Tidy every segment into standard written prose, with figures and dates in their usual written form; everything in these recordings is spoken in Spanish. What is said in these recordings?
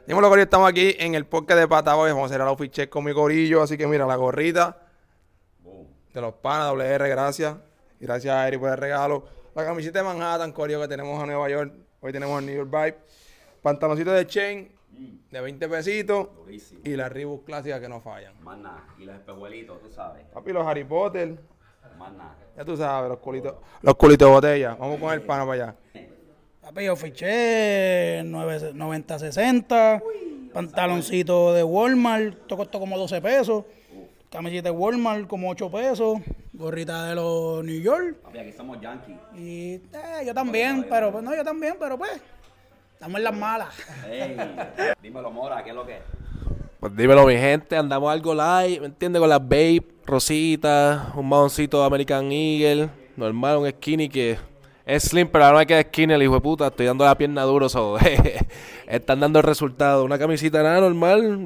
Dímelo, corillo, estamos aquí en el podcast de Pataboy. Vamos a hacer el outfit check con mi corillo. Así que mira, la gorrita de los panas, WR, gracias. Y gracias a Eri por el regalo. La camiseta de Manhattan, corillo, que tenemos a Nueva York. Hoy tenemos el New York Vibe. Pantaloncito de chain de 20 pesitos. Durísimo. Y las Reebok clásicas que no fallan. Más nada. Y los espejuelitos, tú sabes. Papi, los Harry Potter. Más nada. Ya tú sabes, los culitos de botella. Vamos con el pana para allá. Papi, yo fiché 90-60, pantaloncito de Walmart, esto costó como 12 pesos, camiseta de Walmart como 8 pesos, gorrita de los New York. Papi, aquí somos yankees. Y yo también, pero pues no, yo también, pero pues, estamos en las malas. Ey, dímelo, Mora, ¿qué es lo que es? Pues dímelo, mi gente, andamos algo light, ¿me entiendes? Con las Babe, rositas, un mahoncito American Eagle, normal, un skinny que es slim, pero ahora no hay que skinny, el hijo de puta, estoy dando la pierna duro, so, están dando el resultado. Una camisita nada normal,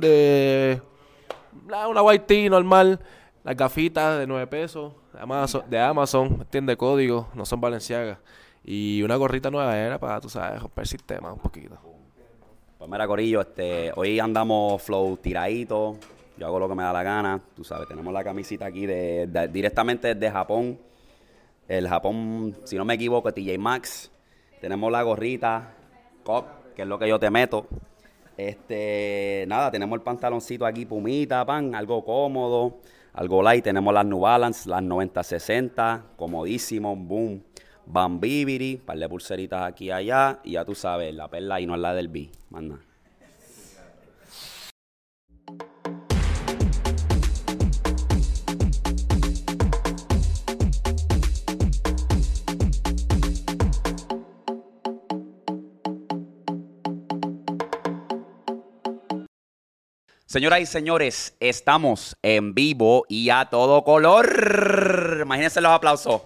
una white tee normal, las gafitas de 9 pesos, de Amazon, ¿me entiendes? Código, no son Balenciaga. Y una gorrita nueva era para, tú sabes, romper el sistema un poquito. Pues mira, corillo, hoy andamos flow tiradito. Yo hago lo que me da la gana. Tú sabes, tenemos la camisita aquí directamente desde Japón. El Japón, si no me equivoco, TJ Maxx. Tenemos la gorrita, Cop, que es lo que yo te meto. Nada, tenemos el pantaloncito aquí, pumita, pan, algo cómodo, algo light. Tenemos las New Balance, las 90-60, comodísimo, boom. Bambibiri, par de pulseritas aquí y allá. Y ya tú sabes, la perla y no es la del B. Más nada. Señoras y señores, estamos en vivo y a todo color. Imagínense los aplausos.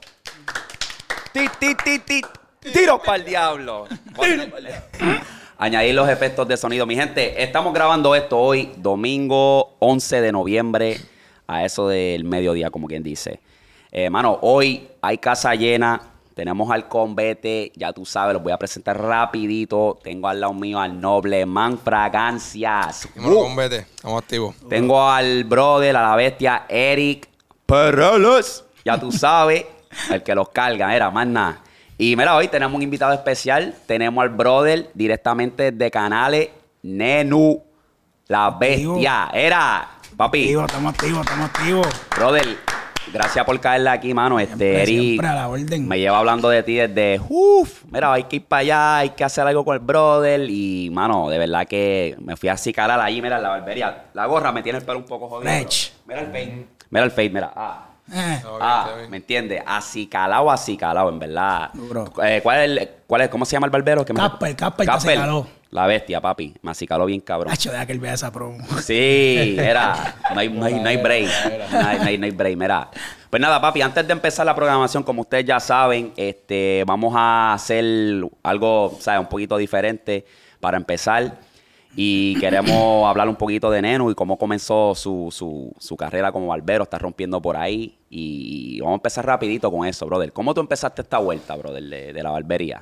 Tiro para el diablo. Añadir los efectos de sonido. Mi gente, estamos grabando esto hoy, domingo 11 de noviembre, a eso del mediodía, como quien dice. Mano, hoy hay casa llena. Tenemos al Convete, ya tú sabes, los voy a presentar rapidito. Tengo al lado mío al Noble Man Fragancias. Dímelo, Convete, estamos activos. Tengo al brother, a la bestia, Eric Perales. Ya tú sabes, el que los carga, era más nada. Y mira, hoy tenemos un invitado especial. Tenemos al brother directamente de Canales, Nenu, la bestia. Era, papi. Estamos activos. Brother, gracias por caerle aquí, mano. Eric Siempre a la orden. me lleva hablando de ti desde, mira, hay que ir para allá, hay que hacer algo con el brother. Y, mano, de verdad que me fui a acicalar allí, mira, en la barbería. La gorra me tiene el pelo un poco jodido. Mira el fade. Mira el fade, mira. ¿Me entiendes? Acicalao, en verdad. ¿Cuál es? ¿Cómo se llama el barbero? Casper, te acicaló. La bestia, papi. Me acicaló bien cabrón. Hacho, deja que él vea esa promo. Sí, era. No hay break. No hay break, mira. Pues nada, papi, antes de empezar la programación, como ustedes ya saben, vamos a hacer algo, ¿sabes? Un poquito diferente para empezar. Y queremos hablar un poquito de Nenu y cómo comenzó su carrera como barbero. Está rompiendo por ahí. Y vamos a empezar rapidito con eso, brother. ¿Cómo tú empezaste esta vuelta, brother, de la barbería?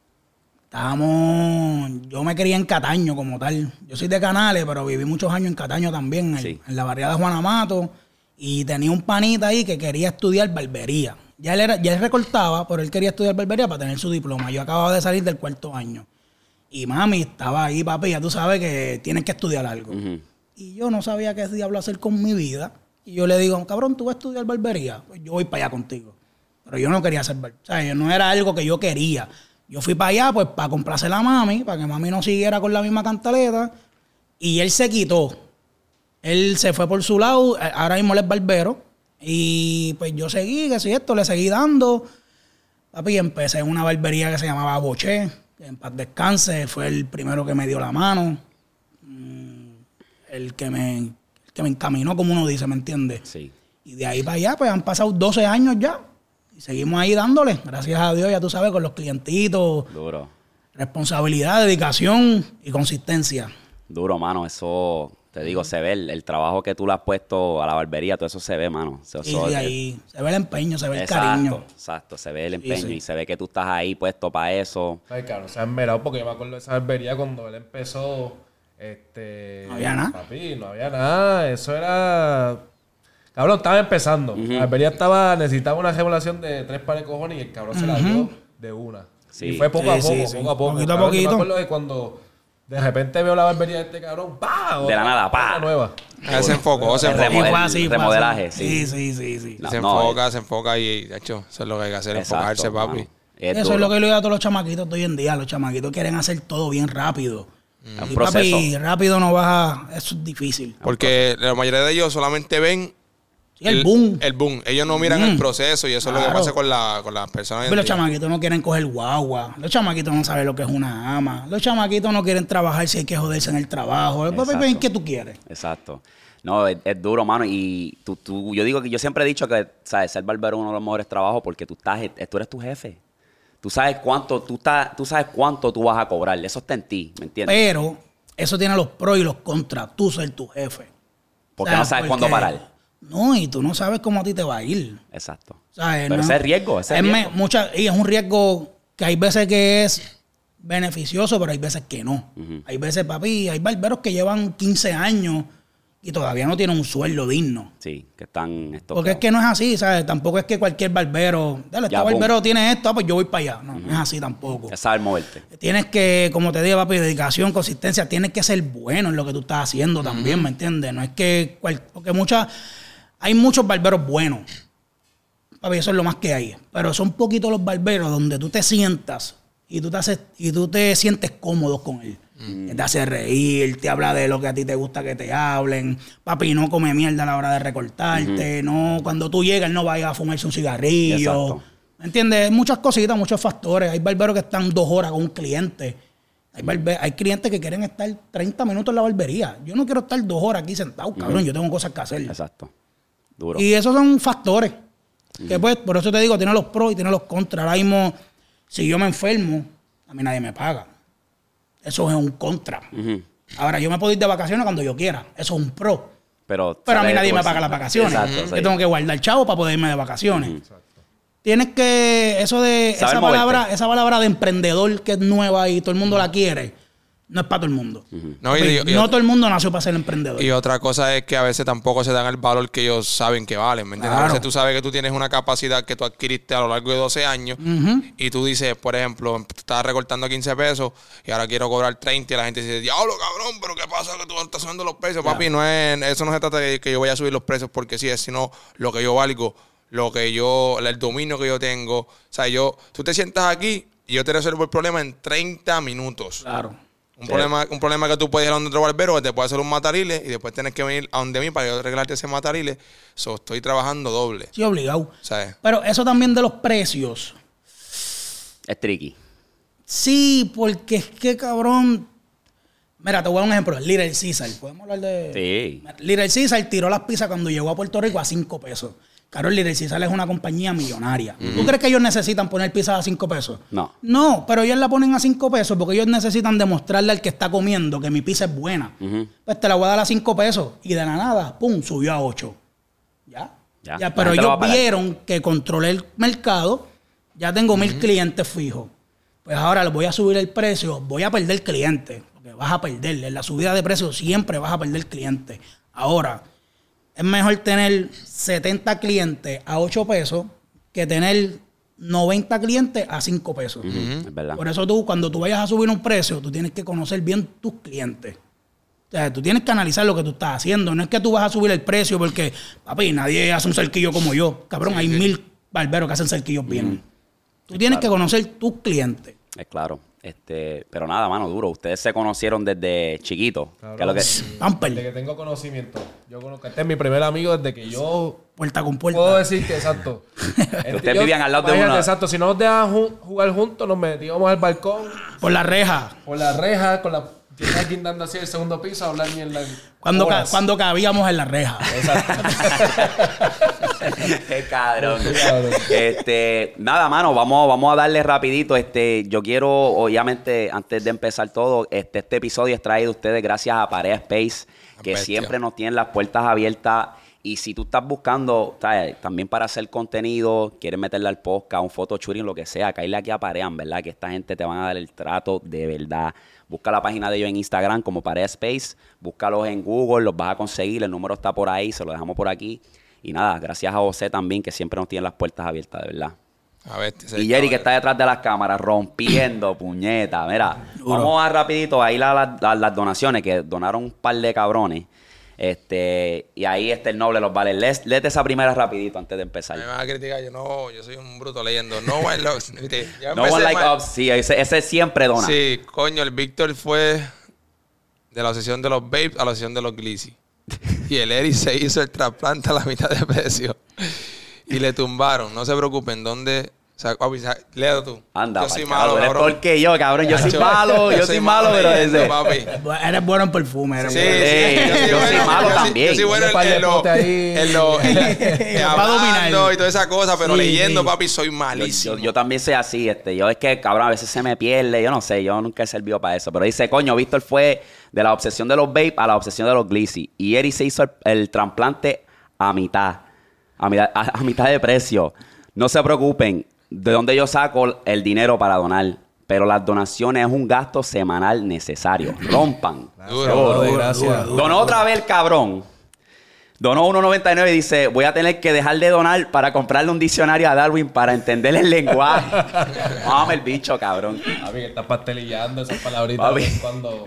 Yo me crié en Cataño como tal. Yo soy de Canales, pero viví muchos años en Cataño también, Sí. en la barriada de Juan Amato. Y tenía un panita ahí que quería estudiar barbería. Ya él recortaba, pero él quería estudiar barbería para tener su diploma. Yo acababa de salir del 4º año. Y mami estaba ahí, papi, ya tú sabes que tienes que estudiar algo. Uh-huh. Y yo no sabía qué diablo hacer con mi vida. Y yo le digo, cabrón, ¿tú vas a estudiar barbería? Pues yo voy para allá contigo. Pero yo no quería hacer barbería. O sea, no era algo que yo quería. Yo fui para allá, pues, para complacer a mami, para que mami no siguiera con la misma cantaleta. Y él se quitó. Él se fue por su lado. Ahora mismo él es barbero. Y pues yo seguí, que si esto, le seguí dando. Papi, empecé en una barbería que se llamaba Boché. Que en paz descanse. Fue el primero que me dio la mano. El que me encaminó, como uno dice, ¿me entiendes? Sí. Y de ahí para allá, pues han pasado 12 años ya. Y seguimos ahí dándole. Gracias a Dios, ya tú sabes, con los clientitos. Duro. Responsabilidad, dedicación y consistencia. Duro, mano. Eso, te digo, se ve el trabajo que tú le has puesto a la barbería. Todo eso se ve, mano. Y de ahí se ve el empeño, se ve el cariño. Exacto. Se ve el empeño Sí. y se ve que tú estás ahí puesto para eso. Ay, claro, se han merado porque yo me acuerdo de esa barbería cuando él empezó. No había nada. Papi, no había nada. Eso era... Cabrón, estaba empezando. La barbería necesitaba una remodelación de 3 pares de cojones y el cabrón se la dio de una. Sí. Y fue poco a poco, sí. poco a poco. Poquito a Cabrón, poquito. Yo me acuerdo de cuando de repente veo la barbería de este cabrón, ¡pah! De la nada, ¡pah! Otra nueva. Se enfocó, se El enfocó. Y fue así, fue remodelaje, así. sí. Sí. No, Se enfoca y, de hecho, eso es lo que hay que hacer, Exacto, enfocarse, papi. mano. Eso duro. es lo que le digo a todos los chamaquitos de hoy en día. Los chamaquitos quieren hacer todo bien rápido. Es un Y proceso. papi, rápido no vas a... Eso es difícil. Porque la mayoría de ellos solamente ven Sí, el boom. el boom. Ellos no miran el proceso y eso es lo que Claro. pasa con las personas. Pero los chamaquitos no quieren coger guagua. Los chamaquitos no saben lo que es una ama. Los chamaquitos no quieren trabajar si hay que joderse en el trabajo. Exacto. Papi, ¿qué tú quieres? Exacto. No, es duro, mano. Y yo digo que yo siempre he dicho que, ¿sabes? Ser barbero es uno de los mejores trabajos porque tú eres tu jefe. Tú sabes cuánto tú vas a cobrar. Eso está en ti, ¿me entiendes? Pero eso tiene los pros y los contras. Tú ser tu jefe. Porque O sea, no sabes cuándo parar. No, y tú no sabes cómo a ti te va a ir. Exacto. ¿Sabes? Pero No. ese es riesgo, Y es un riesgo que hay veces que es beneficioso, pero hay veces que no. Hay veces, papi, hay barberos que llevan 15 años y todavía no tienen un sueldo digno. Sí, que están estos. Porque es que no es así, ¿sabes? Tampoco es que cualquier barbero, dale, Ya, este boom. barbero tiene esto, pues yo voy para allá. No, no es así tampoco. Es saber moverte. Tienes que, como te digo, papi, dedicación, consistencia, tienes que ser bueno en lo que tú estás haciendo también, ¿me entiendes? No es que, porque hay muchos barberos buenos. Papi, eso es lo más que hay. Pero son poquitos los barberos donde tú te sientas y tú te sientes cómodo con él. Que te hace reír, te habla de lo que a ti te gusta que te hablen. Papi, no come mierda a la hora de recortarte. No, cuando tú llegas, él no vaya a fumarse un cigarrillo. Exacto. ¿Me entiendes? Muchas cositas, muchos factores. Hay barberos que están 2 horas con un cliente. Hay clientes que quieren estar 30 minutos en la barbería. Yo no quiero estar 2 horas aquí sentado, cabrón. Yo tengo cosas que hacer. Exacto. Duro. Y esos son factores. Que pues, por eso te digo, tiene los pros y tiene los contras. Ahora mismo, si yo me enfermo, a mí nadie me paga. Eso es un contra. Ahora, yo me puedo ir de vacaciones cuando yo quiera. Eso es un pro. Pero a mí sale de nadie tu me paga bolsillo. las vacaciones. Exacto, sí. Yo tengo que guardar chavo para poder irme de vacaciones. Tienes que... Eso de... Saber Esa palabra de emprendedor que es nueva y todo el mundo la quiere, no es para todo el mundo. No, No todo el mundo nació para ser emprendedor. Y otra cosa es que a veces tampoco se dan el valor que ellos saben que valen, ¿me entiendes? Claro. A veces tú sabes que tú tienes una capacidad que tú adquiriste a lo largo de 12 años y tú dices, por ejemplo, estás recortando 15 pesos y ahora quiero cobrar 30 y la gente dice, diablo, cabrón, pero ¿qué pasa que tú estás subiendo los precios? Papi, eso no se trata de que yo vaya a subir los precios porque sí es, sino lo que yo valgo, el dominio que yo tengo. O sea, tú te sientas aquí y yo te resuelvo el problema en 30 minutos. Claro. Un problema que tú puedes ir a donde otro barbero que te puede hacer un matarile y después tienes que venir a donde mí para yo arreglarte ese matarile. Estoy trabajando doble. Sí, obligado. ¿Sabes? Pero eso también de los precios. Es tricky. Sí, porque es que, cabrón... Mira, te voy a dar un ejemplo. Little Caesar. ¿Podemos hablar de...? Sí. Little Caesar tiró las pizzas cuando llegó a Puerto Rico a 5 pesos. Claro, Little Caesar es una compañía millonaria. ¿Tú crees que ellos necesitan poner pizzas a 5 pesos? No. No, pero ellos la ponen a 5 pesos porque ellos necesitan demostrarle al que está comiendo que mi pizza es buena. Pues te la voy a dar a 5 pesos. Y de la nada, pum, subió a 8. Ya. Ya, pero La gente lo va ellos a pagar. vieron que controlé el mercado. Ya tengo 1000 clientes fijos. Pues ahora les voy a subir el precio. Voy a perder clientes. Porque vas a perder. En la subida de precios siempre vas a perder clientes. Ahora, es mejor tener 70 clientes a 8 pesos que tener 90 clientes a 5 pesos. Es verdad. Por eso cuando tú vayas a subir un precio, tú tienes que conocer bien tus clientes. O sea, tú tienes que analizar lo que tú estás haciendo. No es que tú vas a subir el precio porque, papi, nadie hace un cerquillo como yo. Cabrón, hay 1000 barberos que hacen cerquillos bien. Tú tienes que conocer tus clientes. Es claro. Pero nada, mano, duro. Ustedes se conocieron desde chiquitos. Claro. Que es lo que... Pamper, Desde que tengo conocimiento. Yo conozco. Este es mi primer amigo desde que yo... puerta con puerta. Puedo decir que, exacto. Ustedes vivían al lado de imagínate, uno. Exacto. Si no nos dejaban jugar juntos, nos metíamos al balcón, Por la reja. por la reja, con la... Llegas guindando así el segundo piso a hablar mierda. Cuando cabíamos en la reja. Qué cabrón. Cabrón. Nada, mano, vamos a darle rapidito. Yo quiero, obviamente, antes de empezar todo, este episodio es traído a ustedes gracias a Pareja Space, que Bestia. siempre nos tienen las puertas abiertas Y si tú estás buscando, ¿sabes? También para hacer contenido, quieres meterle al podcast, un photo shooting, lo que sea, caerle aquí a Parean, ¿verdad? Que esta gente te van a dar el trato de verdad. Busca la página de ellos en Instagram como Parean Space, búscalos en Google, los vas a conseguir, el número está por ahí, se lo dejamos por aquí. Y nada, gracias a José también, que siempre nos tiene las puertas abiertas, de verdad. A ver, Y Jerry, que está detrás de las cámaras, rompiendo, puñeta. Mira, vamos a rapidito a ir a las donaciones, que donaron un par de cabrones. Y ahí el Noble los vale. Léete esa primera rapidito antes de empezar. Me van a criticar, yo soy un bruto leyendo. No one likes, ¿viste? Ya No empecé one like mal. ups, sí, ese siempre dona. Sí, coño, el Víctor fue de la sesión de los Babes a la sesión de los Glizzy. Y el Eri se hizo el trasplante a la mitad de precio. Y le tumbaron. No se preocupen, ¿dónde? O sea, papi, léelo tú. Anda, yo soy pa'l malo, carajo, eres cabrón. peor que yo, cabrón. Yo soy Nacho, malo, yo soy malo, pero leyendo, ese. papi. Eres bueno en perfume. Eres Sí, bueno. sí, yo soy malo también. Yo soy bueno Un par de potes ahí. Va a dominar. hablando y toda esa cosa, pero Sí, leyendo, sí. papi, soy malísimo. Yo también soy así, yo es que, cabrón, a veces se me pierde, yo no sé, yo nunca he servido para eso. Pero dice, coño, Víctor fue de la obsesión de los vape a la obsesión de los Glizzy. Y Eri se hizo el trasplante a mitad de precio. No se preocupen, de dónde yo saco el dinero para donar. Pero las donaciones es un gasto semanal necesario. Rompan. Duro. Gracias. Donó otra vez el cabrón. Donó 1.99 y dice, voy a tener que dejar de donar para comprarle un diccionario a Darwin para entender el lenguaje. Mame el bicho, cabrón. Papi, que estás pastelillando esas palabritas Papi. cuando...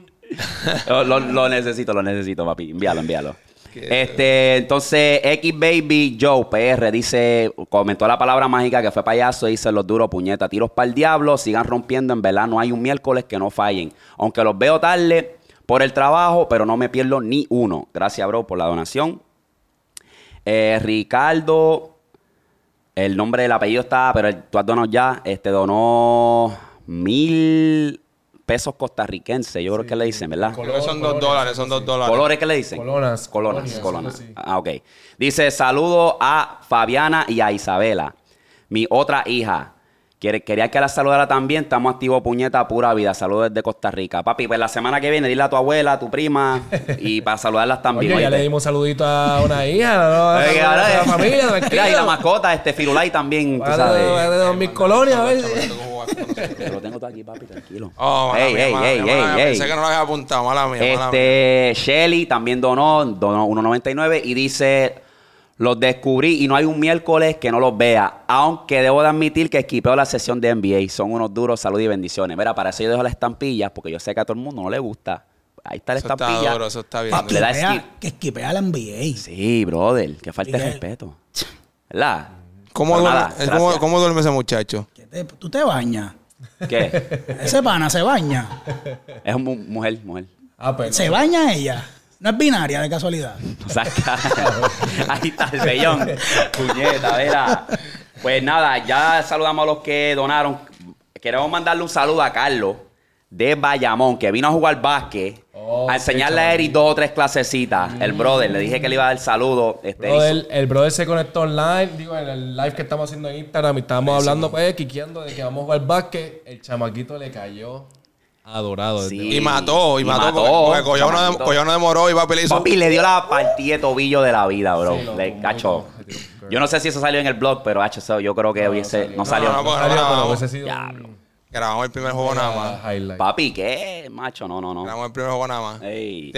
Lo necesito, papi. Envíalo. Entonces, X Baby Joe PR dice, comentó la palabra mágica que fue payaso, dice los duros puñetas, tiros para el diablo, sigan rompiendo, en verdad no hay un miércoles que no fallen. Aunque los veo tarde por el trabajo, pero no me pierdo ni uno. Gracias, bro, por la donación. Ricardo, el nombre del apellido está, pero tú has donado ya, donó 1,000 pesos costarricenses, yo creo que le dicen, ¿verdad? Creo que son $2, son $2. ¿Colores qué le dicen? Colonas. Colonas. Sí. Ah, ok. Dice, saludo a Fabiana y a Isabela, mi otra hija. Quería que la saludara también. Estamos activos, puñeta, pura vida. Saludos desde Costa Rica. Papi, pues la semana que viene, dile a tu abuela, a tu prima, y para saludarlas también. Oye, ya ¿oíste? le dimos un saludito a una hija, ¿no? A la familia, Mira, tranquila. y la mascota, Firulai también, tú sabes. De 2000 colonias, a ver. Te lo tengo todo aquí, papi, tranquilo. Oh, mala mía, mala mía. Pensé que no lo había apuntado, mala mía. Shelly también donó 1.99 y dice, los descubrí y no hay un miércoles que no los vea, aunque debo de admitir que esquipeo la sesión de NBA. Son unos duros, salud y bendiciones. Mira, para eso yo dejo las estampillas, porque yo sé que a todo el mundo no le gusta. Ahí está la Eso estampilla. está duro, eso está bien. Le da skip. Que esquipea la NBA. Sí, brother, que falta de ¿Y qué? respeto. ¿Verdad? ¿Cómo Pero duerme, nada, gracias. ¿Cómo duerme ese muchacho? ¿Tú te bañas? ¿Qué? Ese pana se baña. Es mujer. Ah, pues. Se baña ella. No es binaria de casualidad. O sea, ahí está el bellón. Puñeta, mira. Pues nada, ya saludamos a los que donaron. Queremos mandarle un saludo a Carlos de Bayamón, que vino a jugar básquet, a enseñarle a Eric 2 o 3 clasecitas. El brother, le dije que le iba a dar saludo. El brother se conectó online, digo, en el live que estamos haciendo en Instagram y estábamos hablando, pues, quiqueando de que vamos a jugar básquet. El chamaquito le cayó adorado. Sí. Y mató. mató. Porque Collao no demoró y va a pelear. Papi le dio la partida de tobillo de la vida, bro. Sí, Le loco, cacho. muy loco. Yo no sé si eso salió en el blog, pero eso yo creo que no salió. No, Salió, pero no. hubiese sido Diablo. Grabamos el primer juego nada más. highlight. Papi, ¿qué? Macho, no. Grabamos el primer juego nada más. Ey.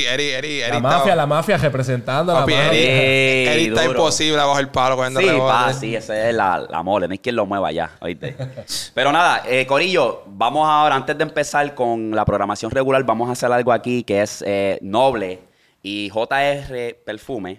La mafia representando Papi, la mafia. Eric está duro. imposible bajo el palo cogiendo Sí, rebotes. sí, esa es la mole. No hay quien lo mueva ya, ¿oíste? Pero nada, Corillo, vamos ahora, antes de empezar con la programación regular, vamos a hacer algo aquí que es Noble y JR Perfume.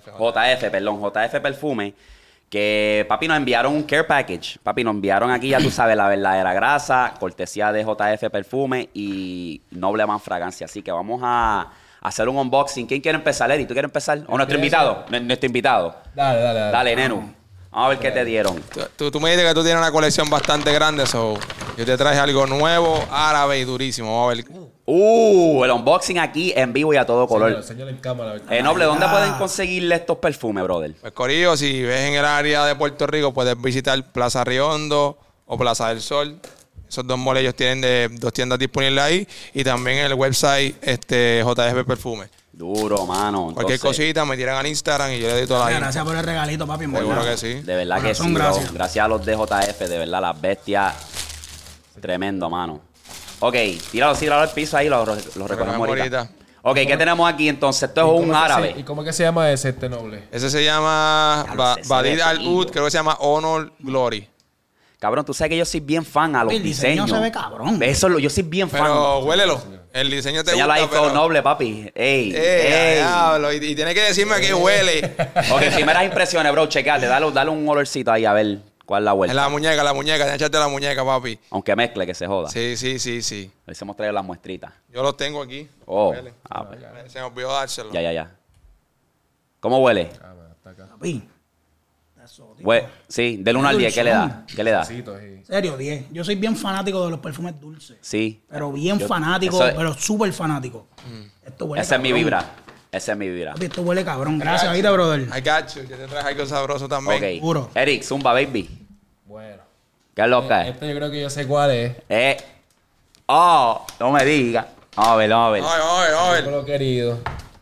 JF Perfume. Que, papi, nos enviaron un care package. Papi, nos enviaron aquí, ya tú sabes, la verdadera grasa, cortesía de JF Perfume y Noble Man Fragancia. Así que vamos a hacer un unboxing. ¿Quién quiere empezar, Eri? ¿Tú quieres empezar? ¿O nuestro invitado? Nuestro invitado. Dale. Dale, Nenu. Vamos a ver qué te dieron. Tú me dices que tú tienes una colección bastante grande, so yo te traje algo nuevo, árabe y durísimo. Vamos a ver. El unboxing aquí en vivo y a todo color. Señor en cámara. A ver. Noble, ¿dónde pueden conseguirle estos perfumes, brother? Pues Corillo, si ves en el área de Puerto Rico, puedes visitar Plaza Riondo o Plaza del Sol. Esos dos moles ellos tienen 2 tiendas disponibles ahí. Y también en el website JF Perfume. Duro, mano. Cualquier Entonces, cosita me tiran al Instagram y yo le doy toda la info. Gracias por el regalito, papi. en Seguro verdad. que sí. de verdad que Corazón, sí, bro. gracias. Gracias a los de JF, de verdad, las bestias. Tremendo, mano. Ok, tíralo al piso ahí, lo recogemos ahorita. Ok, ¿qué tenemos aquí entonces? Esto es un árabe. ¿Y cómo es que se llama ese noble? Ese se llama Diablo, ese Badid se ve Al-Ud, fino. creo que se llama Honor Glory. Cabrón, tú sabes que yo soy bien fan a los El diseño diseños. se ve cabrón. Eso yo soy bien fan. Pero huélelo. El diseño te Señala ahí gusta, todo pero... noble, papi. Ey, ¡Ey, ey. diablo! Y tiene que decirme a qué huele. Ok, primeras impresiones, bro. Checate, dale un olorcito ahí a ver cuál es la En vuelta. la muñeca. Echarte la muñeca, papi. Aunque mezcle, que se joda. Sí. A ver si hemos traído las muestritas. Yo los tengo aquí. Oh, Huele. Se me olvidó dárselo. ya. ¿Cómo huele? Papi. Eso, tío. Sí, del 1 al 10, ¿qué le da? ¿Qué le da? En serio, 10. Yo soy bien fanático de los perfumes dulces. Sí. Pero bien Yo- fanático, eso es- pero súper fanático. Esto huele Esa es mi cabrón. vibra. Esa es mi vibra. Papi, esto huele cabrón. Gracias, ¿viste, brother? I got you. Yo te traje algo sabroso también. Ok. Seguro. Eric, Zumba, baby. Bueno. ¿Qué es lo que es? Este yo creo que yo sé cuál es. Oh, no me digas. Vamos a ver. Ay. Por lo querido.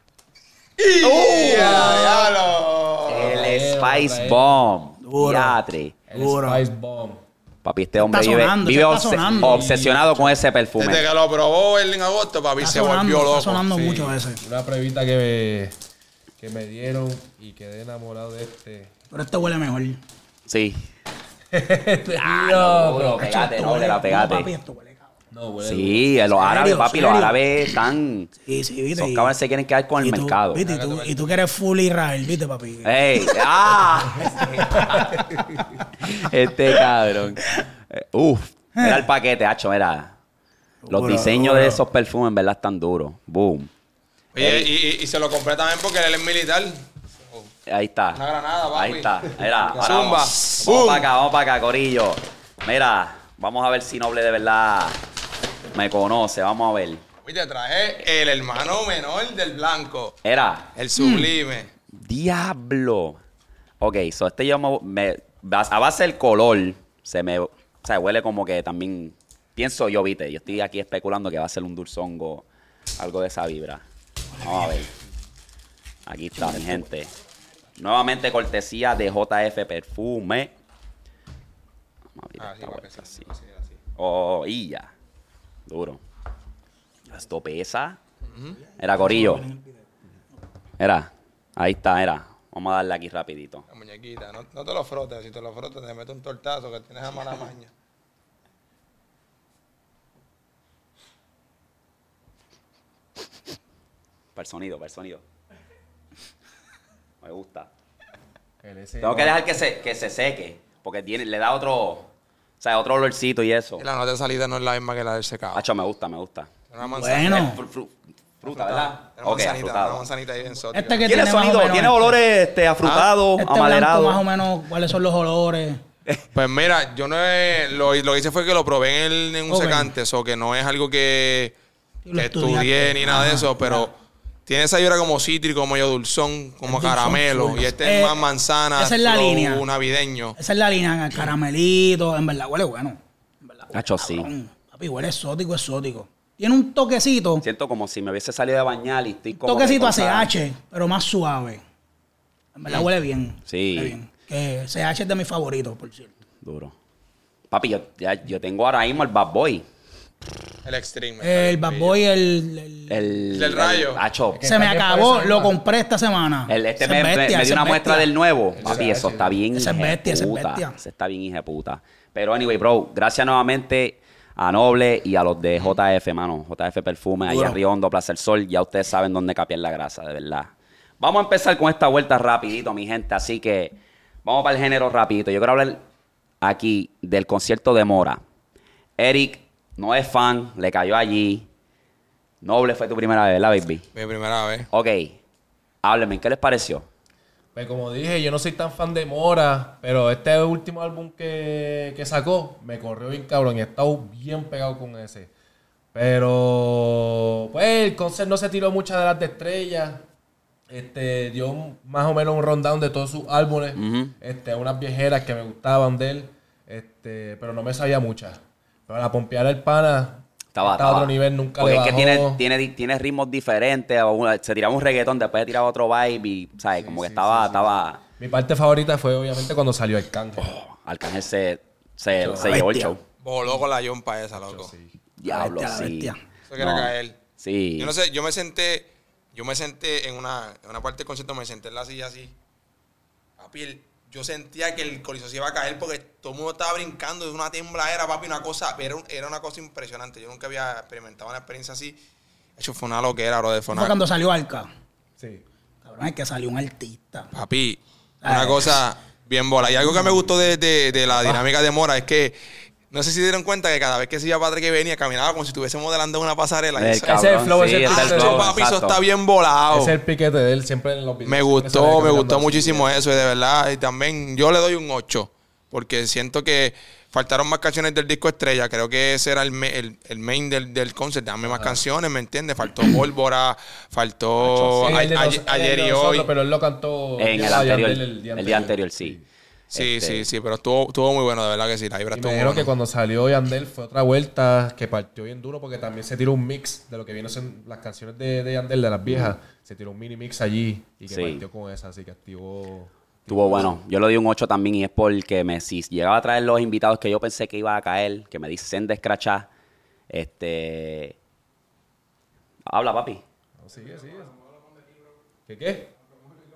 ¡Diablo! El Spice trae. Bomb. Duro. Diatre. El Duro. Spice Bomb. Papi, este hombre Está vive, sonando, vive está sonando. obsesionado con ese perfume. Desde que lo probó él en agosto, papi, Está se volvió loco. Está sonando Sí, mucho ese. Una pruebita que me dieron y quedé enamorado de este. Pero este huele mejor. Sí. No, Duro, pegate, Esto no, huele- la pegate. No, papi, esto huele cabrón. No, huele Sí, los ¿Serio? árabes, papi, los ¿Serio? árabes están... Sí, viste. Esos cabrones se quieren quedar con el y tú- mercado. Viste, y tú que eres full Israel, viste, papi. ¡Ey! ¡Ah! Este cabrón. Mira el paquete, hacho, mira. Los Duro, diseños duro. de esos perfumes en verdad están duros. Boom. Oye, y se lo compré también porque él es militar. Ahí está. Una granada, papi. Ahí está. Mira, ahora Zumba. vamos Boom. vamos para acá, corillo. Mira, vamos a ver si Noble de verdad me conoce. Vamos a ver. Oye, te traje el hermano menor del blanco. Era. El sublime. Diablo. Ok, so este yo a base del color, o sea, huele como que también, pienso yo, viste, yo estoy aquí especulando que va a ser un dulzongo, algo de esa vibra. Vamos a ver. Aquí está, mi gente. Nuevamente cortesía de JF Perfume. Vamos a abrir esta vuelta así. Oh, y ya. Duro. Esto pesa. Era corillo. Era. Ahí está, era. Vamos a darle aquí rapidito. La muñequita. No te lo frotes. Si te lo frotes, te meto un tortazo que tienes a mala maña. Para el sonido. Me gusta. El ese- Tengo que dejar que se seque. Porque le da otro olorcito y eso. Y la nota de salida no es la misma que la del secado. Hacho, me gusta. Una manzana. Bueno. Fruta, ¿verdad? Una Ok, manzanita, afrutado. una manzanita ahí bien sótica. Este que Tiene tiene más o sonido, menos tiene este. olores afrutados, Este blanco amaderados. más o menos, ¿cuáles son los olores? Pues mira, yo no lo que hice fue que lo probé en un Ok. secante, eso que no es algo que Sí, lo estudié estudiaste. ni nada de Ajá, eso, pero tiene esa vibra como cítrico, como medio dulzón, como Es dulzón caramelo. full. Y este es más manzana, esa es la flow línea. navideño. Esa es la línea, el caramelito. En verdad huele bueno. En verdad huele Hacho, sí. cabrón. Papi, huele exótico. Tiene un toquecito. Siento como si me hubiese salido de bañar y estoy como... Toquecito a que con CH, pero más suave. En verdad huele bien. Sí. Huele bien. Que CH es de mis favoritos, por cierto. Duro. Papi, yo tengo ahora mismo el Bad Boy. El extreme. El Bad Boy, el El rayo. Hacho. que se me también acabó, parece lo igual. compré esta semana. Este Ese me es bestia, dio ese una es muestra bestia. del nuevo. Papi, Ese- eso está bien ese es bestia, ese es hijeputa. bestia. Ese está bien hijeputa. Pero anyway, bro, gracias nuevamente a Noble y a los de JF, mano. JF Perfume, ahí Duro. en Río Hondo, Plaza del Sol. Ya ustedes saben dónde capiar la grasa, de verdad. Vamos a empezar con esta vuelta rapidito, mi gente. Así que vamos para el género rapidito. Yo quiero hablar aquí del concierto de Mora. Eric no es fan, le cayó allí. Noble fue tu primera vez, ¿verdad, baby? Mi primera vez. Ok, háblenme, ¿qué les pareció? Pues como dije, yo no soy tan fan de Mora, pero este último álbum que sacó me corrió bien cabrón y he estado bien pegado con ese. Pero pues el concert no se tiró muchas de las de estrellas. Dio más o menos un rundown de todos sus álbumes. Unas viejeras que me gustaban de él. Pero no me sabía muchas. Pero la pompear el pana Estaba a otro nivel, nunca porque le es que bajó. tiene ritmos diferentes. Se tiraba un reggaetón, después tiraba otro vibe y, ¿sabes? Como que estaba... Mi parte favorita fue obviamente cuando salió Arcángel. Arcángel se llevó el show. Voló con la yompa esa, loco. Diablo, bestia, sí. bestia. Eso que era caer. Sí. Yo no sé, yo me senté en una parte del concierto, me senté en la silla así. Papi, yo sentía que el coliseo se iba a caer porque todo el mundo estaba brincando, es una tembladera, papi, una cosa, era una cosa impresionante. Yo nunca había experimentado una experiencia así. De hecho, fue una loquera, bro. Fue cuando salió Arca. Sí. Cabrón, es que salió un artista. Papi, una cosa bien bola. Y algo que me gustó de la dinámica de Mora es que no sé si se dieron cuenta que cada vez que se iba Patrick que venía, caminaba como si estuviese modelando en una pasarela. El Ese cabrón, Ese es el flow, sí, ese es ese es el el flow, papi, eso exacto. está bien volado. Ese es el piquete de él siempre en los videos. Me gustó muchísimo eso, y de verdad. Y también yo le doy un 8, porque siento que faltaron más canciones del disco Estrella. Creo que ese era el main del concert. Dame más canciones, ¿me entiendes? Faltó Pólvora, faltó Ayer y Hoy. Pero él lo cantó En el anterior, el día anterior, sí. Sí, pero estuvo muy bueno, de verdad que sí. La vibra Y estuvo me muy dijeron que buena. cuando salió Yandel fue otra vuelta que partió bien duro porque también se tiró un mix de lo que vienen las canciones de Yandel, de las viejas. Se tiró un mini mix allí y que Sí. partió con esa, así que activó... Estuvo bueno. Yo le di un 8 también y es porque si llegaba a traer los invitados que yo pensé que iba a caer, que me dicen de escrachar, Habla, papi. No, sigue. ¿Qué?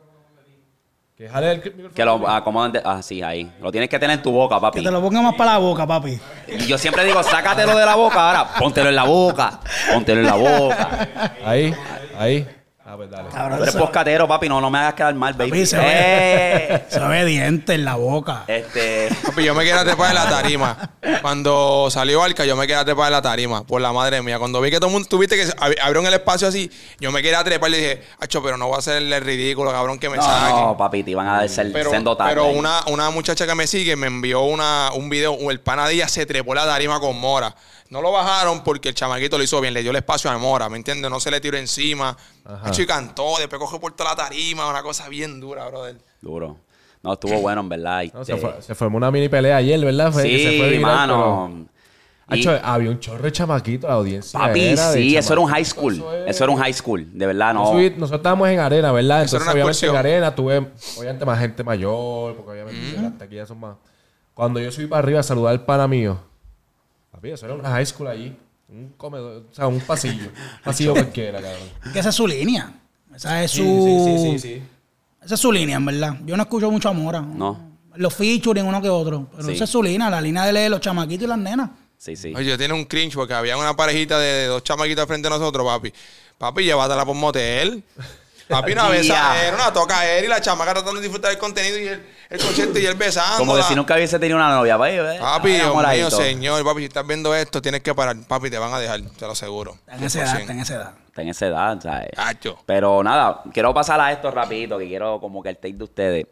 Que jale el micrófono. Que lo acomoden sí, ahí. Lo tienes que tener en tu boca, Que papi. te lo ponga más para la boca, papi. Y yo siempre digo, sácatelo de la boca ahora. Póntelo en la boca. Póntelo en la boca. Ahí. Ah, pues dale. Cabrón, Tú eres poscatero, papi. No me hagas quedar mal, baby. Papi, se ve diente en la boca. Papi, yo me quedé trepar en la tarima. Cuando salió Arca, yo me quedé trepar en la tarima. Por la madre mía. Cuando vi que todo el mundo, tuviste que abrieron el espacio así, yo me quedé trepar y le dije, acho, pero no voy a hacerle el ridículo, cabrón, que me saque. No, papi, te iban a dar sendo tarde. Pero una muchacha que me sigue me envió un video, el pana de ella se trepó en la tarima con Mora. No lo bajaron porque el chamaquito lo hizo bien, le dio el espacio a Mora, ¿me entiendes? No se le tiró encima. Acho, y cantó, después cogió por toda la tarima, una cosa bien dura, brother. Duro. No, estuvo bueno, en verdad. No, se formó una mini pelea ayer, ¿verdad? Que se fue Sí, viral, mano. Hacho, había un chorro de chamaquito, la audiencia. Papi, era de sí, eso era un high chamaquito, school. Eso era un high school, de verdad, no. Nosotros estábamos en arena, ¿verdad? Eso era Entonces, una obviamente, en excursión. arena tuve, obviamente, más gente mayor, porque obviamente las taquillas son más. Cuando yo subí para arriba a saludar al pana mío, papi, eso era una high school allí. Un comedor, o sea, un pasillo. Pasillo cualquiera, cabrón. Que esa es su línea. Esa es su... Sí. Esa es su línea, en verdad. Yo no escucho mucho a Mora. No. Los featuring uno que otro. Pero Sí. esa es su línea. La línea de los chamaquitos y las nenas. Sí, sí. Oye, yo tenía un cringe porque había una parejita de dos chamaquitos frente a nosotros, papi. Papi, llévatela por un motel. Papi, una besadera, una tocaera y la chamaca tratando de disfrutar del contenido y el concierto y él besándola. Como que si nunca hubiese tenido una novia, papi. Papi, Dios mío, enamoradito. señor. Papi, si estás viendo esto, tienes que parar. Papi, te van a dejar, te lo aseguro. Está en esa edad, está en esa edad. Está en esa edad, ¿sabes? Hacho. Pero nada, quiero pasar a esto rapidito, que quiero como que el take de ustedes.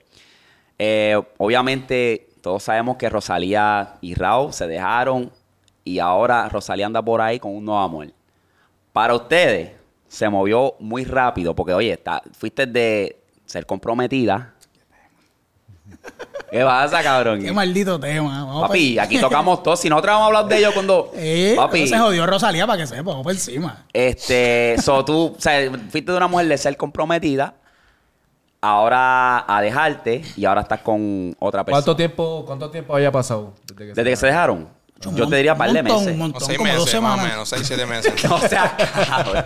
Obviamente, todos sabemos que Rosalía y Rauw se dejaron y ahora Rosalía anda por ahí con un nuevo amor. Para ustedes, se movió muy rápido porque, oye, fuiste de ser comprometida. ¿Qué pasa, cabrón? Qué maldito tema. Vamos Papi, aquí tocamos todo. Si nosotros vamos a hablar de ello cuando... Papi, se jodió Rosalía para que sepa. Vamos por encima. tú, o sea, fuiste de una mujer de ser comprometida, ahora a dejarte y ahora estás con otra persona. ¿Cuánto tiempo había pasado? Desde que se dejaron. Yo te diría un par de meses. Un montón, Como 6 como 2 meses, más o semanas. menos, 6, 7 meses. O sea, cabrón.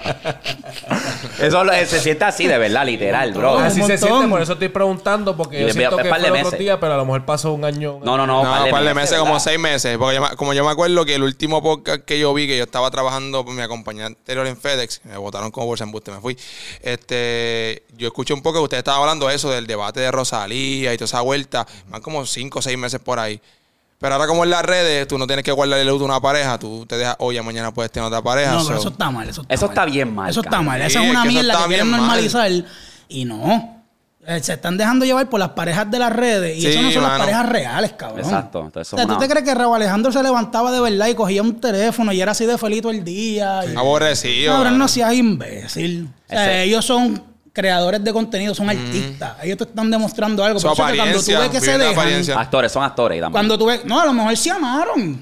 Se siente así, de verdad, literal, bro. Ah, Así un se montón. siente, por eso estoy preguntando, porque yo Y siento es que par fue de el otro meses. día, pero a lo mejor pasó un año. No, No, un par de meses, como ¿verdad? 6 meses. Porque como yo me acuerdo que el último podcast que yo vi, que yo estaba trabajando, me acompañé anterior en FedEx, me botaron como bolsa en buste, me fui. Yo escuché un poco que ustedes estaban hablando de eso, del debate de Rosalía y toda esa vuelta. Van como 5 o 6 meses por ahí. Pero ahora como en las redes, tú no tienes que guardarle luto a una pareja, tú te dejas, oye, mañana puedes tener otra pareja. No, pero so- eso está mal. Eso Está bien mal, Eso está cabrón. mal. Sí, Esa es una es que eso mierda está que quieren bien mal. normalizar. Y no. Se están dejando llevar por las parejas de las redes. Y Sí, eso no son las mano. parejas reales, cabrón. Exacto. Entonces, O sea, ¿tú te crees que Raúl Alejandro se levantaba de verdad y cogía un teléfono y era así de feliz todo el día? Y... Aborrecido. Cabrón, mano. no seas imbécil. O sea, Ese- ellos son creadores de contenido, son artistas. Ellos te están demostrando algo. Su Por eso que cuando tú apariencia, ves que se viven de dejan... apariencia. Actores, son actores también. Cuando tú ves... No, a lo mejor se amaron.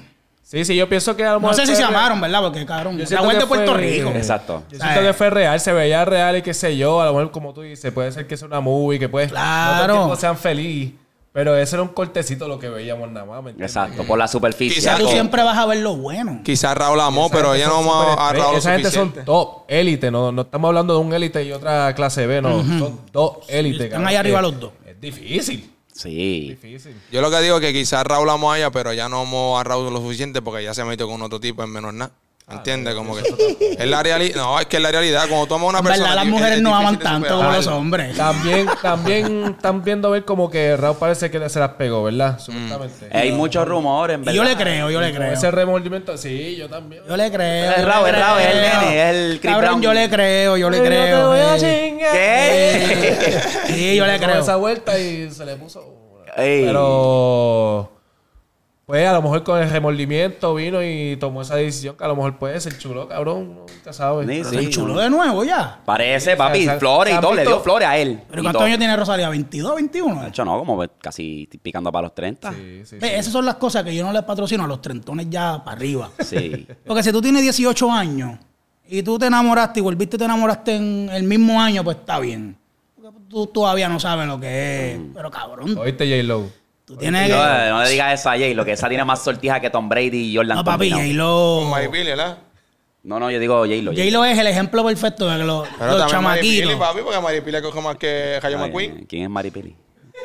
Sí, yo pienso que a lo No mejor sé si se fue real. amaron, ¿verdad? Porque, cabrón, Yo la siento vuelta de que Puerto fue- Rico. Exacto. Yo siento que fue real, se veía real y qué sé yo. A lo mejor, como tú dices, puede ser que sea una movie, que pues no todo Claro. el tiempo sean feliz. Pero ese era un cortecito lo que veíamos nada más, ¿me entiendes? Exacto, por la superficie. Quizás Tú que- siempre vas a ver lo bueno. Quizás Raúl amó, Esa pero gente ella no son amó a superestrellas. Raúl lo Esa gente son suficiente. top élite, no estamos hablando de un élite y otra clase B, no. Son dos élites. Están cabrón, ahí arriba que los dos. Es difícil. Sí. Difícil. Yo lo que digo es que quizás Raúl amó a ella, pero ella no amó a Raúl lo suficiente porque ella se metió con otro tipo en menos nada. ¿Entiendes? Como que es la realidad. No, es que es la realidad. Cuando tú amas a una En persona. verdad, las es mujeres no difícil aman de tanto superar. como los hombres. También están viendo ver como que Raúl parece que se las pegó, ¿verdad? Supuestamente. Hay muchos rumores, en Y verdad. yo le creo, yo le Con creo. ese remordimiento, sí, yo también. Yo le creo. Es yo Raúl, le es Raúl, es el creo. nene, es el Chris Cabrón, Brown. yo le creo, yo le Yo te creo. voy a chingar. ¿Qué? Sí, yo le Tomó creo. esa vuelta y se le puso una. Ey. Pero pues a lo mejor con el remordimiento vino y tomó esa decisión que a lo mejor puede ser chulo, cabrón, nunca sabes. Sí, Pero el chulo de nuevo ya. Parece, papi, O sea, flores y todo. Le Samito- dio flores a él. ¿Pero y cuántos todo. años tiene Rosalía? ¿22, 21? De hecho, no, como casi picando para los 30. Sí. Ve, esas son las cosas que yo no les patrocino a los trentones ya para arriba. Sí. Porque si tú tienes 18 años y tú te enamoraste y volviste y te enamoraste en el mismo año, pues está bien. Porque tú todavía no sabes lo que es. Pero cabrón, ¿Oíste, J-Lo? tú tienes No, que... no le digas eso a Jay, lo que esa tiene más sortija que Tom Brady y Jordan. No, papi, combinados. J-Lo... Con Maripili, ¿verdad? No, yo digo J-Lo. J-Lo es el ejemplo perfecto de que los Pero también Maripili, chamaquitos... papi, porque Maripili coge más que Rayo McQueen. ¿Quién es Maripili?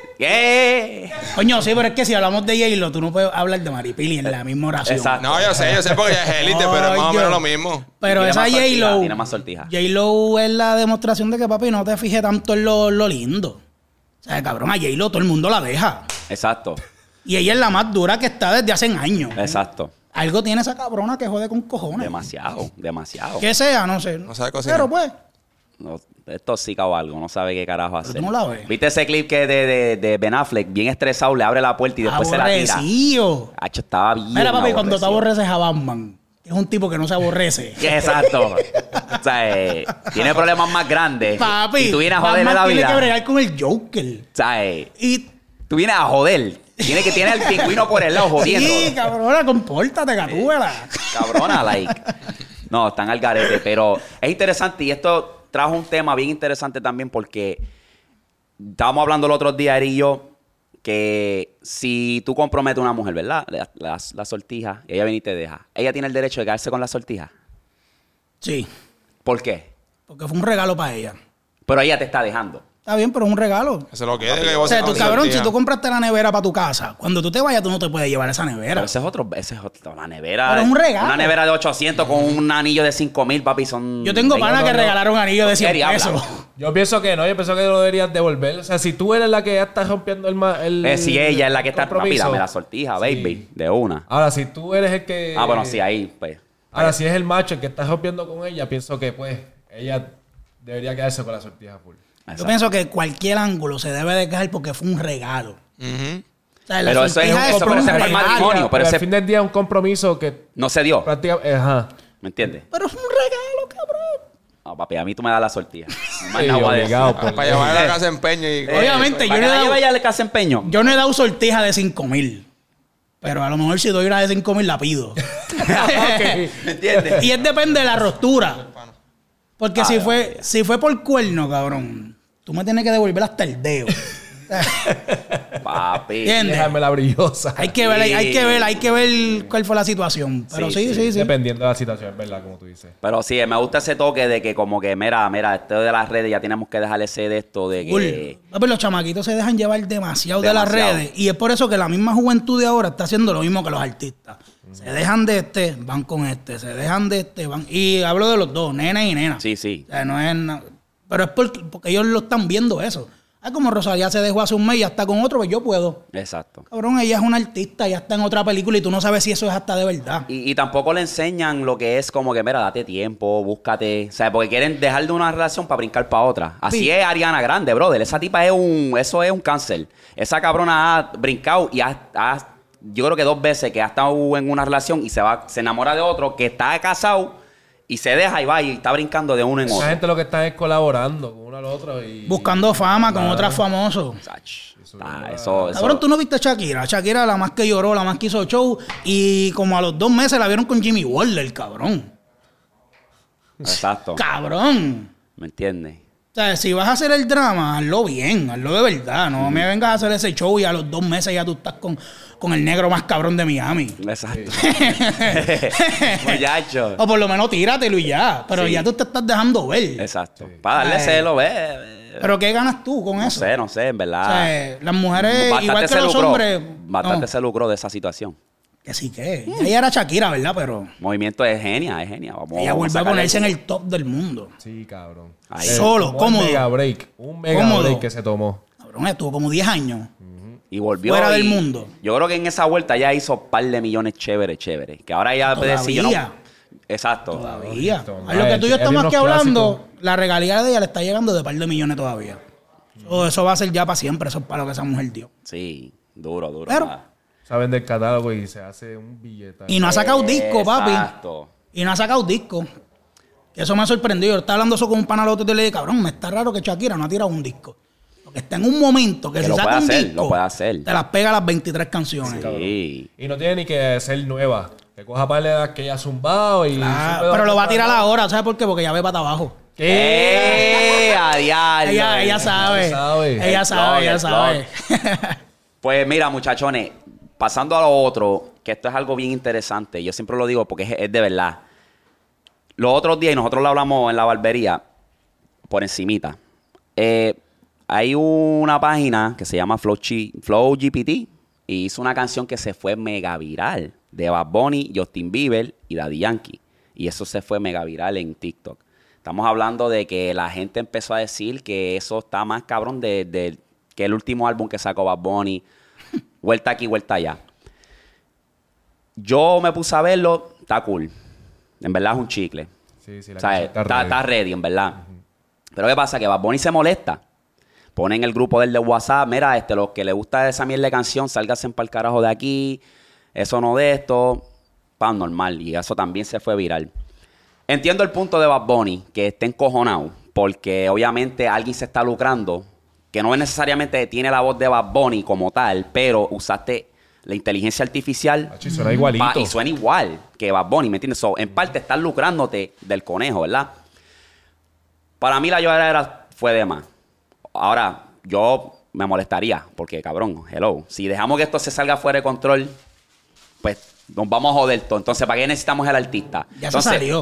¿Qué? Coño, sí, pero es que si hablamos de J-Lo, tú no puedes hablar de Maripili en la misma oración. Exacto. No, yo sé porque ella es élite, pero es más o Coño. menos lo mismo. Pero Tiene esa más sortija, J-Lo... tiene más sortija. J-Lo es la demostración de que, papi, no te fijes tanto en lo lindo. O sea, cabrón, a J-Lo todo el mundo la deja. Exacto. Y ella es la más dura que está desde hace años. Exacto. Algo tiene esa cabrona que jode con cojones. Demasiado. Que sea, no sé. No sabe cocinar. Pero pues, No, es tóxica o algo, no sabe qué carajo hacer. tú no la ves. ¿Viste ese clip que de Ben Affleck, bien estresado, le abre la puerta y después se la tira? aborrecido. Hacho, estaba bien. Mira, papi, cuando te aborrecido. aborreces a Batman, que es un tipo que no se aborrece. Exacto. O sea, tiene problemas más grandes. Papi, Y tú vienes a joderle Batman la tiene que vida. bregar con el Joker. O sea, Y tú vienes a joder. Tiene al pingüino por el lado jodiendo. sí, cabrona, compórtate, gatúbela. Cabrona, like. No, están al garete. Pero es interesante y esto trajo un tema bien interesante también porque estábamos hablando el otro día, Eric y yo, que si tú comprometes a una mujer, ¿verdad? La sortija, y ella viene y te deja. ¿Ella tiene el derecho de quedarse con la sortija? Sí, ¿Por qué? porque fue un regalo para ella. Pero ella te está dejando. Está bien, pero es un regalo. Eso es lo que es. Que O sea, tú, cabrón, si tú compras... compraste la nevera para tu casa, cuando tú te vayas, tú no te puedes llevar esa nevera. Pero ese es otro. Una nevera. Pero es un regalo. Una nevera de 800 con un anillo de 5,000, papi, son. Yo tengo panas que no. regalaron anillos de 100 Diabla. pesos. Yo pienso que no, yo pienso que lo deberías devolver. O sea, si tú eres la que ya está rompiendo el Si ella es la que está. Papi, compromiso. dame la sortija, baby. De una. Ahora, si tú eres el que... Bueno, sí, ahí, pues. Ahora, si es el macho el que está rompiendo con ella, pienso que, pues, ella debería quedarse con la sortija full. Yo pienso que cualquier ángulo se debe de dejar porque fue un regalo. Ujú. O sea, la Pero eso es sortija un- eso fue pero ese fue el regalo. matrimonio. pero Pero ese- al fin del día es un compromiso que No se dio. prácticamente... Ajá. ¿Me entiendes? Pero es un regalo, cabrón. No, papi, a mí tú me das la sortija. Más Sí, nada voy a decir. obligado, pues. Para llevar a la casa de empeño y... Obviamente, yo ¿Para no, que he la lleve dado, ya le casa empeño? yo no he dado sortija de 5,000. Pero a lo mejor si doy una de 5,000 la pido. ¿Me entiendes? Y es depende de la rostura. Porque si fue por cuerno, cabrón, tú me tienes que devolver hasta el dedo. Papi. ¿Entiendes? Déjame la brillosa. Hay que ver cuál fue la situación. Pero Sí, sí. Dependiendo de la situación, ¿verdad? Como tú dices. Pero sí, me gusta ese toque de que como que, mira, esto de las redes ya tenemos que dejarle ese de esto de que... Cool. Papi, los chamaquitos se dejan llevar demasiado de las Demasiado. redes. Y es por eso que la misma juventud de ahora está haciendo lo mismo que los artistas. Se dejan de van con este. Se dejan de van... Y hablo de los dos, nena y nena. Sí, sí. O sea, no es pero es porque ellos lo están viendo eso. Ah, como Rosalía se dejó hace un mes y ya está con otro, pues yo puedo. Exacto. Cabrón, ella es una artista, ya está en otra película y tú no sabes si eso es hasta de verdad. Y tampoco le enseñan lo que es como que, mira, date tiempo, búscate. O sea, porque quieren dejar de una relación para brincar para otra. Así Sí. es Ariana Grande, brother. Esa tipa eso es un cáncer. Esa cabrona ha brincado y yo creo que 2 veces que ha estado en una relación y se enamora de otro que está casado Y se deja y va y está brincando de uno en Esa otro. gente lo que está es colaborando con uno al otro y... Buscando fama con otros famosos. Eso. Tú no viste a Shakira. Shakira la más que lloró, la más que hizo show. Y como a los 2 meses la vieron con Jimmy Waller, cabrón. Exacto. Cabrón. ¿Me entiendes? O sea, si vas a hacer el drama, hazlo bien, hazlo de verdad. No me vengas a hacer ese show y a los 2 meses ya tú estás con el negro más cabrón de Miami. Exacto. Muchacho. O por lo menos tíratelo y ya. Pero Sí. ya tú te estás dejando ver. Exacto. Para darle Ay. celo, ve. Pero ¿qué ganas tú con eso? No sé, en O verdad. sea, las mujeres, igual Bastante que se los lucró. hombres... Bastante no, se lucró de esa situación. que sí que. Ella era Shakira, ¿verdad? Pero Movimiento es genia. Vamos, ella vuelve a sacarle ponerse en el... el top del mundo. Sí, cabrón. Ahí. Solo, Tomó cómodo. Un mega Cómodo. break que se tomó. Cabrón, estuvo como 10 años. Y volvió. Fuera y del mundo. Yo creo que en esa vuelta ya hizo un par de millones chévere. Que ahora ya puede decir yo no. Todavía. Exacto. Todavía. Listo, A lo que tú y yo ella estamos vio aquí los hablando, clásicos. la regalía de ella le está llegando de par de millones todavía. Eso va a ser ya para siempre. Eso es para lo que esa mujer dio. Sí, duro. Pero- nada. Saben del catálogo y se hace un billete. Y no ha sacado disco, papi. Exacto. Y no ha sacado disco. Que eso me ha sorprendido. Yo estaba hablando eso con un pana al otro y le dije, cabrón, me está raro que Shakira no ha tirado un disco. Porque está en un momento que Que si lo saca puede un hacer, disco, lo puede hacer. te las pega las 23 canciones. Sí. Y no tiene ni que ser nueva. Que coja par de las que ya ha zumbado y... Pero lo va a tirar ahora, ¿sabes por qué? Porque ya ve para abajo. A diablo. Ella sabe. Ella sabe, ella sabe. Pues mira, muchachones, pasando a lo otro, que esto es algo bien interesante. Yo siempre lo digo porque es de verdad. Los otros días, y nosotros lo hablamos en la barbería, por encimita. Hay una página que se llama Flow GPT y hizo una canción que se fue mega viral de Bad Bunny, Justin Bieber y Daddy Yankee. Y eso se fue mega viral en TikTok. Estamos hablando de que la gente empezó a decir que eso está más cabrón que el último álbum que sacó Bad Bunny. Vuelta aquí, vuelta allá. Yo me puse a verlo, está cool. En verdad es un chicle. Sí, la O sea, canción está ready, en verdad. Pero ¿qué pasa? Que Bad Bunny se molesta. Pone en el grupo del de WhatsApp, mira, los que le gusta esa mierda de canción, sálganse para el carajo de aquí. Eso no de esto. Pan normal. Y eso también se fue viral. Entiendo el punto de Bad Bunny, que esté encojonado, porque obviamente alguien se está lucrando, que no necesariamente tiene la voz de Bad Bunny como tal, pero usaste la inteligencia artificial Achi, suena igualito. y suena igual que Bad Bunny, ¿me entiendes? So, en parte estás lucrándote del conejo, ¿verdad? Para mí la lloradera fue de más. Ahora, yo me molestaría, porque cabrón, hello, si dejamos que esto se salga fuera de control, pues nos vamos a joder todo. Entonces, ¿para qué necesitamos el artista? Ya Entonces, se salió.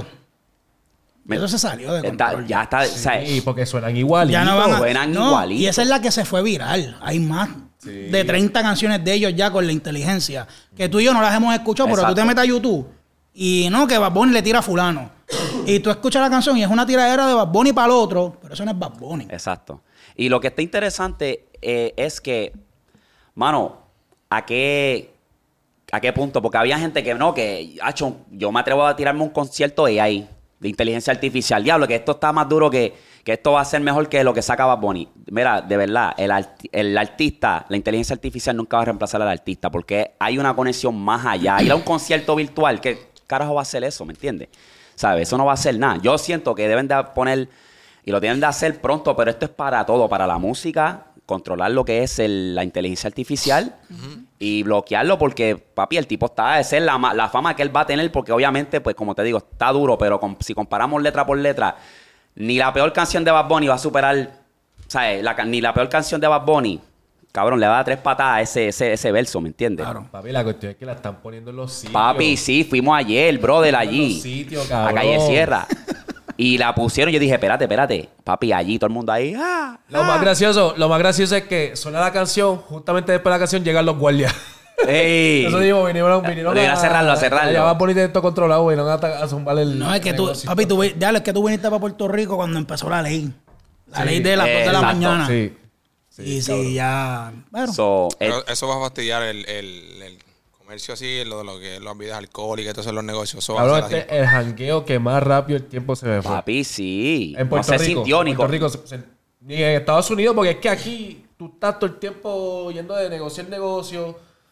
me- Eso se salió de está- control. ya está, ¿sabes? Sí, porque suenan igualitos. Ya no van a... Suenan no, igualitos. y esa es la que se fue viral. Hay más de 30 canciones de ellos ya con la inteligencia. Que tú y yo no las hemos escuchado, pero tú te Exacto. metes a YouTube y no, que Bad Bunny le tira a fulano. Y tú escuchas la canción y es una tiradera de Bad Bunny para el otro, pero eso no es Bad Bunny. Exacto. Y lo que está interesante es que, mano, ¿a qué punto? Porque había gente que no, que, hacho, yo me atrevo a tirarme un concierto de AI, de inteligencia artificial. Diablo, que esto está más duro que esto va a ser mejor que lo que saca Bad Bunny. Mira, de verdad, el artista, la inteligencia artificial nunca va a reemplazar al artista porque hay una conexión más allá. Ir a un concierto virtual, ¿qué carajo va a hacer eso? ¿Me entiendes? ¿Sabes? Eso no va a hacer nada. Yo siento que deben de poner, y lo tienen de hacer pronto, pero esto es para todo, para la música, controlar lo que es la inteligencia artificial y bloquearlo porque, papi, el tipo está, esa es la fama que él va a tener porque obviamente, pues como te digo, está duro, pero si comparamos letra por letra, ni la peor canción de Bad Bunny va a superar, ¿sabes? Ni la peor canción de Bad Bunny, cabrón, le va a dar 3 patadas a ese verso, ¿me entiendes? Claro. Papi, la cuestión es que la están poniendo en los sitios. Papi, sí, fuimos ayer, brother, En allí. los sitios, A cabrón. calle Sierra. Y la pusieron, yo dije, espérate. Papi, allí todo el mundo ahí. Lo más gracioso es que suena la canción, justamente después de la canción llegan los guardias. ¡Ey! Eso digo, vinieron a cerrarlo, a cerrarlo. Ya va a poner esto controlado, vinieron a zumbar el... No, es que tú, negocio. papi, ya es que tú viniste para Puerto Rico cuando empezó la ley. La ley de las 2 de la exacto, mañana. Sí. Y sí, ya. Bueno, So, Pero eso va a fastidiar el comercio así, lo que es las bebidas alcohólicas, entonces los negocios. Eso va Cabrón, a ser así. el jangueo que más rápido el tiempo se me fue. papi, sí. En Puerto no se Rico. sintió En ni Puerto Rico. Ni en Estados Unidos, porque es que aquí tú estás todo el tiempo yendo de negocio en negocio.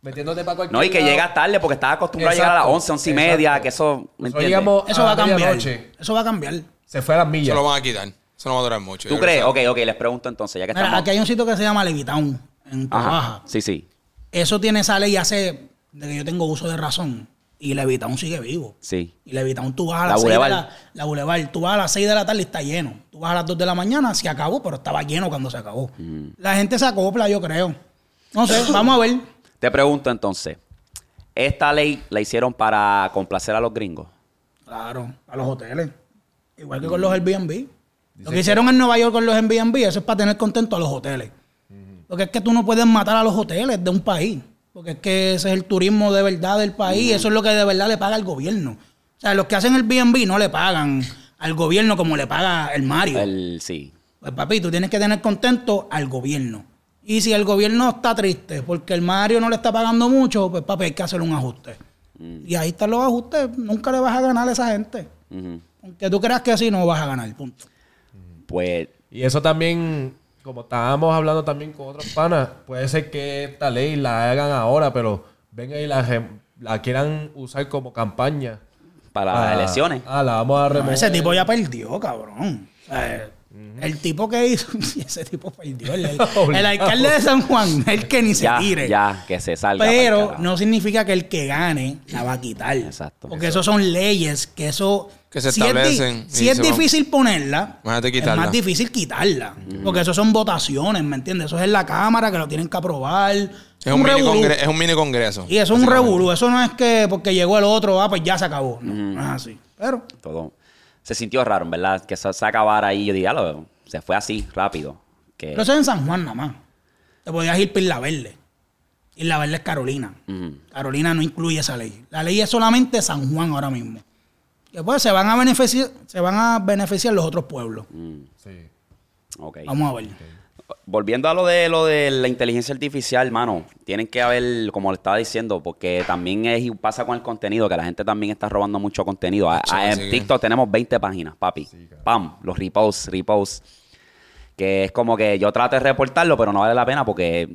metiéndote para cualquier No, y que lado. llegas tarde porque estás acostumbrado a llegar a las 11, 11 y media, que eso, ¿me Nosotros entiendes? llegamos Eso va a cambiar. medianoche, Eso va a cambiar. se fue a las Eso millas. lo van a quitar. Eso no va a durar mucho. ¿Tú Yo creo crees? que Ok, les pregunto entonces, ya que Mira, estamos... aquí hay un sitio que se llama Levitown, en Tobaja. Ajá, sí. Eso tiene esa ley hace de que yo tengo uso de razón. Y Levitown sigue vivo. Sí. Y Levitown tú vas a La las 6 de Boulevard. la Boulevard. Tú vas a las 6 de la tarde y está lleno. Tú vas a las 2 de la mañana, se acabó, pero estaba lleno cuando se acabó. La gente se acopla, yo creo. No sé, vamos a ver. Te pregunto entonces, ¿esta ley la hicieron para complacer a los gringos? Claro, a los hoteles. Igual que con los Airbnb. Lo que hicieron en Nueva York con los Airbnb, eso es para tener contento a los hoteles. Porque es que tú no puedes matar a los hoteles de un país. Porque es que ese es el turismo de verdad del país. Eso es lo que de verdad le paga el gobierno. O sea, los que hacen el Airbnb no le pagan al gobierno como le paga el Mario. Sí. Pues papi, tú tienes que tener contento al gobierno. Y si el gobierno está triste porque el Mario no le está pagando mucho, pues papi, hay que hacer un ajuste. Y ahí están los ajustes. Nunca le vas a ganar a esa gente. Ujú. Aunque tú creas que sí, no vas a ganar. Punto. Pues, Y eso también, como estábamos hablando también con otros panas, puede ser que esta ley la hagan ahora, pero vengan y la quieran usar como campaña. para las elecciones. La vamos a No, remover. ese tipo ya perdió, cabrón. O sea, el tipo que hizo... ese tipo perdió. El alcalde de San Juan, el que ni se tire. Ya, que se salga. pa'l Pero carajo. no significa que el que gane la va a quitar. Exacto. Porque eso son leyes que eso... Que se si es establecen si y es se van- difícil ponerla, Imagínate es quitarla. más difícil quitarla. Porque eso son votaciones, ¿me entiendes? Eso es en la Cámara que lo tienen que aprobar. Es un, mini congreso. Y eso es un revolú. Eso no es que porque llegó el otro, pues ya se acabó. No, no es así. Pero... Todo. Se sintió raro, en verdad, que se acabara ahí. Yo dije, se fue así, rápido. Que... Pero eso es en San Juan nada más. Te podías ir por Isla Verde. Isla Verde es Carolina. Ujú. Carolina no incluye esa ley. La ley es solamente San Juan ahora mismo. Que pues se van a beneficiar los otros pueblos. Sí. Ok. Vamos a ver. Volviendo a lo de la inteligencia artificial, mano, tienen que haber, como le estaba diciendo, porque también pasa con el contenido, que la gente también está robando mucho contenido. En sí. TikTok tenemos 20 páginas, papi. Pam, los reposts. Que es como que yo trato de reportarlo, pero no vale la pena porque,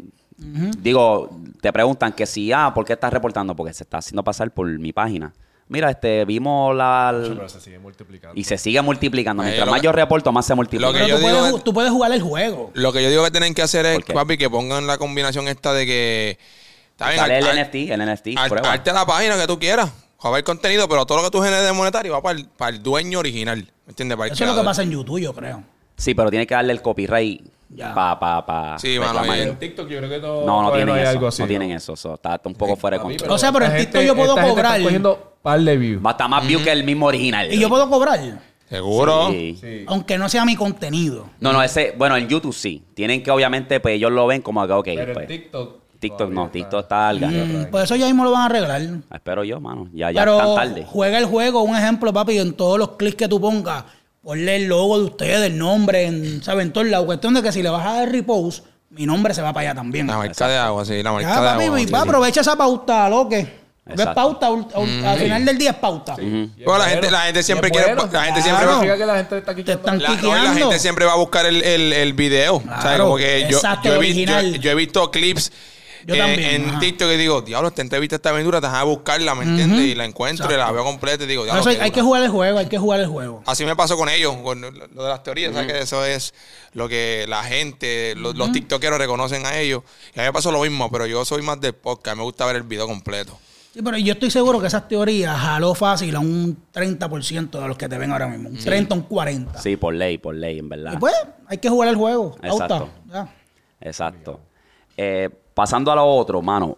digo, te preguntan que si, ¿por qué estás reportando? Porque se está haciendo pasar por mi página. Mira, vimos Pero se sigue multiplicando. y se sigue multiplicando. Mientras lo más que- yo reporto, más se multiplica. lo que Pero yo digo es- tú puedes jugar el juego. Lo que yo digo que tienen que hacer es, ¿Por qué? papi, que pongan la combinación esta de que... Está bien, Sale el al- NFT, al- prueba. arte la página que tú quieras. Va a haber contenido, pero todo lo que tú generes de monetario va para el dueño original. ¿Me entiendes? Para el Eso es lo que creador. pasa en YouTube, yo creo. Sí, pero tiene que darle el copyright Ya. para Sí, mano, reclamar. bien. En TikTok yo creo que No hay tienen eso. algo así. No tienen eso. Está un poco fuera de Papi, control. O sea, pero en esta TikTok yo puedo esta gente cobrar. está cogiendo par de views. Va a estar más view que el mismo original. Y yo puedo cobrar. Seguro. Sí. Sí. Aunque no sea mi contenido. No, bueno, en YouTube sí. Tienen que, obviamente, pues ellos lo ven como que, ok, Pero pues. en TikTok. TikTok no, todavía TikTok está al garete. Pues eso ya mismo lo van a arreglar. Espero yo, mano. Ya están Pero tarde. juega el juego, un ejemplo, papi, en todos los clics que tú pongas, ponle el logo de ustedes, el nombre, en todos lados. Cuestión de que si le vas a dar repost, mi nombre se va para allá también. La marca de agua, sí. La marca Ya, de papi, agua. y sí, va, sí. aprovecha esa pauta, lo que. Porque es Exacto. pauta, al final del día es pauta. Pero la gente siempre quiere... La gente siempre Claro. va... Significa que la gente está Te quiqueando. están La quiqueando. gente siempre va a buscar el video. O sea, Claro, como que exacto, yo original. he visto clips Yo también, en ajá. TikTok y digo, diablo, esta entrevista está bien dura, te vas a buscarla, ¿me entiendes? Y la encuentro y la veo completa y digo, Por diablo, eso qué hay dura. que jugar el juego, hay que jugar el juego. Así me pasó con ellos, con lo de las teorías, ¿sabes? Que eso es lo que la gente, los tiktokeros reconocen a ellos. Y a mí me pasó lo mismo, pero yo soy más del podcast, me gusta ver el video completo. Sí, pero yo estoy seguro que esas teorías jaló fácil a un 30% de los que te ven ahora mismo. Un 30, un 40. Sí, por ley, en verdad. Y pues, hay que jugar el juego. Exacto. Pauta. Ya. Exacto. Pasando a lo otro, mano.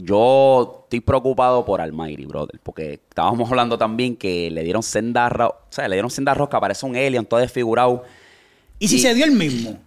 Yo estoy preocupado por Almighty, brother. Porque estábamos hablando también que le dieron senda rosca, parece un alien todo desfigurado. ¿Y si se dio el mismo?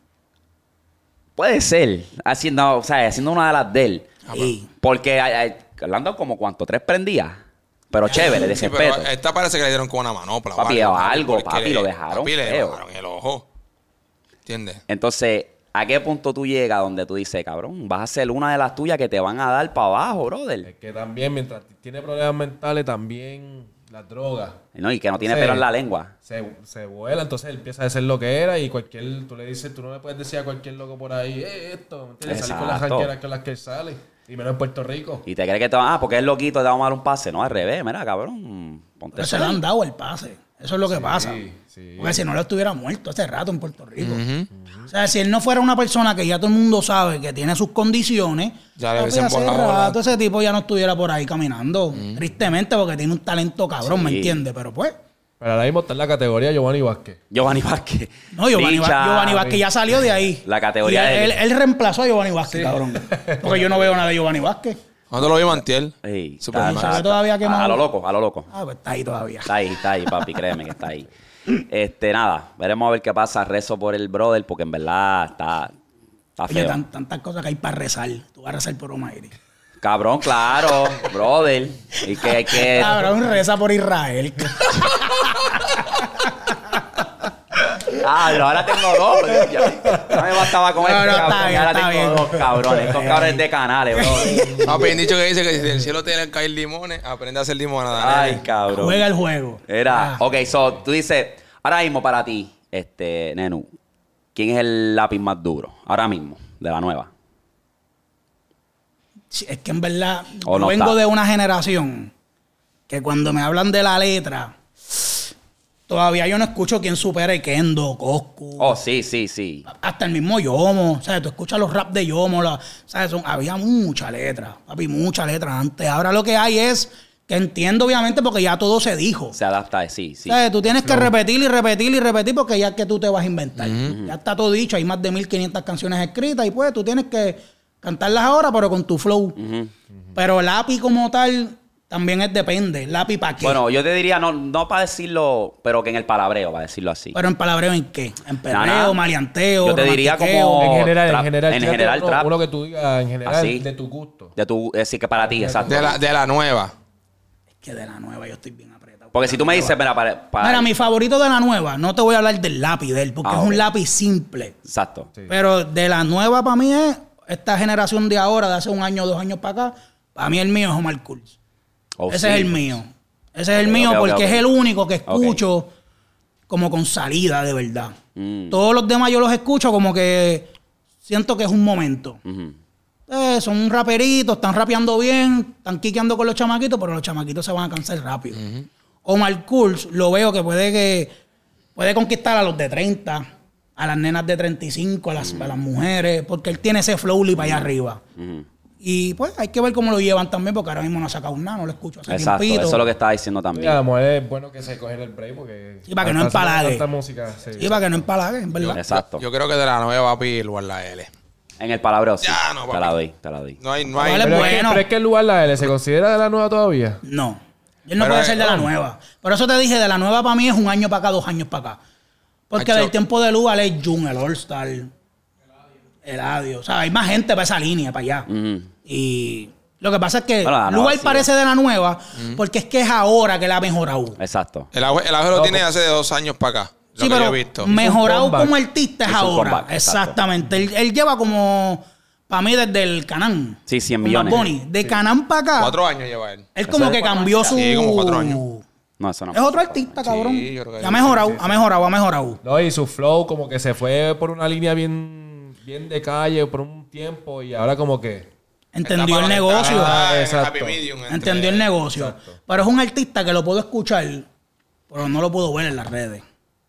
Puede ser. Haciendo una de las de él. Sí. Porque hablando como cuánto, 3 prendías. Pero chévere, de Sí, respeto. pero esta parece que le dieron con una manopla. Papi, o algo, porque papi, lo dejaron Papi, le feo. dejaron el ojo. ¿Entiendes? Entonces, ¿a qué punto tú llegas donde tú dices, cabrón, vas a hacer una de las tuyas que te van a dar para abajo, brother? Es que también, mientras tiene problemas mentales, también las drogas. No, y que no tiene Sí. pelo en la lengua. Se vuela, entonces él empieza a ser lo que era y tú le dices, tú no le puedes decir a cualquier loco por ahí, esto, ¿me entiendes? Salir con las Exacto. ranqueras con las que él sale. Y menos en Puerto Rico. Y te crees que te van, porque es loquito, te vamos a dar un pase. No, al revés, mira, cabrón. Ponte Pero se le serio. han dado el pase. Eso es lo que pasa. sí. Porque si no, lo estuviera muerto hace rato en Puerto Rico. O sea, si él no fuera una persona que ya todo el mundo sabe que tiene sus condiciones, Ya le papi, hubiesen hace volado la- rato ese tipo ya no estuviera por ahí caminando. Tristemente, porque tiene un talento cabrón, ¿me Sí. entiendes? Pero pues... Pero ahora mismo está en la categoría Giovanni Vázquez. Giovanni Vázquez. No, Giovanni Richard. Vázquez ya salió de ahí. La categoría Y de- él reemplazó a Giovanni Vázquez, cabrón. Porque yo no veo nada de Giovanni Vázquez. ¿Cuándo lo vimos antier? Ey, Superman. está- Se ve todavía quemado. a lo loco, a lo loco. Ah, pues está ahí todavía. Está ahí, papi, créeme que está ahí. Nada, veremos a ver qué pasa. Rezo por el brother, porque en verdad está Oye, feo. tantas cosas que hay para rezar. Tú vas a rezar por Omairi. Cabrón, claro, brother. Y que hay que. Cabrón, reza por Israel. Ahora tengo dos. No me bastaba con No, este no, está cabrón. bien, Ahora está tengo bien. dos cabrones. Estos cabrones de canales, bro. Papi, han dicho que dice que si del cielo tienen que caer limones, aprende a hacer limonada. Ay, nene. cabrón. Juega el juego. Era, Ah. ok, so tú dices, ahora mismo para ti, Nenu, ¿quién es el lápiz más duro? Ahora mismo, de la nueva. Sí, es que en verdad, O yo no vengo está. de una generación que cuando me hablan de la letra, todavía yo no escucho quién supera a Kendo, Coscu. Oh, sí. Hasta el mismo Yomo, o sea, tú escuchas los rap de Yomo, ¿sabes? Había mucha letra, papi, mucha letra antes. Ahora lo que hay es que entiendo, obviamente, porque ya todo se dijo. Se adapta, sí. ¿Sabes? Tú tienes que repetir y repetir y repetir porque ya es que tú te vas a inventar. Ya está todo dicho, hay más de 1500 canciones escritas y pues tú tienes que cantarlas ahora, pero con tu flow. Pero lápiz como tal también depende. Lápiz para qué. Bueno, yo te diría, no para decirlo, pero que en el palabreo, para decirlo así. Pero en palabreo en qué? En perreo, Nada. maleanteo, Yo te diría romantiqueo. como- En general, trap. en En tírate general, trap. uno que tú digas en general Así. de tu gusto. De tu, es decir, que para ti, exacto. De la nueva. Es que de la nueva yo estoy bien apretado. Porque si tú me dices, mira, Mira, mi favorito de la nueva, no te voy a hablar del lápiz de él, porque Ah, es un ok. lápiz simple. Exacto. Sí. Pero de la nueva para mí es esta generación de ahora, de hace un año, 2 años para acá. Para mí el mío es Omar Kurz. Oh, Ese sí. es el mío. Ese es el Ok, mío ok, porque ok. es el único que escucho como con salida de verdad. Todos los demás yo los escucho como que siento que es un momento. Ujú. Son raperitos, están rapeando bien, están quiqueando con los chamaquitos, pero los chamaquitos se van a cansar rápido. Omar Kurz lo veo que puede conquistar a los de 30, a las nenas de 35, a las mujeres, porque él tiene ese flowly para allá arriba. Ujú. Y pues hay que ver cómo lo llevan también, porque ahora mismo no ha sacado nada, no lo escucho hace Exacto, tiempito. eso es lo que estaba diciendo Y también. a lo mejor es bueno que se cogen el break porque... Sí, para que no hasta haciendo empalague. tanta música, sí. Y para que no empalague, en verdad. Exacto. Yo creo que de la nueva, papi, el lugar la L. En el palabreo, sí. Ya, no, te papi. la doy, te la doy. No hay. Vale, Pero, bueno. pero es que el lugar la L se considera de la nueva todavía. No. Él no Pero puede es- ser de la no. nueva. Por eso te dije, de la nueva para mí es 1 año para acá, 2 años para acá. Porque Hacho. del tiempo de Lugar es Jun, el All-Star, Eladio. O sea, hay más gente para esa línea, para allá. Ujú. Y lo que pasa es que Bueno, la nueva Lugar sí, parece de la nueva porque es que es ahora que la ha mejorado. Exacto. El auge lo tiene hace de 2 años para acá. Lo Sí, que yo pero he visto. mejorado comeback. como artista es Hizo un ahora. comeback, exacto. Exactamente. Él lleva como, para mí, desde el Canán. Sí, 100 con Bad millones. Bunny. De Canán para acá. 4 años lleva él. Él como que cambió su... Sí, como 4 años. No, eso no. Es otro artista, cabrón. yo creo que Y ha sí, mejorado, ha mejorado. No, y su flow como que se fue por una línea bien de calle por un tiempo y ahora como que... Entendió el Está negocio. en el Exacto. happy medium entre- Entendió el negocio. Exacto. Pero es un artista que lo puedo escuchar, pero no lo puedo ver en las redes.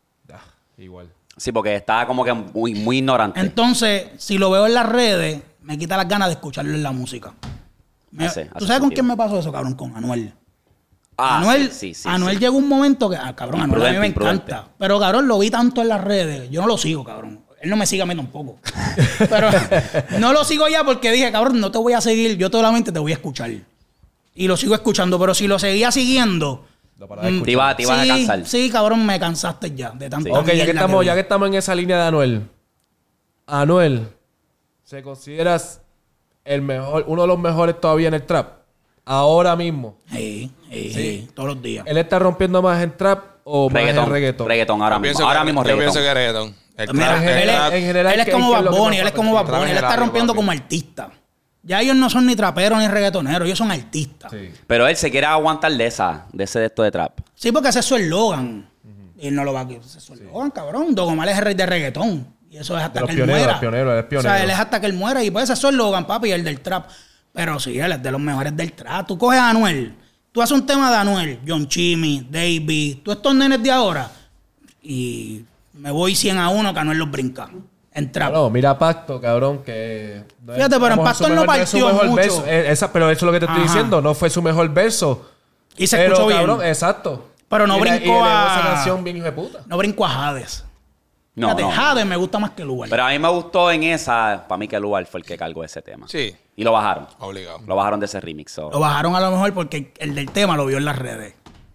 Igual. Sí, porque está como que muy ignorante. Entonces, si lo veo en las redes, me quita las ganas de escucharlo en la música. Hace ¿Tú sabes con sentido. quién me pasó eso, cabrón? Con Anuel. Anuel, Anuel llegó un momento que, cabrón, Anuel a mí me Imprudente. encanta. Pero, cabrón, lo vi tanto en las redes. Yo no lo sigo, cabrón. Él no me sigue a mí tampoco. Pero no lo sigo ya porque dije, cabrón, no te voy a seguir. Yo solamente te voy a escuchar. Y lo sigo escuchando. Pero si lo seguía siguiendo... Lo paraba de Te escuchar. iba a cansar. Sí, cabrón, me cansaste ya de tanto. Sí. Ok, ya que estamos en esa línea de Anuel. Anuel, ¿se consideras el mejor, uno de los mejores todavía en el trap? Ahora mismo. Sí, todos los días. ¿Él está rompiendo más en trap o más en reggaetón? Reggaetón ahora Yo mismo. pienso Ahora que- mismo Yo reggaetón. pienso que reggaetón. El Mira, trap- el él trap- en general, él es ¿qué- como qué es Bad lo que Bunny, más él es como Bad Trap Bunny. en Él está general, rompiendo papi. como artista. Ya ellos no son ni traperos ni reggaetoneros, ellos son artistas. Sí. Pero él se quiere aguantar de ese de esto de trap. Sí, porque ese es su eslogan. Y él no lo va a... Ese es su eslogan, cabrón. Don Omar es el rey de reggaetón. Y eso es hasta De los que él pioneros, muera. los pioneros, él es pionero. O sea, él es hasta que él muera. Y pues ese es su eslogan, papi, el del trap. Pero sí, él es de los mejores del trap. Tú coges a Anuel, tú haces un tema de Anuel, John Chimmy, Davey, tú estos nenes de ahora, y me voy 100-1 que Anuel los brinca. En trap. No, mira Pacto, cabrón, que... Fíjate, pero en Pacto él no partió mucho. Verso. Pero eso es lo que te estoy diciendo, no fue su mejor verso. Y se escuchó bien. Cabrón, exacto. Pero no brincó a... esa canción bien hijo de puta. No brincó a Hades. No, Fíjate, no. Hades me gusta más que Lugar. Pero a mí me gustó en esa, para mí que Lugar fue el que cargó ese tema. Sí. Y lo bajaron. Obligado. Lo bajaron de ese remix. So. Lo bajaron a lo mejor porque el del tema lo vio en las redes.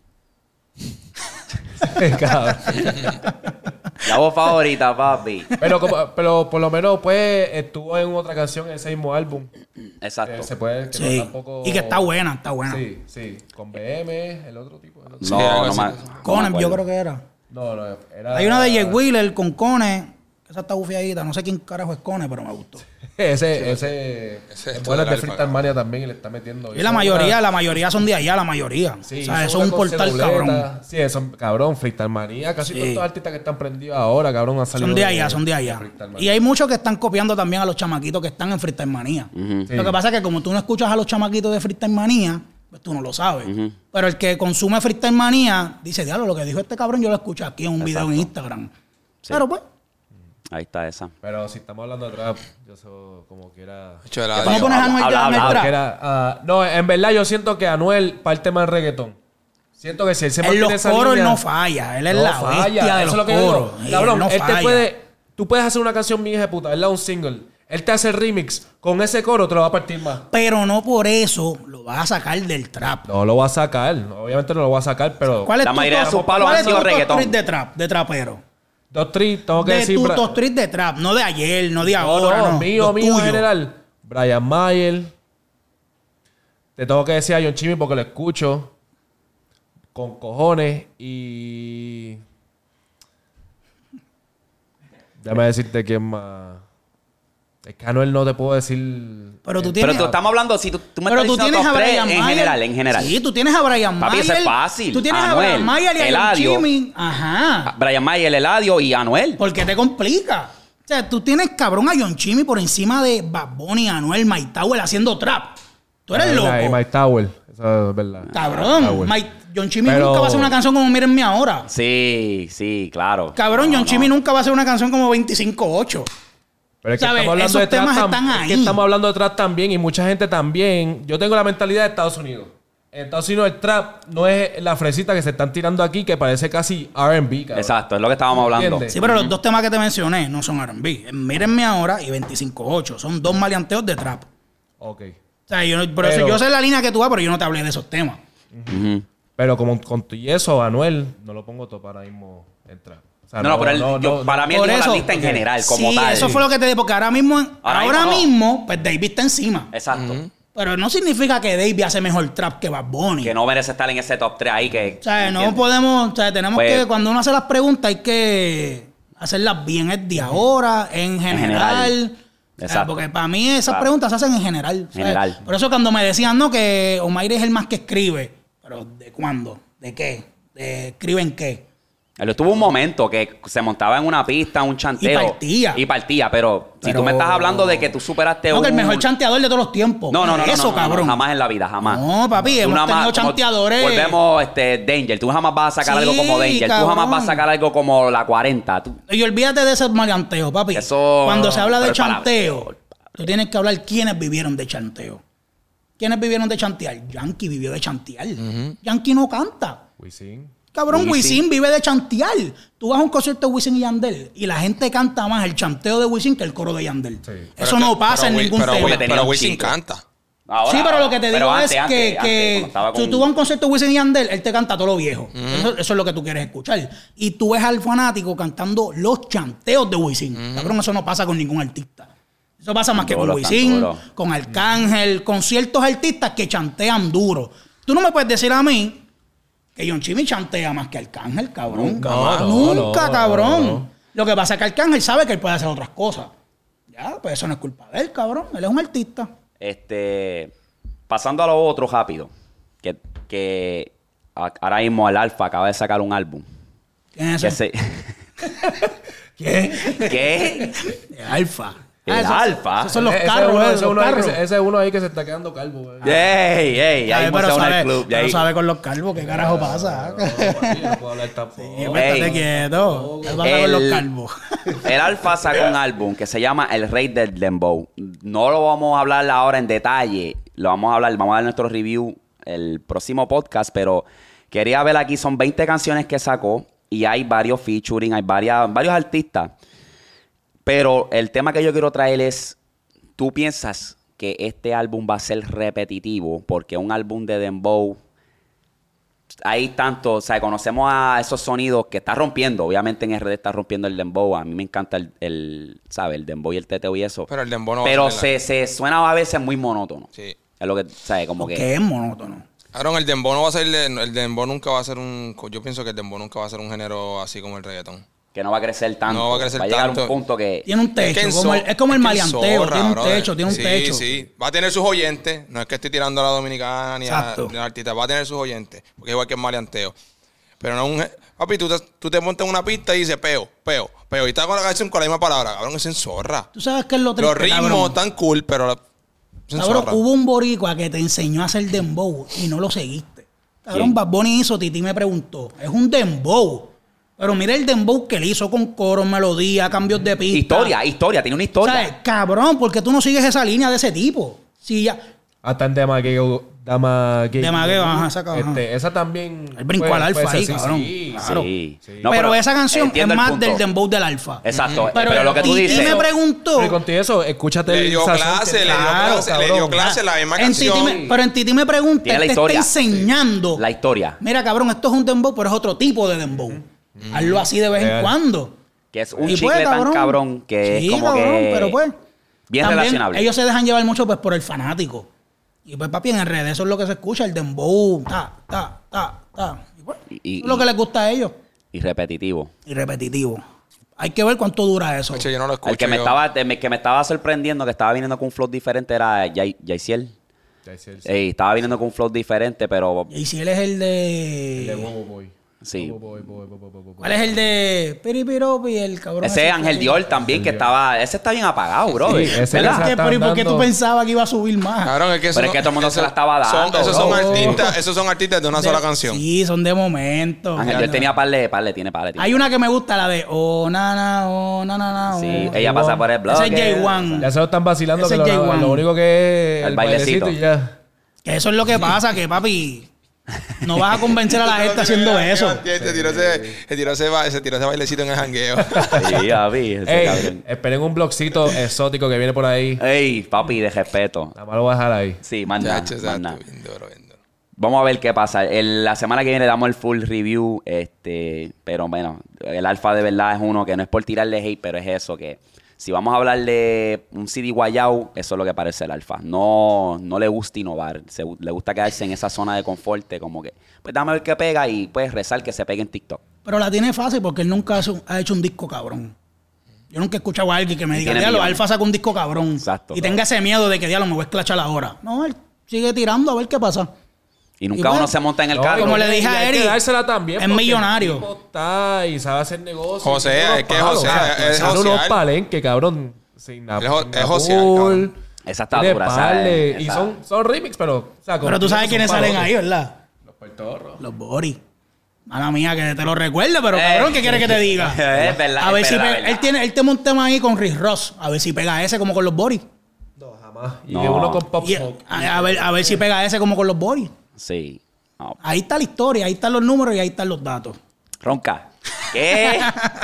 Cabrón. La voz favorita, papi. Pero por lo menos, pues, estuvo en otra canción en ese mismo álbum. Exacto. Se puede... Que Sí. no, tampoco... Y que está buena, está buena. Sí, sí. Con BM, el otro tipo. No, Sí, algo no así. me Conan, yo acuerdo. creo que era. No, era... Hay una de Jay Wheeler con Cone, que esa está bufiadita. No sé quién carajo es Cone, pero me gustó. Ese es es esto bueno del de Alfa, Freestyle Mania también y le está metiendo. Y la mayoría son de allá, la mayoría. Sí, o sea, hizo eso es un una con portal Ceduleta. cabrón. Sí, eso, cabrón, Freestyle Manía. Casi Sí. todos estos artistas que están prendidos ahora, cabrón, han salido Son de allá, son de allá. Freestyle Manía. Y hay muchos que están copiando también a los chamaquitos que están en Freestyle Manía. Sí. Lo que pasa es que como tú no escuchas a los chamaquitos de Freestyle Manía, pues tú no lo sabes. Pero el que consume Freestyle Manía dice, diablo, lo que dijo este cabrón yo lo escuché aquí en un video en Instagram. Sí. Pero pues, Ahí está esa. Pero si estamos hablando de trap, yo sé como quiera... Hecho de ¿Qué la ¿cómo pasó? pones a Anuel Habla, ya en el habla, trap? No, en verdad yo siento que Anuel parte más reggaetón. Siento que si él se En mantiene los esa coros él línea- no falla. Él es No la falla, bestia de eso los es lo que yo digo. coros. Y Cabrón, él no él te falla. puede... Tú puedes hacer una canción bien ejecutada, él da un single. Él te hace el remix. Con ese coro te lo va a partir más. Pero no por eso lo vas a sacar del trap. No lo va a sacar. Obviamente no lo va a sacar, pero... ¿Cuál es La tu mayoría de top- sus palos cuál han es sido tu top reggaetón. 3 de trap, de trapero? 2, 3, tengo que De decir... tu top 3 de trap, no de ayer, no de ahora, No, no. mío Los en tuyos. general. Brian Mayer. Te tengo que decir a John Chimmy porque lo escucho. Con cojones. Y... Déjame decirte quién más... Es que Anuel no te puedo decir... Pero tú Pero tienes... tú estamos hablando, si tú me Pero estás tú diciendo tienes a top 3 Brian en Mayer. general. Sí, tú tienes a Brian Papi, Mayer. eso es fácil. Tú tienes Anuel, a Brian Mayer y a John Eladio. Chimmy. Ajá. Brian Mayer, Eladio y Anuel. ¿Por qué te complica? O sea, tú tienes cabrón a John Chimmy por encima de Bad Bunny, Anuel, Mike Tower haciendo trap. Tú eres loco. Y Mike Tower. Eso es verdad. Cabrón. Tower. John Chimmy Pero- nunca va a hacer una canción como Mírenme Ahora. Sí, sí, claro. Cabrón, No, John no. Chimmy nunca va a hacer una canción como 25-8. Pero es que ¿Sabes? estamos hablando Esos de trap temas están es que ahí. estamos hablando de trap también y mucha gente también. Yo tengo la mentalidad de Estados Unidos. En Estados Unidos el trap no es la fresita que se están tirando aquí que parece casi R&B, cabrón. Exacto, es lo que estábamos hablando. ¿Entiendes? Sí, pero los dos temas que te mencioné no son R&B. Es Mírenme Ahora y 25-8. Son dos maleanteos de trap. Ok. O sea, yo, por Pero- eso yo sé la línea que tú vas, pero yo no te hablé de esos temas. Ujú. Pero como con tu y eso, Anuel, no lo pongo top ahora mismo en trap. O sea, No, pero él, para mí él Por dijo la eso, lista en general, como sí, tal. eso fue lo que te dije, porque ahora mismo, Ahora mismo no. mismo, pues David está encima. Exacto. Pero no significa que David hace mejor trap que Bad Bunny. Que no merece estar en ese top 3 ahí que... O sea, no ¿entiendes? podemos, o sea, tenemos Pues- que, cuando uno hace las preguntas, hay que hacerlas bien, es de ahora, en general. general. O sea, Exacto. porque para mí esas Claro. preguntas se hacen en general. ¿sabes? General. Por eso cuando me decían, no, que Omaire es el más que escribe. Pero ¿de cuándo? ¿De qué? ¿De escribe en qué? Él estuvo un momento que se montaba en una pista, un chanteo. Y partía. pero si Pero- tú me estás hablando de que tú superaste No, que el un- mejor chanteador de todos los tiempos. No, Eso, cabrón. jamás en la vida, jamás. No, papi, Tú hemos nada tenido más- como- chanteadores. Volvemos, Danger. Tú jamás vas a sacar Sí, algo como Danger. Tú jamás cabrón. vas a sacar algo como la 40. Tú- Y olvídate de ese maleanteo, papi. Eso- Cuando se habla de pero es palabra. chanteo, tú tienes que hablar quiénes vivieron de chanteo. ¿Quiénes vivieron de chantear? Yankee vivió de chantear. Yankee no canta. Wisin. Cabrón, Wisin. Wisin vive de chantear. Tú vas a un concierto de Wisin y Yandel y la gente canta más el chanteo de Wisin que el coro de Yandel. Sí. Eso no pasa en ningún tema. Wisin tenía Pero un Wisin chico. canta. Ahora- Sí, pero lo que te digo antes, es antes, que cuando estaba si con- tú vas a un concierto de Wisin y Yandel, él te canta todo lo viejo. Eso es lo que tú quieres escuchar. Y tú ves al fanático cantando los chanteos de Wisin. Cabrón, eso no pasa con ningún artista. Eso pasa más que con Duro, tan Wisin, duro. con Arcángel, con ciertos artistas que chantean duro. Tú no me puedes decir a mí que John Chimmy chantea más que Arcángel, cabrón. Nunca, Nunca, no, cabrón. no. Lo que pasa es que Arcángel sabe que él puede hacer otras cosas. Ya, pues eso no es culpa de él, cabrón. Él es un artista. Pasando a lo otro rápido. Que ahora mismo el Alfa acaba de sacar un álbum. ¿Quién es Que ese? se... ¿Qué? ¿Qué? Alfa. El Alfa. Esos son los Ese carros, uno- los ese uno ahí que carros. se- ese uno ahí que se está quedando calvo, güey. Ey, ahí Pero se une el sabe, club. pero sabe con los calvos qué carajo pasa. No, papi, no puedo hablar tampoco. Estate Ey. quieto. ¿Qué pasa con los calvos? El Alfa sacó un álbum que se llama El Rey del Dembow. No lo vamos a hablar ahora en detalle. Vamos a dar nuestro review el próximo podcast, pero quería ver aquí, son 20 canciones que sacó y hay varios featuring, hay varios artistas. Pero el tema que yo quiero traer es, ¿tú piensas que este álbum va a ser repetitivo? Porque un álbum de Dembow, hay tanto, o sea, conocemos a esos sonidos que está rompiendo. Obviamente en RD está rompiendo el Dembow. A mí me encanta ¿sabes? El Dembow y el teteo y eso. Pero el dembow no va a Pero ser se suena a veces muy monótono. Sí. Es lo que, ¿sabes? Como que... Que es monótono. Aaron, el dembow no va a ser... El dembow nunca va a ser un... Yo pienso que el dembow nunca va a ser un género así como el reggaetón. Que no va a crecer tanto. No va a crecer llegar a tanto. un punto que... Tiene un techo. Es como el maleanteo. Tiene un techo, tiene un techo. Sí. Va a tener sus oyentes. No es que estoy tirando a la dominicana ni a Exacto. la artista. Va a tener sus oyentes. Porque es igual que el maleanteo. Pero no es un... Papi, tú te montas en una pista y dices peo. Y estás con la canción con la misma palabra. Cabrón, es enzorra. ¿Tú sabes qué es lo triste, Los ritmos cabrón? están cool, pero... es Cabrón, enzorra. hubo un boricua que te enseñó a hacer dembow y no lo seguiste. Cabrón, ¿Quién? Bad Bunny hizo, Titi me preguntó. Es un dembow. Pero mira el dembow que él hizo con coro, melodía, cambios de pista. Historia, tiene una historia. ¿Sabes? Cabrón, ¿por qué tú no sigues esa línea de ese tipo? Si ya... Hasta en Damagueo, ajá, esa cabrón. Esa también. Él brincó al Alfa ahí, cabrón. Claro. Sí. Sí. No, pero esa canción entiendo es el más punto. del dembow del Alfa. Exacto. Pero Pero lo que tú Titi dices... me preguntó... Pero contigo eso, escúchate Le dio sazón clase, que- le dio Claro, clase, le dio cabrón. clase la misma En Titi canción. pero en Titi me pregunta, Tiene él la te historia. está enseñando. La historia. Mira, cabrón, esto es un dembow, pero es otro tipo de dembow. Hazlo así de vez en Real. cuando. Que es un Y chicle pues, tan cabrón que sí, es como cabrón, que... pero pues... bien también relacionable. Ellos se dejan llevar mucho pues por el fanático. Y pues, papi, en redes eso es lo que se escucha, el dembow, ta. Y pues, Y- eso es lo que les gusta a ellos. Y repetitivo. Y repetitivo. Hay que ver cuánto dura eso. Oye, yo no lo escucho. El que me yo. estaba sorprendiendo, que estaba viniendo con un flow diferente, era Yaisiel. Estaba viniendo con un flow diferente, pero Y si él es el De de... Bobo Boy. sí. Bobo. ¿Cuál es el de Piripiropi? El cabrón. Ese Ángel Dior también, que estaba... Ese está bien apagado, bro. Sí, ese ¿verdad? le ¿Qué? Pero ¿y por qué tú dando- pensabas que iba a subir más? Cabrón, es que Pero es que todo el mundo se la estaba dando, Esos son bro. artistas de una sola canción. Sí, son de momento. Ángel Dior tenía tiene par. Hay una que me gusta, la de oh, na, oh. Sí, ella pasa por el blog. Ese es J1. Ya se lo están vacilando, Ese que es J1. lo único que es El bailecito. y ya. Que eso es lo que pasa, que papi, no vas a convencer a la gente haciendo eso. Se tiró ese bailecito en el jangueo. Sí, papi, ese Ey, cabrón. esperen un blogcito exótico que viene por ahí. Ey, papi, de respeto. Nada más lo voy a dejar ahí. Sí, más nada, Chacho, más exacto. nada. Bien duro, bien duro. Vamos a ver qué pasa. La semana que viene damos el full review. Pero bueno, el Alfa de verdad es uno que no es por tirarle hate, pero es eso que si vamos a hablar de un CD guayao, eso es lo que parece el Alfa. No le gusta innovar. Le gusta quedarse en esa zona de confort, como que, pues dame ver qué pega y pues rezar que se pegue en TikTok. Pero la tiene fácil porque él nunca ha hecho un disco cabrón. Yo nunca he escuchado a alguien que me Y diga, tiene diablo, millones. Alfa saca un disco cabrón. Exacto. Y tenga ese miedo de que, diablo, me voy a esclachar ahora. No, él sigue tirando a ver qué pasa. Y nunca Y bueno, uno se monta en el No, carro. como le dije a hay que Eric, dársela también, es porque millonario. el tipo está y sabe hacer negocios. José, tiene unos es que palos. José es Tiene unos social. palenques, cabrón. Sin Es social, cabrón. Esa está tiene dura, par de- ¿sabes? Y Esa- son remix, pero... O sea, Pero tú sabes son quiénes salen palotes. ahí, ¿verdad? Los puertorros. Los Boris. Mala mía, que te lo recuerde, pero cabrón, ¿qué quieres que te diga? Es verdad, A ver es si verdad, pega, verdad. él tiene un tema ahí con Rick Ross. A ver si pega ese como con los Boris. No, jamás. Y No. uno con Pop Y, Smoke. a ver si pega ese como con los Boris. Sí. No. Ahí está la historia, ahí están los números y ahí están los datos. Ronca. ¿Qué?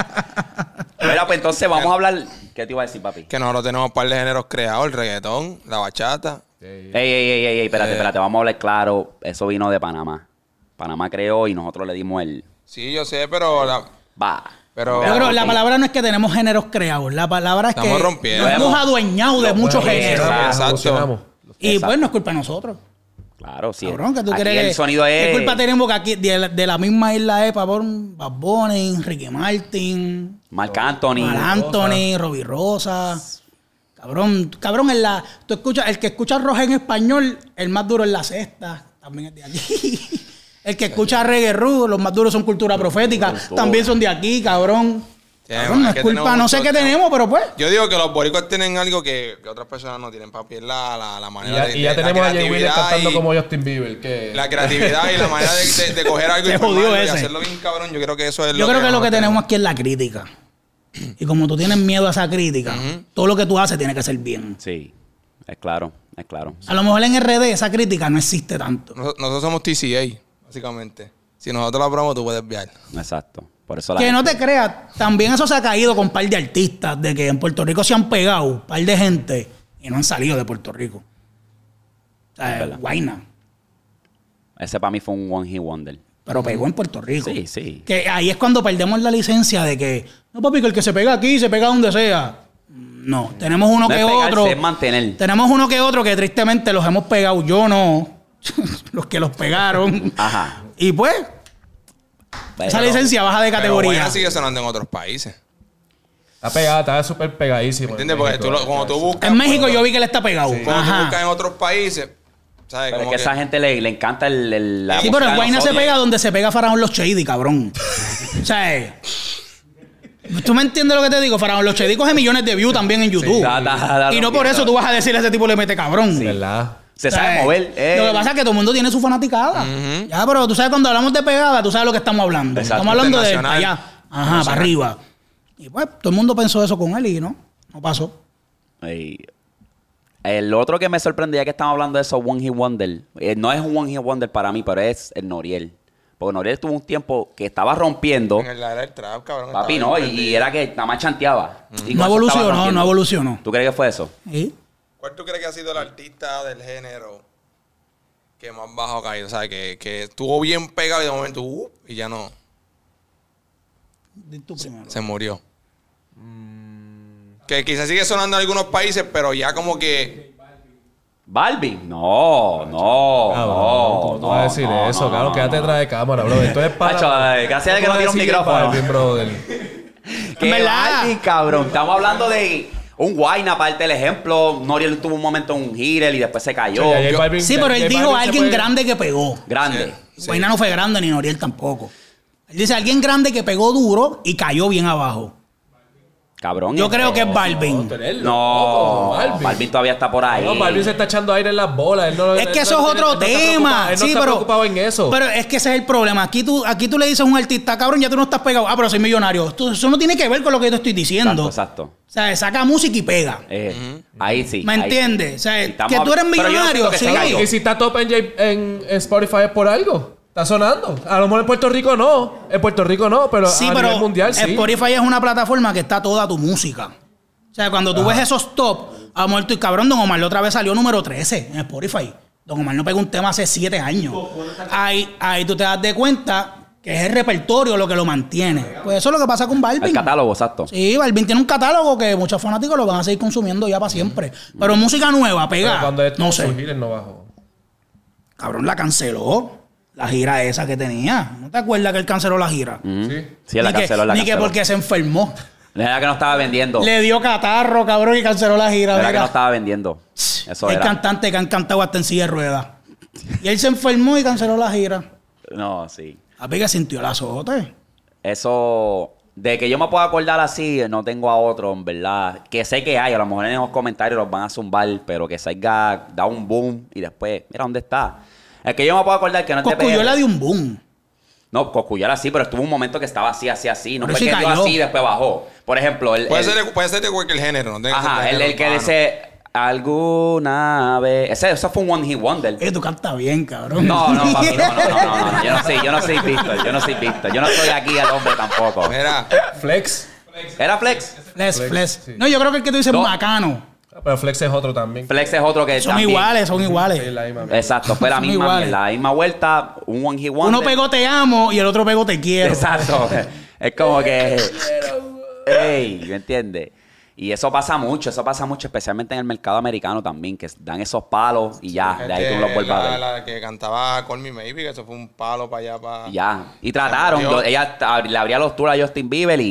Mira, pues entonces vamos a hablar... ¿Qué te iba a decir, papi? Que nosotros tenemos un par de géneros creados: el reggaetón, la bachata. Ey, espérate, vamos a hablar claro. Eso vino de Panamá. Panamá creó y nosotros le dimos el... Sí, yo sé, pero Va. Pero- Yo creo que la Ok. palabra no es que tenemos géneros creados, la palabra es Estamos que rompiendo. nos hemos adueñado de muchos bueno, géneros. exacto. Evolucionamos. Y Exacto. pues no es culpa de nosotros. Claro, sí. Cabrón, que tú Aquí crees el sonido es... ¿Qué culpa tenemos que aquí de la misma isla de Bad Bunny, Ricky Martin, Marc Anthony. Mar Anthony, Robbie Rosa? Cabrón, tú escuchas, el que escucha rock en español, el más duro es la cesta, también es de aquí. El que escucha reggae rudo, los más duros son cultura profética, también son de aquí, cabrón. Cabrón, no es culpa, no sé qué tenemos, pero pues. Yo digo que los boricuas tienen algo que otras personas no tienen, papi. Es la manera Y ya tenemos a Jay Wheeler cantando como Justin Bieber. La creatividad y la manera de coger algo y formarlo y hacerlo bien cabrón. Yo creo que eso es Yo creo que lo que tenemos aquí es la crítica. Y como tú tienes miedo a esa crítica, todo lo que tú haces tiene que ser bien. Sí, es claro, es claro. A lo mejor en RD esa crítica no existe tanto. Nosotros somos TCA, básicamente. Si nosotros la probamos, tú puedes viajar. Exacto. Por eso Que no te creas, también eso se ha caído con un par de artistas, de que en Puerto Rico se han pegado un par de gente y no han salido de Puerto Rico. O sea, Guayna. Ese para mí fue un one hit wonder. Pero pegó en Puerto Rico. Sí, sí. Que ahí es cuando perdemos la licencia de que, no papi, que el que se pega aquí, se pega donde sea. No, tenemos uno No que es pegarse, otro. es mantener. Tenemos uno que otro que tristemente los hemos pegado. Yo no. Los que los pegaron. Ajá. Y pues, esa licencia baja de categoría. Pero Guayna sigue sonando en otros países. Está pegada, está súper pegadísimo. ¿Entiendes? Porque cuando tú buscas... En México yo vi que él está pegado. Cuando tú buscas en otros países... ¿sabes? Pero es Como que esa gente le encanta la Sí, música pero de en Guayna se nosotros. pega donde se pega Faraón Los Shady, cabrón. O sea, ¿tú me entiendes lo que te digo? Faraón Los Shady coge millones de views también en YouTube. Y no por eso tú vas a decir a ese tipo le mete cabrón. ¿Verdad? Se O sea, sabe mover. Lo que pasa es que todo el mundo tiene su fanaticada. Ya, pero tú sabes, cuando hablamos de pegada, tú sabes lo que estamos hablando. Exacto. Estamos hablando de Internacional. allá. Ajá, para arriba. Y pues, todo el mundo pensó eso con él y no pasó. Ey. El otro que me sorprendía que estamos hablando de esos One Hit Wonder, no es un One Hit Wonder para mí, pero es el Noriel. Porque Noriel tuvo un tiempo que estaba rompiendo. En la era del trap, cabrón. Papi, estaba no, bien y perdido. era que nada más chanteaba. Y No con eso estaba evolucionó, rompiendo. no evolucionó. ¿Tú crees que fue eso? ¿Sí? ¿Cuál tú crees que ha sido el artista del género que más bajo ha caído? O sea, que estuvo bien pegado y de momento, y ya no, Di tú primero. se murió. Que quizás sigue sonando en algunos países, pero ya como que... Balvin. No. ¿Cómo vas a decir eso, cabrón? Quédate detrás de cámara, bro. Esto es para... Macho, gracias a que no tiene un micrófono. Balvin, brother. Que ¿Verdad? Balvin, cabrón. Estamos hablando de un Guayna, aparte el ejemplo. Noriel tuvo un momento un Hirel y después se cayó. Ya J Balvin- Sí, pero J él Balvin dijo se a alguien puede- grande que pegó. Grande. Sí. Guayna no fue grande ni Noriel tampoco. Él dice alguien grande que pegó duro y cayó bien abajo. Cabrón. Yo creo que es Balvin. Tú eres No, loco, Balvin todavía está por ahí. No, Balvin se está echando aire en las bolas. Él no, Es que él eso no es tiene- otro él no está tema. preocupado- Él no Sí, está pero, preocupado en eso. pero es que ese es el problema. Aquí tú le dices a un artista, cabrón, ya tú no estás pegado. Ah, pero soy millonario. Eso no tiene que ver con lo que yo te estoy diciendo. Exacto. O sea, saca música y pega. Ahí sí. ¿Me ahí entiendes? O sea, sí. Estamos que tú eres pero yo no millonario, siento que se sí. cayó. Y si está top en Spotify es por algo. Está sonando. A lo mejor en Puerto Rico no. En Puerto Rico no, pero Sí, a pero nivel mundial sí. Spotify es una plataforma que está toda tu música. O sea, cuando tú ves esos top, a muerto y cabrón, Don Omar la otra vez salió número 13 en Spotify. Don Omar no pegó un tema hace 7 años. Ahí tú te das de cuenta que es el repertorio lo que lo mantiene. Pues eso es lo que pasa con Balvin. El catálogo, exacto. Sí, Balvin tiene un catálogo que muchos fanáticos lo van a seguir consumiendo ya para siempre. Pero música nueva, Pero pegada, cuando esto no sé. surgir, él no bajó. Cabrón, la canceló. La gira esa que tenía. ¿No te acuerdas que él canceló la gira? Sí. Sí, la Ni que- canceló, la Ni que canceló. porque se enfermó. Era que no estaba vendiendo. Le dio catarro, cabrón, y canceló la gira. Era que mira. no estaba vendiendo. Eso Hay era. cantantes que han cantado hasta en silla de ruedas. Y él se enfermó y canceló la gira. No, sí. Papi, que sintió el azote. Eso, de que yo me pueda acordar así, no tengo a otro, en verdad. Que sé que hay, a lo mejor en los comentarios los van a zumbar, pero que salga, da un boom y después, mira dónde está. El que yo me puedo acordar que no es de Cosculluela PR. dio un boom. No, Cosculluela sí, pero estuvo un momento que estaba así. No Pero fue sí que dio cayó. así y después bajó. Por ejemplo, Puede ser de cualquier género, no tiene que ser ajá, de el género que urbano. dice alguna vez. Ese fue un one hit wonder. Tú cantas bien, cabrón. No, papi, no. Yo no soy Víctor. Yo no soy aquí el hombre tampoco. Mira, Flex. ¿Era Flex? Flex. sí. No, yo creo que el que tú dices es No. Macano. Pero Flex es otro también. Flex es otro que Son también. iguales, son Sí, iguales. la misma. Exacto, fue la Son misma, iguales. la misma vuelta, un one hit wonder. Uno pegó te amo y el otro pegó te quiero. Exacto. Es como que. Ey, ¿me entiendes? Y eso pasa mucho, especialmente en el mercado americano también, que dan esos palos y ya, de ahí tú no los vuelves a ver. La que cantaba Call Me Maybe, que eso fue un palo para allá, para... Y ya. Y trataron, murió. ella le abría los tours a Justin Bieber y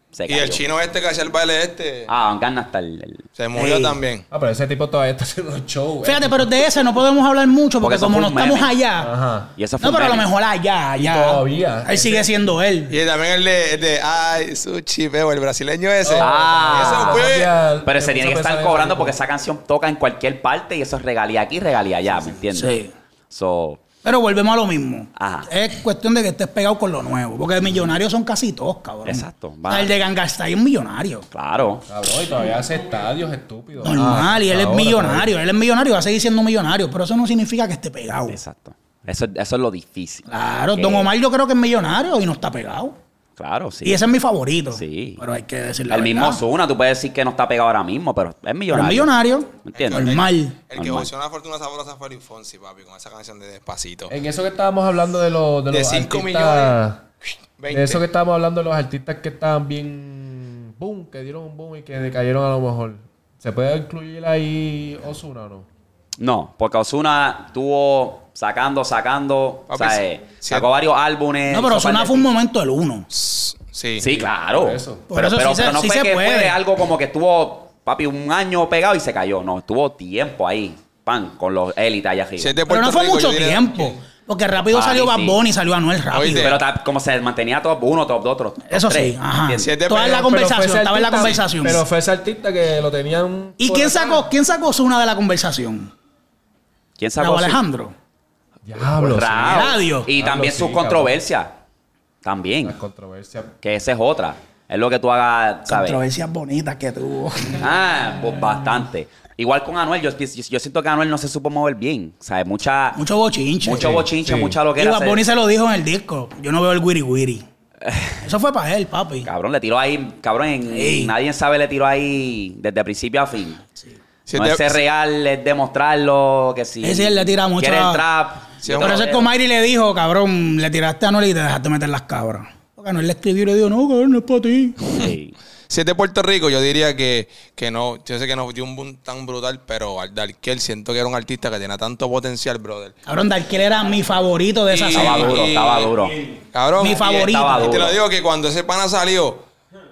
Se Y cayó. el chino este que hacía el baile Gangnam Style. se murió también. Ah, pero ese tipo todavía está haciendo show. Fíjate, pero de ese no podemos hablar mucho porque Porque eso como fue no un estamos meme. allá. Ajá. Y eso fue No, un pero a lo meme. mejor allá. todavía. Él sigue siendo él. Y también el de ay, Sushi, Peo, el brasileño ese. Ah. Eso fue. Pero se tiene que estar cobrando porque esa canción toca en cualquier parte y eso es regalía aquí, regalía allá, ¿me entiendes? Sí. So, Pero volvemos a lo mismo. Ajá. Es cuestión de que estés pegado con lo nuevo. Porque millonarios son casi todos, cabrón. Exacto, O sea, el de Gangsta es un millonario. claro. Cabrón, y todavía hace estadios estúpidos. Normal, y él es Ahora, millonario. Él es millonario, va a seguir siendo millonario. Pero eso no significa que esté pegado. Exacto. Eso es lo difícil. Claro, Que- Don Omar yo creo que es millonario y no está pegado. Claro, sí. Y ese es mi favorito. Sí. Pero hay que decirle El la mismo verdad. Ozuna, tú puedes decir que no está pegado ahora mismo, pero es Pero millonario. es millonario. ¿Me entiendes? Normal. El que Normal. usó una fortuna sabrosa fue Luis Fonsi, papi, con esa canción de Despacito. En eso que estábamos hablando de los De 5 artistas... millones, 20. De eso que estábamos hablando de los artistas que estaban bien... Boom, que dieron un boom y que decayeron a lo mejor. ¿Se puede incluir ahí Ozuna o no? No, porque Ozuna estuvo sacando, Papi, o sea, sí. sacó varios álbumes. No, pero hizo par Ozuna de- fue un momento el uno. Sí. Sí, claro. Por eso. Por eso sí pero no sí fue se que puede. fue algo como que estuvo, papi, un año pegado y se cayó. No, estuvo tiempo ahí, con los élites allá arriba. Si es de Pero Puerto no fue Rico, mucho yo diría tiempo. Porque rápido salió Bad sí. Bunny y salió Anuel rápido. Oíste. Pero como se mantenía top 1, top 2, top Eso 3. sí, ajá. Si es de Toda pegado, la pero conversación, ese estaba en la artista- conversación. Pero fue ese artista que lo tenían... ¿Y por quién acá. sacó Ozuna de la conversación? ¿Quién sacó? Raúl su- Alejandro. Diablo, sí. Raúl. Radio. Y también sí, sus cabrón. controversias. También. Las controversias. Que esa es otra. Es lo que tú hagas, ¿sabes? Controversias bonitas que tuvo. Pues bastante. Igual con Anuel, yo siento que Anuel no se supo mover bien. ¿Sabes? Mucho bochinche. Mucho bochinche, sí. mucha lo que Y era. Bad Bunny se lo dijo en el disco. Yo no veo el wiri wiri. Eso fue para él, papi. Cabrón, le tiró ahí, cabrón, Ey. nadie sabe, le tiró ahí desde principio a fin. Si No es es de- ser real, es demostrarlo, que sí. Sí, sí, él le tira mucho Quiere a- el trap. Sí, Por eso es que Mayri le dijo, cabrón, le tiraste a Anuel y te dejaste meter las cabras. Porque Anuel le escribió y le dijo, no, cabrón, no es para ti. Sí. Si es de Puerto Rico, yo diría que no. Yo sé que no dio un boom tan brutal, pero Darkel siento que era un artista que tenía tanto potencial, brother. Cabrón, Darkel era mi favorito de esa Y- Estaba serie. duro, estaba duro. Cabrón. Mi favorito. estaba Y te lo duro. digo que cuando ese pana salió,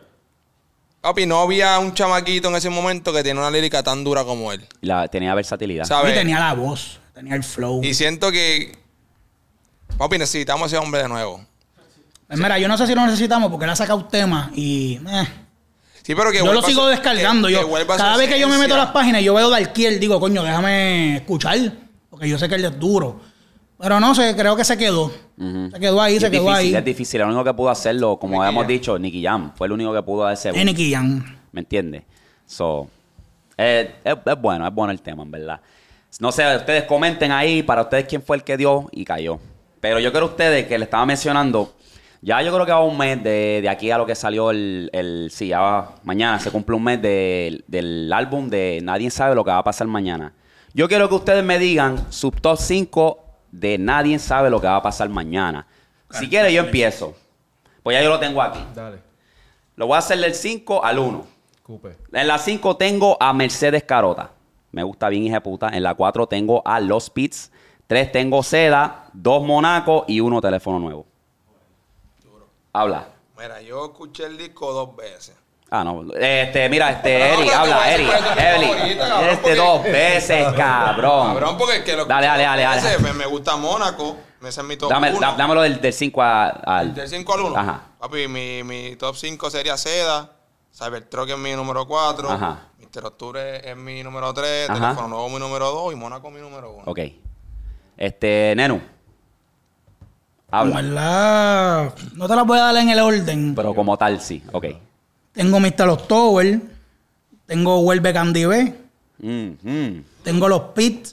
papi, no había un chamaquito en ese momento que tenía una lírica tan dura como él. Tenía versatilidad. Y ¿Sabes? tenía la voz, tenía el flow. Y siento que, papi, necesitamos ese hombre de nuevo. Pues mira, yo no sé si lo necesitamos porque él ha sacado temas y... Sí, pero que Yo lo vuelva a sigo su- descargando. que Yo, vuelva a su cada vez que yo me meto a esencia. las páginas y yo veo Darkiel, digo, coño, déjame escuchar. Porque yo sé que él es duro. Pero no sé, creo que se quedó. Se quedó ahí, Y se es quedó difícil, ahí. es difícil. El único que pudo hacerlo, como hemos dicho, Nicky Jam. Fue el único que pudo dar ese boom. Nicky Jam. ¿Me entiendes? So, es bueno el tema, en verdad. No sé, ustedes comenten ahí para ustedes quién fue el que dio y cayó. Pero yo creo ustedes que le estaba mencionando, ya yo creo que va un mes de aquí a lo que salió sí, ya mañana se cumple un mes del álbum de Nadie Sabe Lo Que Va a Pasar Mañana. Yo quiero que ustedes me digan su top 5 de Nadie Sabe Lo Que Va a Pasar Mañana. Si quiere yo empiezo. Pues ya yo lo tengo aquí. Dale. Lo voy a hacer del 5 al 1. Cupe. En la 5 tengo a Mercedes Carota. Me gusta bien, hija de puta. En la 4 tengo a Los Pits. 3 tengo Seda. 2 Monaco y 1 Teléfono Nuevo. Habla. Mira, yo escuché el disco 2 veces. Ah, no. Mira, Eri, pero te voy a habla, decir Eri. cuál es tu Evelyn. favorita, cabrón, porque- 2 veces, cabrón. Cabrón, porque es que lo Dale, escuché dale, dos dale, veces. dale. Me gusta Mónaco. Ese es mi top Dámelo 1. del 5 al... Del 5 al 1. Ajá. Papi, mi top 5 sería Seda. Cybertruck es mi número 4. Ajá. Mr. Octubre es mi número 3. Ajá. Teléfono Nuevo mi número 2. Y Mónaco mi número 1. Ok. Nenu. En Habla. verdad, no te la voy a dar en el orden. Pero como tal, sí. Ok. Tengo Mr. October. Tengo Vuelve Candy B. Tengo Los Pits.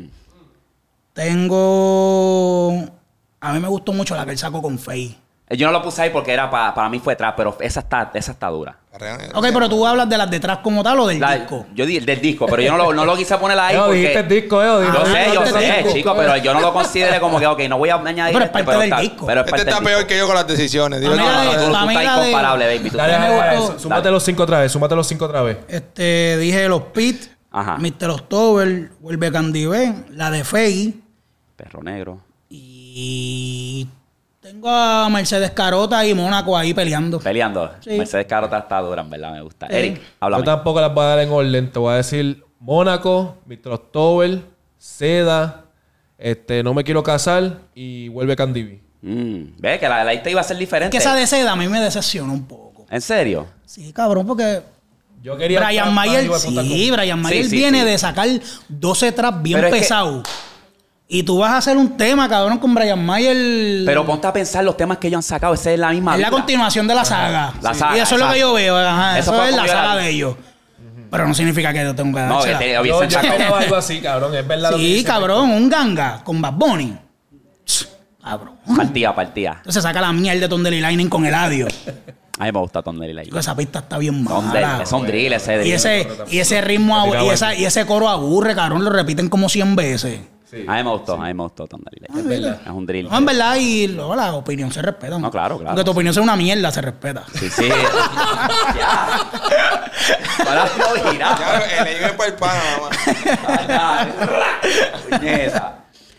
Tengo... A mí me gustó mucho la que él sacó con Faye. Yo no lo puse ahí porque era para mí fue trap, pero esa está dura. Ok, pero tú hablas de las detrás como tal o del La- disco. Yo di del disco, pero yo no lo quise poner ahí Dijiste el porque... disco, Yo Ah, sé, dijiste el disco. chico, pero yo no lo consideré como que, ok, no voy a añadir Pero es parte del disco. Pero es Este parte está del peor disco. que yo con las decisiones. Dile A mí que- la de- Tú para mí estás la de- incomparable, baby. Tú Dale, estás- me dale, gustó. súmate los 5 otra vez. Súmate los 5 otra vez. Dije Los Pits, Ajá. Mr. October, Vuelve Candy B, la de Faye Perro negro. y Tengo a Mercedes Carota y Mónaco ahí peleando. Sí. Mercedes Carota está dura, en verdad, me gusta. Eric, háblame. Yo tampoco las voy a dar en orden. Te voy a decir Mónaco, Mr. October, Seda, No me quiero casar y vuelve Candy B. Ve que la lista iba a ser diferente. Es que esa de Seda a mí me decepcionó un poco. ¿En serio? Sí, cabrón, porque Yo quería... Brian Mayer viene de sacar 12 traps bien Pero es pesados. Y tú vas a hacer un tema, cabrón, con Brian Mayer. Pero ponte a pensar los temas que ellos han sacado. Esa es la misma. Es la continuación de la saga. La saga, y eso es lo que yo veo. Ajá, Eso eso fue es como la yo saga la vi. de ellos. Pero no significa que yo tengo que No, dársela. que Yo hubiesen sacado. esperaba algo así, cabrón. Es verdad lo que Sí, dice. cabrón, un ganga con Bad Bunny. Cabrón. Partía. Entonces saca la mierda de Tondeli Lightning con el audio. A mí me gusta Thunder Light. Chico, esa pista está bien mala. Son drill ese Y drill. ese ritmo y ese coro aburre, cabrón, lo repiten como 100 veces. Sí. A mí me gustó Thunder Light. Es verdad. Es un drill. No, en verdad, y luego la opinión se respeta. No, claro. Aunque tu opinión sea una mierda, se respeta. Sí. Ya. Para girar. Ya, el iba para el pana, mamá. Puñeta.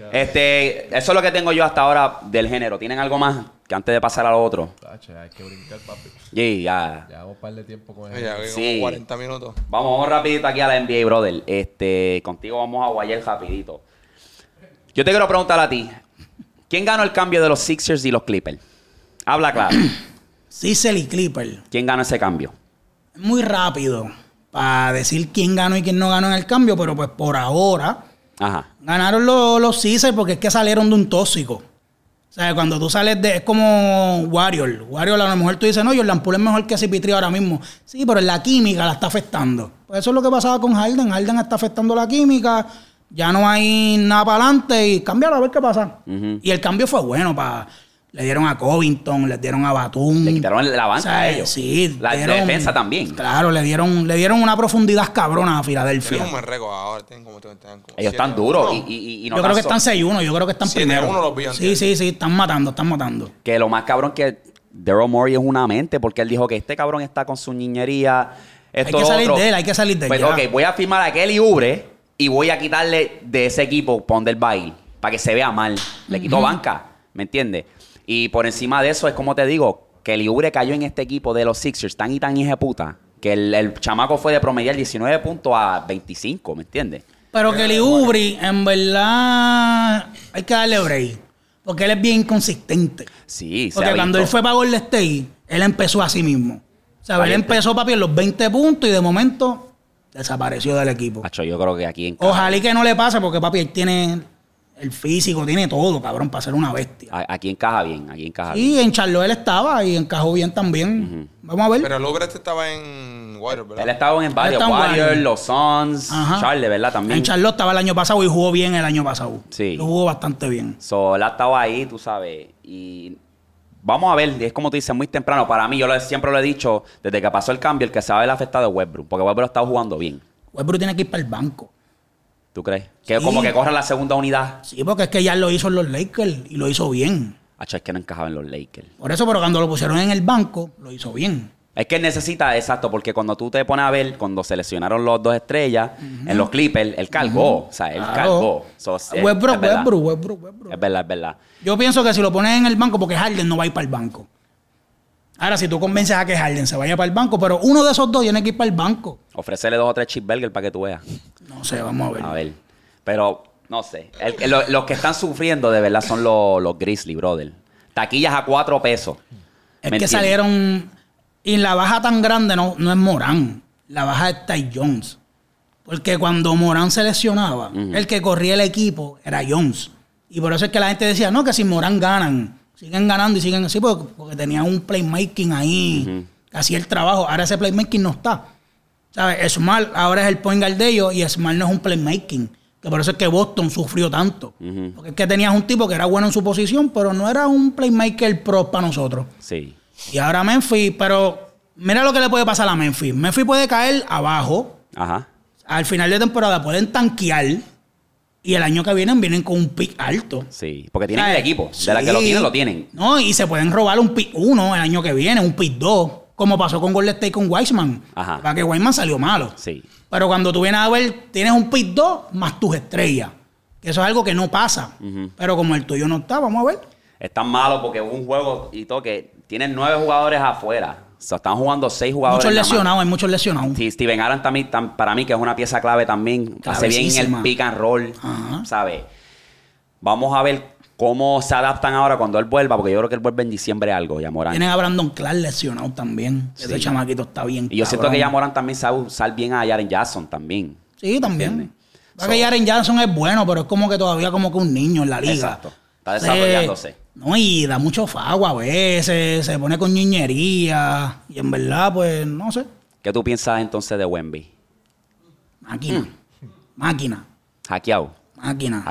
Eso es lo que tengo yo hasta ahora del género. ¿Tienen algo más que antes de pasar a lo otro? Tacho, hay que brincar, papi. Sí, ya. Llevamos un par de tiempo con Ya, eso. Sí. como 40 minutos. Vamos rapidito aquí a la NBA, brother. Contigo vamos a guayar rapidito. Yo te quiero preguntar a ti. ¿Quién ganó el cambio de los Sixers y los Clippers? Habla claro. Cicel y Clipper. ¿Quién ganó ese cambio? Es muy rápido para decir quién ganó y quién no ganó en el cambio, pero pues por ahora Ajá. ganaron los Sixers porque es que salieron de un tóxico. O sea, cuando tú sales de... Es como Warrior. Warrior a lo mejor tú dices, no, Jordan Poole es mejor que CP3 ahora mismo. Sí, pero en la química la está afectando. Pues eso es lo que pasaba con Harden. Harden está afectando la química. Ya no hay nada para adelante y cambiaron a ver qué pasa. Y el cambio fue bueno para... Le dieron a Covington, le dieron a Batum. Le quitaron la banca O sea, a ellos. Sí. La defensa también. Claro, le dieron una profundidad cabrona a Filadelfia. Tienen un buen récord ahora. Tienen como Ellos están duros y no Yo creo que tan están 6-1, yo creo que están 7-1 primero. los vi Sí, antes. sí, están matando. Que lo más cabrón que Daryl Morey es una mente porque él dijo que este cabrón está con su niñería. Esto, Hay que salir otro. de él, hay que salir de él. Pues, ya. ok, voy a firmar a Kelly Oubre y voy a quitarle de ese equipo Ponder Bail para que se vea mal. Le quitó banca, ¿me entiendes? Y por encima de eso es como te digo, Kelly Oubre cayó en este equipo de los Sixers tan hija puta que el chamaco fue de promediar 19 puntos a 25, ¿me entiendes? Pero Kelly Oubre, en verdad, hay que darle break. Porque él es bien inconsistente. Sí, se Porque ha cuando visto. él fue para Golden State, él empezó así mismo. O sea, él Valiente. empezó, papi, en los 20 puntos y de momento desapareció del equipo. Acho, yo creo que aquí en Ojalá y que no le pase porque, papi, él tiene el físico, tiene todo, cabrón, para ser una bestia. aquí encaja bien, bien. Y en Charlotte él estaba y encajó bien también. Vamos a ver. Pero el Uber estaba en Warriors, ¿verdad? Él estaba en varios, está en Warriors, Warriors. los Suns, Ajá. Charlotte, ¿verdad? También. En Charlotte estaba el año pasado y jugó bien el año pasado. Sí. Lo jugó bastante bien. So, él ha estado ahí, tú sabes. Y vamos a ver, es como tú dices, muy temprano. Para mí, siempre lo he dicho, desde que pasó el cambio, el que se va a ver afectado es Westbrook. Porque Westbrook ha estado jugando bien. Westbrook tiene que ir para el banco. ¿Tú crees? Que Sí. como que corra la segunda unidad. Sí, porque es que ya lo hizo en los Lakers y lo hizo bien. Acho, es que no encajaba en los Lakers. Por eso, pero cuando lo pusieron en el banco, lo hizo bien. Es que él necesita, exacto, porque cuando tú te pones a ver, cuando seleccionaron los dos estrellas, en los Clippers, él cargó. O sea, él Claro. cargó. So, Westbrook. Es verdad. Yo pienso que si lo pones en el banco, porque Harden no va a ir para el banco. Ahora, si tú convences a que Harden se vaya para el banco, pero uno de esos dos tiene que ir para el banco. Ofrécele 2 o 3 cheeseburgers para que tú veas. No sé, vamos a ver. A ver. Pero, no sé. Los que están sufriendo de verdad son los Grizzly, brother. Taquillas a 4 pesos. Es ¿Me que entiendes? salieron... Y la baja tan grande no es Morán. La baja es Ty Jones. Porque cuando Morán se lesionaba, el que corría el equipo era Jones. Y por eso es que la gente decía, no, que si Morán ganan. Siguen ganando y siguen así porque tenían un playmaking ahí. Que hacía el trabajo. Ahora ese playmaking no está. ¿Sabes? Smart ahora es el point guard de ellos y Smart no es un playmaking. Que por eso es que Boston sufrió tanto. Porque es que tenías un tipo que era bueno en su posición, pero no era un playmaker pro para nosotros. Sí. Y ahora Memphis, pero mira lo que le puede pasar a Memphis. Memphis puede caer abajo. Ajá. Al final de temporada pueden tanquear. Y el año que vienen con un pick alto. Sí. Porque tienen ¿Sabes? el equipo. De la que lo Sí. tienen, lo tienen. No, y se pueden robar un pick 1 el año que viene, un pick 2. Como pasó con Golden State con Wiseman. Ajá. Para que Wiseman salió malo. Sí. Pero cuando tú vienes a ver, tienes un pick 2 más tus estrellas. Que eso es algo que no pasa. Pero como el tuyo no está, vamos a ver. Están malos porque hubo un juego y todo que tienen 9 jugadores afuera. O sea, están jugando 6 jugadores. Muchos lesionados, hay muchos lesionados. Sí, Steven Adams también, para mí, que es una pieza clave también. Hace bien el pick and roll, ¿sabes? Vamos a ver cómo se adaptan ahora cuando él vuelva, porque yo creo que él vuelve en diciembre algo, Yamorán. Tienen a Brandon Clark lesionado también. Sí. Ese chamaquito está bien. Y yo siento que Yamorán también sabe usar bien a Jaren Jackson también. Sí, también. Que Jaren Jackson es bueno, pero es como que todavía como que un niño en la liga. Exacto. Está desarrollándose. No, y da mucho fago a veces, se pone con ñoñería. Y en verdad, pues, no sé. ¿Qué tú piensas entonces de Wemby? Máquina. Hackeado. Máquina.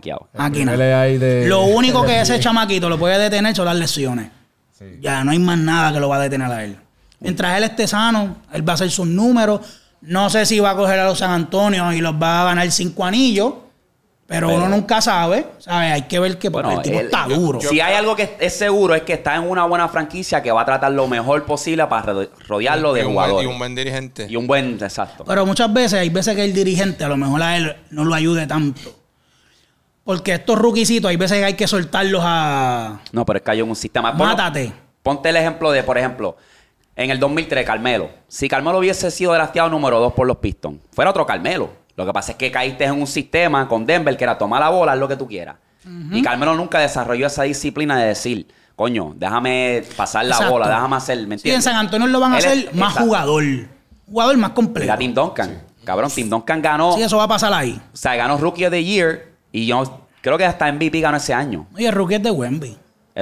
Lo único que ese chamaquito lo puede detener son las lesiones. Sí. Ya no hay más nada que lo va a detener a él. Mientras él esté sano, él va a hacer sus números. No sé si va a coger a los San Antonio y los va a ganar 5 anillos. Pero uno nunca sabe, ¿sabes? Hay que ver que el tipo está duro. Si hay algo que es seguro es que está en una buena franquicia que va a tratar lo mejor posible para rodearlo de jugadores. Y un buen dirigente. Y un buen, exacto. Pero muchas veces, hay veces que el dirigente a lo mejor a él no lo ayude tanto. Porque estos rookiecitos, hay veces que hay que soltarlos a... No, pero es que hay un sistema... Mátate. Ponte el ejemplo de, por ejemplo, en el 2003, Carmelo. Si Carmelo hubiese sido drafteado número 2 por los Pistons, fuera otro Carmelo. Lo que pasa es que caíste en un sistema con Denver que era tomar la bola, haz lo que tú quieras. Y Carmelo nunca desarrolló esa disciplina de decir, coño, déjame pasar la bola, déjame hacer, ¿me entiendes? Sí, en San Antonio lo van a hacer más jugador más completo. Mira Tim Duncan. Cabrón, Tim Duncan ganó. Sí, eso va a pasar ahí. O sea, ganó Rookie of the Year y yo creo que hasta MVP ganó ese año. Oye, el Rookie es de Wemby.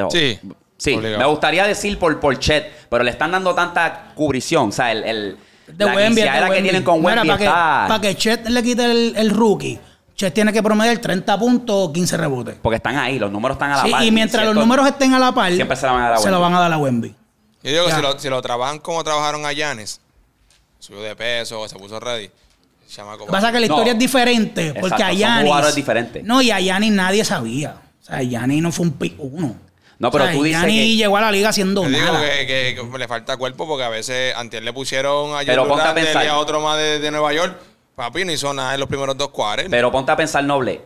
Sí, obligado. Me gustaría decir por Chet, pero le están dando tanta cubrición. O sea, la iniciadera que tienen con Wemby está... Para que Chet le quite el rookie, Chet tiene que promediar 30 puntos, 15 rebotes. Porque están ahí, los números están a la par. Y mientras los números estén a la par, siempre se lo van a dar a Wemby. Yo digo que si lo trabajan como trabajaron a Giannis, subió de peso, se puso ready. Pasa que la historia es diferente, porque a Giannis... No, y a Giannis nadie sabía. O sea, Giannis no fue un pick 1. No, pero tú dices que... llegó a la liga haciendo nada. Digo que le falta cuerpo porque a veces antes le pusieron a Jordan y a otro más de Nueva York. Papi, no hizo nada en los primeros 2 cuartos. Pero ponte a pensar, Noble.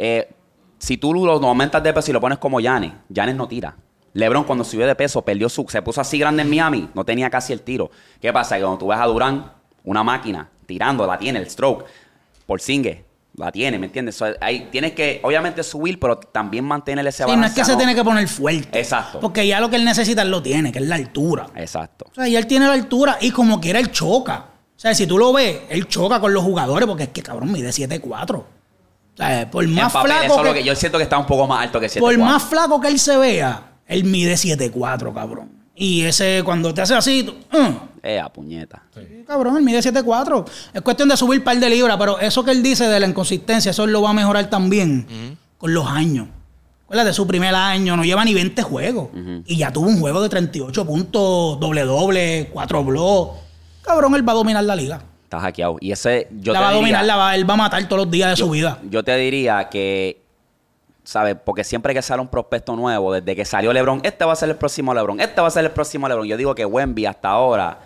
Si tú lo aumentas de peso y lo pones como Giannis no tira. LeBron cuando subió de peso se puso así grande en Miami. No tenía casi el tiro. ¿Qué pasa? Que cuando tú ves a Durant, una máquina, tirando, la tiene, el stroke. Porzingis la tiene, ¿me entiendes? Ahí tienes que, obviamente, subir, pero también mantener ese balance. No es que se tiene que poner fuerte. Exacto. Porque ya lo que él necesita, él lo tiene, que es la altura. Exacto. O sea, y él tiene la altura y como quiera, él choca. O sea, si tú lo ves, él choca con los jugadores porque es que, cabrón, mide 7'4". O sea, por más flaco que yo siento que está un poco más alto que 7'4". Por más flaco que él se vea, él mide 7'4", cabrón. Y ese, cuando te hace así, puñeta. Sí, cabrón, él mide 7'4". Es cuestión de subir un par de libras, pero eso que él dice de la inconsistencia, eso él lo va a mejorar también con los años. Acuérdate, su primer año no lleva ni 20 juegos. Y ya tuvo un juego de 38 puntos, doble, 4 blocks. Cabrón, él va a dominar la liga. Está hackeado. Y ese, él va a matar todos los días de su vida. Yo te diría que, ¿sabes? Porque siempre que sale un prospecto nuevo, desde que salió LeBron, este va a ser el próximo LeBron, este va a ser el próximo LeBron. Yo digo que Wemby hasta ahora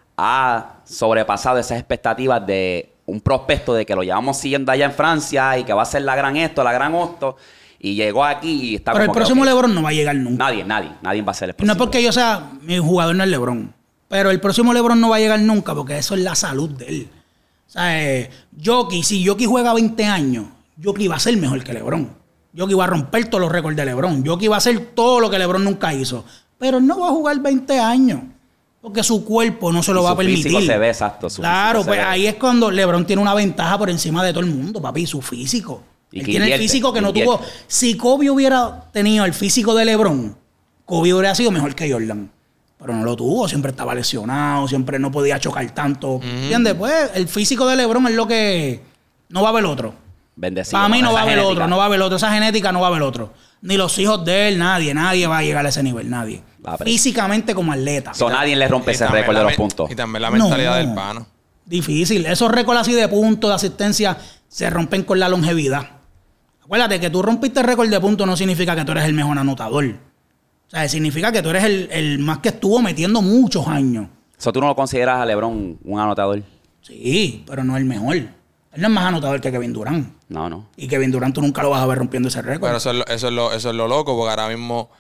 ha sobrepasado esas expectativas de un prospecto de que lo llevamos siguiendo allá en Francia y que va a ser la gran esto, la gran hosto. Y llegó aquí y está Pero como el próximo LeBron no va a llegar nunca. Nadie va a ser el próximo. No es porque yo sea, mi jugador no es LeBron. Pero el próximo LeBron no va a llegar nunca porque eso es la salud de él. O sea, si Jokic juega 20 años, Jokic va a ser mejor que LeBron. Jokic va a romper todos los récords de LeBron. Jokic va a hacer todo lo que LeBron nunca hizo. Pero él no va a jugar 20 años. Porque su cuerpo no se lo va a permitir. Su físico se ve, exacto. Claro, pues ahí es cuando LeBron tiene una ventaja por encima de todo el mundo, papi. Su físico. Él tiene el físico que no tuvo. Si Kobe hubiera tenido el físico de LeBron, Kobe hubiera sido mejor que Jordan. Pero no lo tuvo. Siempre estaba lesionado. Siempre no podía chocar tanto. ¿Entiendes? Pues el físico de LeBron es lo que... No va a haber otro. Bendecido. Para mí no va a haber otro. No va a haber otro. Esa genética no va a haber otro. Ni los hijos de él. Nadie va a llegar a ese nivel. Nadie. Físicamente como atleta. Nadie le rompe ese récord de los puntos. Y también la mentalidad del pano. Difícil. Esos récords así de puntos, de asistencia, se rompen con la longevidad. Acuérdate que tú rompiste el récord de puntos no significa que tú eres el mejor anotador. O sea, significa que tú eres el más que estuvo metiendo muchos años. ¿Tú no lo consideras a LeBron un anotador? Sí, pero no el mejor. Él no es más anotador que Kevin Durant. No. Y Kevin Durant tú nunca lo vas a ver rompiendo ese récord. Pero eso es lo loco, porque ahora mismo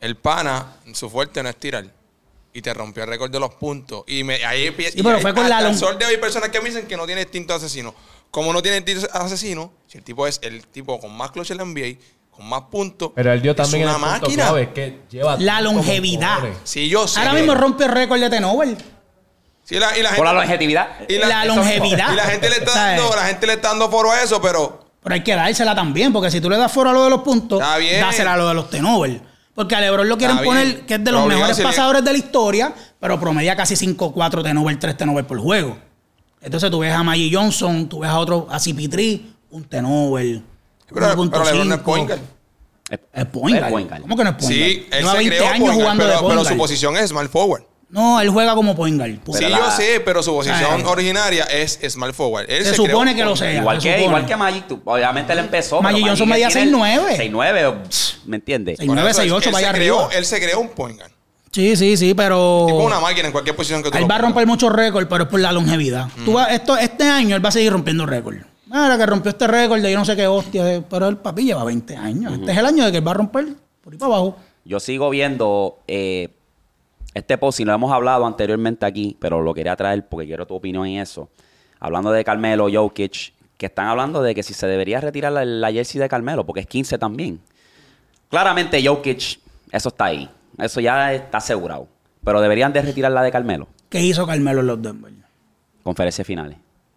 el pana, su fuerte no es tirar. Y te rompió el récord de los puntos. Ahí empieza. Sí, pero fue con hasta la el sol de hoy hay personas que me dicen que no tiene instinto de asesino. Como no tiene instinto de asesino, si el tipo es el tipo con más clutch en la NBA, con más puntos. Pero él dio también es una el punto máquina. clave, que lleva La tiempo con longevidad. cojones. Sí, yo sé. Ahora mismo rompe el récord de T-Nobel. Sí, y la gente, Por la longevidad. La longevidad. Y la gente le ¿Sabes? está dando foro a eso, pero Pero hay que dársela también, porque si tú le das foro a lo de los puntos, Está bien. dásela a lo de los T-Nobel. Porque a LeBron lo quieren Está poner, bien. que es de Pero los obligado mejores si le- pasadores de la historia, pero promedia casi 5-4 T-Nobel, 3 T-Nobel por juego. Entonces tú ves a Magic Johnson, tú ves a otro, a CP3, un T-Nobel. pero LeBron no es point guard. Es point guard. Es point guard. ¿Cómo que no es point Sí, guard? él Lleva se 20 creó años point guard, jugando de pero point su guard. posición es small forward. No, él juega como point guard. punto. Sí, Pero yo sé, pero su posición Ay. originaria es small forward. Él Se creó supone que lo point guard. sea. Igual se que, supone. igual que Magic, obviamente él empezó. Magic pero Johnson medía tiene el 6'9". 6'9", ¿me entiendes? 6'9". Por eso 9-6-8 él para se allá creó- arriba. Él se creó un point guard. Sí, pero... Tipo una máquina en cualquier posición que tú Él lo va a pongas. romper muchos récords, pero es por la longevidad. Este año él va a seguir rompiendo récords. Ahora que rompió este récord de yo no sé qué hostia, pero el papi lleva 20 años. Este es el año de que él va a romper por ahí para abajo. Yo sigo viendo este post, y lo hemos hablado anteriormente aquí, pero lo quería traer porque quiero tu opinión en eso. Hablando de Carmelo, Jokic, que están hablando de que si se debería retirar la jersey de Carmelo, porque es 15 también. Claramente Jokic, eso está ahí. Eso ya está asegurado. Pero deberían de retirar la de Carmelo. ¿Qué hizo Carmelo en los Denver? Conferencias finales.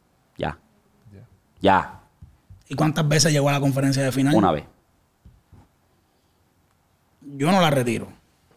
Ya. ¿Y cuántas veces llegó a la conferencia de final? Una vez. Yo no la retiro.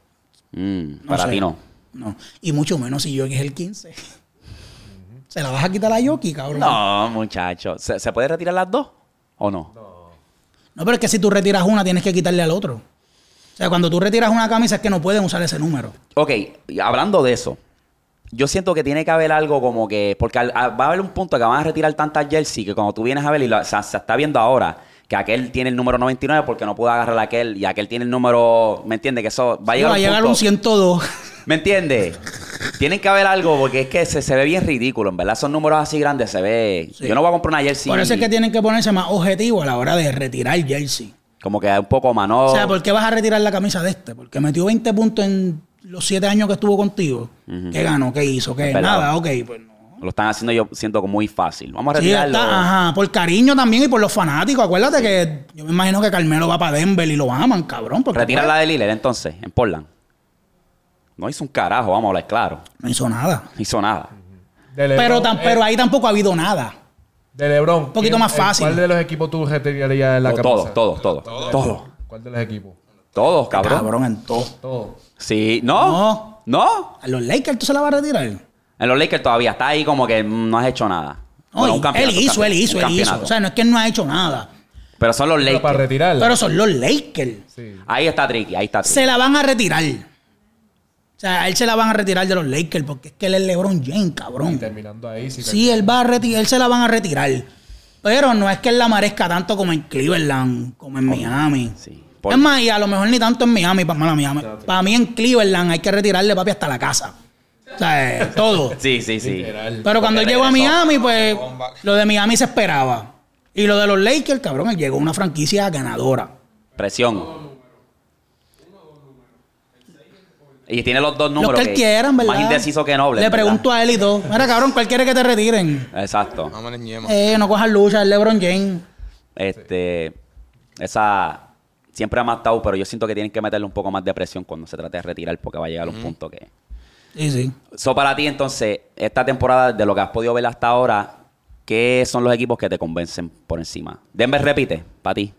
Para sé. ti no. No. Y mucho menos si Jokic es el 15. ¿Se la vas a quitar a Jokic, cabrón? No, muchacho. ¿Se puede retirar las dos o no? No, pero es que si tú retiras una, tienes que quitarle al otro. O sea, cuando tú retiras una camisa es que no pueden usar ese número. Ok, y hablando de eso, yo siento que tiene que haber algo como que... Porque va a haber un punto que van a retirar tantas jersey que cuando tú vienes a ver, y se está viendo ahora, que aquel tiene el número 99 porque no pudo agarrar a aquel, y aquel tiene el número... ¿Me entiendes? Que eso va a llegar Va a llegar punto, un 102. ¿Me entiendes? Tienen que haber algo porque es que se ve bien ridículo, en verdad. Esos números así grandes se ve... Sí. Yo no voy a comprar una jersey... Por eso es que tienen que ponerse más objetivo a la hora de retirar jersey. Como que un poco más, ¿no? O sea, ¿por qué vas a retirar la camisa de este? Porque metió 20 puntos en los 7 años que estuvo contigo. ¿Qué ganó? ¿Qué hizo? ¿Qué? Es verdad. Nada, ok, pues no. Lo están haciendo yo siento como muy fácil. Vamos a Sí, retirarlo. ajá, por cariño también y por los fanáticos. Acuérdate que yo me imagino que Carmelo va para Denver y lo aman, cabrón. Porque Retira pues, la de Lillard entonces, en Portland. No hizo un carajo, vamos a hablar claro. no hizo nada. No hizo nada. De LeBron, Pero ahí tampoco ha habido nada. de LeBron. Un poquito más fácil. ¿Cuál de los equipos tú retirarías en la camisa? Todos. ¿Cuál de los equipos? Todos, cabrón. Cabrón, en todo. Todos. Sí, ¿no? ¿No? A los Lakers tú se la vas a retirar. En los Lakers todavía está ahí como que no has hecho nada. No, Bueno, y un campeonato, él hizo. un campeonato. O sea, no es que él no ha hecho nada. Pero son los Pero para Lakers. retirarla. Pero son los Lakers. Sí. Ahí está tricky, ahí está tricky. Se la van a retirar. O sea, a él se la van a retirar de los Lakers porque es que él es LeBron James, Y cabrón. terminando ahí. Sí, él se la van a retirar. Pero no es que él la merezca tanto como en Cleveland, como en Miami. Sí. Es más, y a lo mejor ni tanto en Miami, para Miami. Para mí en Cleveland hay que retirarle, papi, hasta la casa. O sea, todo. Sí. Literal. Pero cuando él llegó a regresó. Miami, pues lo de Miami se esperaba. Y lo de los Lakers, cabrón, él llegó a una franquicia ganadora. Presión. Y tiene los dos números. Los que él quiera, ¿verdad? Más indeciso que noble. Le ¿verdad? pregunto a él y todo. Mira, cabrón, ¿cuál quiere que te retiren? Exacto. Vámonos en yema. No cojas lucha, es LeBron James. Esa siempre ha matado, pero yo siento que tienen que meterle un poco más de presión cuando se trate de retirar porque va a llegar un punto que... Sí. So, para ti, entonces, esta temporada, de lo que has podido ver hasta ahora, ¿qué son los equipos que te convencen por encima? Denver repite, para ti.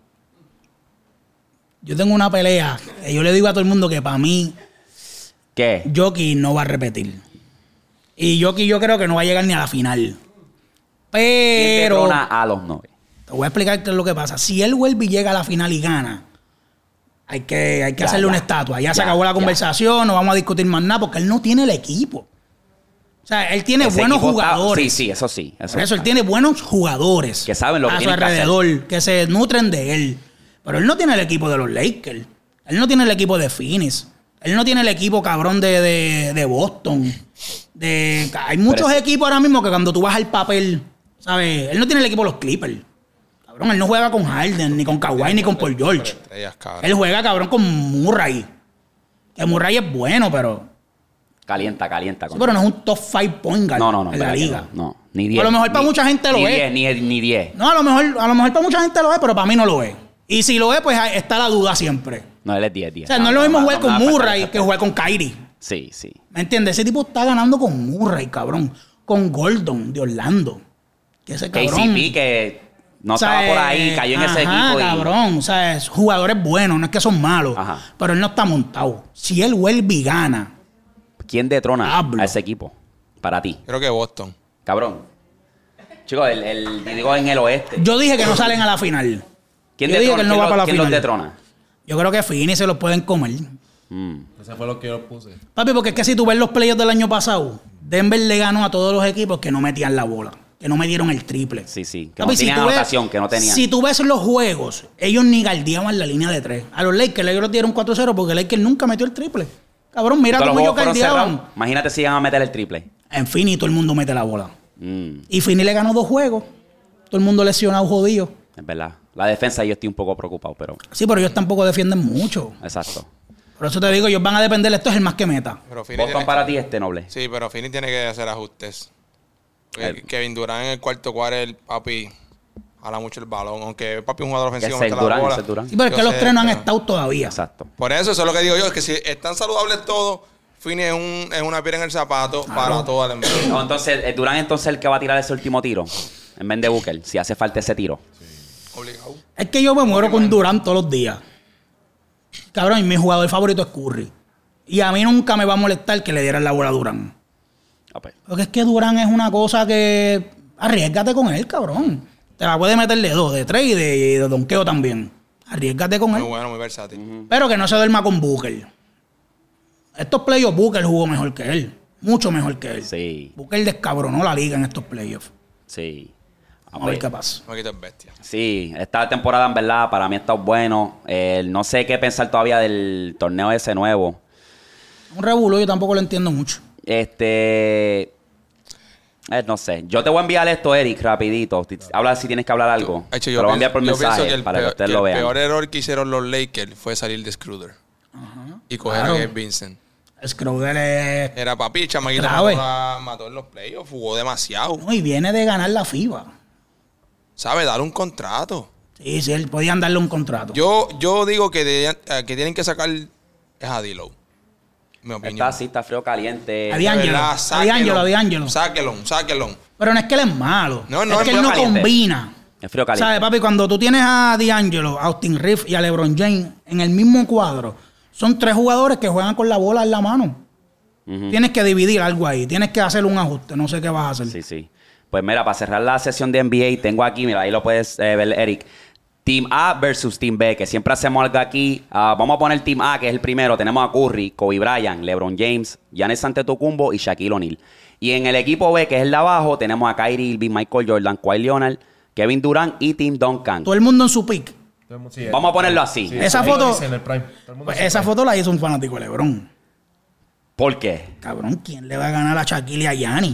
Yo tengo una pelea. Yo le digo a todo el mundo que para mí, ¿Qué? Jokic no va a repetir. Y Jokic yo creo que no va a llegar ni a la final. ¿Quién Pero detrona a los 9? te voy a explicar qué es lo que pasa. Si él vuelve y llega a la final y gana, hay que Ya, hacerle ya. una estatua. Ya se Ya, acabó la ya. conversación, no vamos a discutir más nada porque él no tiene el equipo. O sea, él tiene Ese buenos equipo está- jugadores. Sí, eso sí. Por eso él tiene buenos jugadores. Que saben lo que a su tienen que hacer. alrededor, que se nutren de él. Pero él no tiene el equipo de los Lakers. Él no tiene el equipo de Phoenix. Él no tiene el equipo cabrón de Boston. Hay muchos Pero equipos ahora mismo que cuando tú vas al papel, ¿sabes? Él no tiene el equipo de los Clippers. Cabrón, él no juega con Harden, ni con Kawhi, ni con Paul George. Estrellas, cabrón. Él juega, cabrón, con Murray. Que Murray es bueno, pero... Calienta. Sí, pero no es un top 5 point guard No, en la liga. No, ni 10. A lo mejor para mucha gente lo es. Ni 10. No, a lo mejor para mucha gente lo es, pero para mí no lo es. Y si lo es, pues está la duda siempre. No, él es 10. O sea, no es lo mismo jugar con Murray que jugar con Kyrie. Sí. ¿Me entiendes? Ese tipo está ganando con Murray, cabrón. Con Gordon de Orlando. Que ese cabrón... KCP que no estaba por ahí, cayó en ese equipo. Cabrón. O sea, es jugadores buenos, no es que son malos. Ajá. Pero él no está montado. Si él vuelve y gana... ¿Quién detrona Hablo. a ese equipo? Para ti. Creo que Boston. Cabrón. Chicos, digo en el oeste. Yo dije que no salen a la final. ¿Quién Yo dije que él no va para la ¿Quién los final. detrona? Yo creo que Phoenix se los pueden comer. Ese fue lo que yo puse. Papi, porque es que si tú ves los playoffs del año pasado, Denver le ganó a todos los equipos que no metían la bola, que no metieron el triple. Sí. Que Papi, no tenían tú ves- anotación, que no tenían. Si tú ves los juegos, ellos ni galdeaban la línea de 3. A los Lakers ellos dieron 4-0 porque Lakers nunca metió el triple. Cabrón, mira Todos los cómo ellos juegos fueron galdeaban. cerrados. Imagínate si iban a meter el triple. En Phoenix todo el mundo mete la bola. Y Phoenix le ganó 2 juegos. Todo el mundo lesionado, jodido. Es verdad. La defensa yo estoy un poco preocupado, pero... Sí, pero ellos tampoco defienden mucho. Exacto. Por eso te digo, ellos van a depender. Esto es el más que meta. Pero Phoenix Boston tiene- para ti noble. Sí, pero Phoenix tiene que hacer ajustes. Kevin Durant en el cuarto quarter, papi, jala mucho el balón. Aunque papi es un jugador ofensivo, Ese es mete la Durant, bola. ese es Durant. Sí, pero es que Yo los sé, tres no han pero- estado todavía. Exacto. Por eso es lo que digo yo, es que si están saludables todos, Phoenix es una piedra en el zapato para toda la NBA. No, entonces, Durant entonces el que va a tirar ese último tiro. En vez de Booker, si hace falta ese tiro. Obligado. Es que yo me muero con Durant todos los días. Cabrón, y mi jugador favorito es Curry. Y a mí nunca me va a molestar que le dieran la bola a Durant. Ah, pues. Porque es que Durant es una cosa que... Arriésgate con él, cabrón. Te la puede meter de 2, de 3 y de donqueo también. Arriésgate con Muy él. bueno, muy versátil. Pero que no se duerma con Booker. Estos playoffs Booker jugó mejor que él. Mucho mejor que él. Sí. Booker descabronó la liga en estos playoffs. Sí. Ah, Vamos a ver pues. qué pasa. No quites bestia. Sí, esta temporada en verdad para mí ha estado bueno. No sé qué pensar todavía del torneo ese nuevo. Un revuelo, yo tampoco lo entiendo mucho. No sé. Yo te voy a enviar esto, Eric, rapidito. Habla si tienes que hablar algo. Hecho, Te yo lo voy a enviar por pienso mensaje que el para que peor- ustedes que lo el vean. peor error que hicieron los Lakers fue salir de Schroeder. Y coger Claro. a Gabe Vincent. Schroeder es... Era papi, el chamaquito Grave. mató en los playoffs, jugó demasiado. No, y viene de ganar la FIBA. ¿Sabe? Dar un contrato. Sí, sí, él podían darle un contrato. Yo digo que tienen que sacar es a D-Lo. Mi opinión. Está así, está frío caliente. A D'Angelo. A D'Angelo. Sáquelo. Pero no es que él es malo. No, es que él frío no caliente. combina. Es frío caliente. ¿Sabes, papi? Cuando tú tienes a D'Angelo, a Austin Reeves y a LeBron James en el mismo cuadro, son 3 jugadores que juegan con la bola en la mano. Tienes que dividir algo ahí. Tienes que hacer un ajuste. No sé qué vas a hacer. Sí, sí. Pues mira, para cerrar la sesión de NBA, tengo aquí, mira, ahí lo puedes ver, Eric. Team A versus Team B, que siempre hacemos algo aquí. Vamos a poner Team A, que es el primero. Tenemos a Curry, Kobe Bryant, LeBron James, Giannis Antetokounmpo y Shaquille O'Neal. Y en el equipo B, que es el de abajo, tenemos a Kyrie Irving, Michael Jordan, Kawhi Leonard, Kevin Durant y Tim Duncan. Todo el mundo en su pick. Vamos a ponerlo así. Esa ahí lo foto- dice en el prime. Todo el mundo Pues en su esa prime. foto la hizo un fanático de LeBron. ¿Por qué? Cabrón, ¿quién le va a ganar a Shaquille y a Giannis?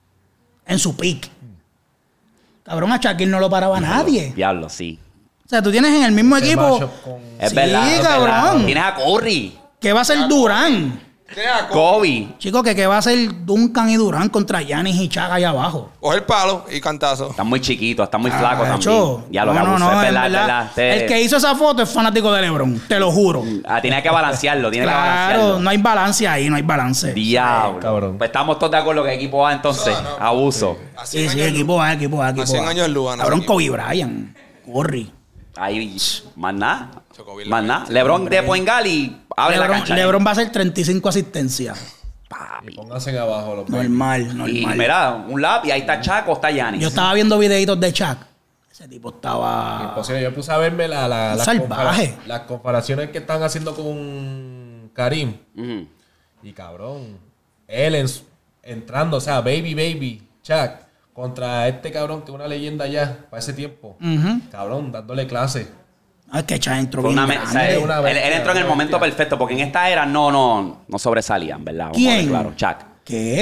En su pick. Cabrón, a Shaquille no lo paraba nadie. Diablo, sí. O sea, tú tienes en el mismo Ese equipo... matchup con- Es Sí, verdad, es cabrón. verdad. Tienes a Curry, ¿Qué va a ser Durán? Kobe. Chicos, ¿qué va a ser Duncan y Durán contra Giannis y Chaga allá abajo? Coge el palo y cantazo. Están muy chiquitos, están muy flacos Macho, también. Ya lo no, que no, abuso, no, es en verdad, es verdad. verdad. El que hizo esa foto es fanático de LeBron, te lo juro. Tiene que balancearlo, tiene que Claro, balancearlo. no hay balance ahí, no hay balance. Diablo. Cabrón. Pues estamos todos de acuerdo que equipo A entonces. No, no. Abuso. A Sí, 100 sí, años equipo A, equipo A, equipo A. A 100 años luz gana Cabrón, ese equipo. Kobe Bryant, Curry. Ahí, más nada. Chocobil Más la nada. bestia. LeBron de Poingal y abre la cancha. LeBron va a hacer 35 asistencias. Papi. Pónganse abajo los Normal, Y normal. mira, un lap y ahí está Chaco, está Giannis. Yo estaba viendo videitos de Shaq. Ese tipo estaba... Imposible. Yo puse a verme las Salvaje. las comparaciones que están haciendo con Karim. Ujú. Y cabrón, él entrando, o sea, baby, Chuck, contra este cabrón que es una leyenda ya para ese tiempo. Cabrón, dándole clase. Ah, es que Shaq entró Fue bien una o sea, grande. Una él bestia, entró en el una momento bestia. perfecto, porque en esta era no sobresalían, ¿verdad? Vamos a ver, ¿Quién? Claro, Chuck. ¿Qué?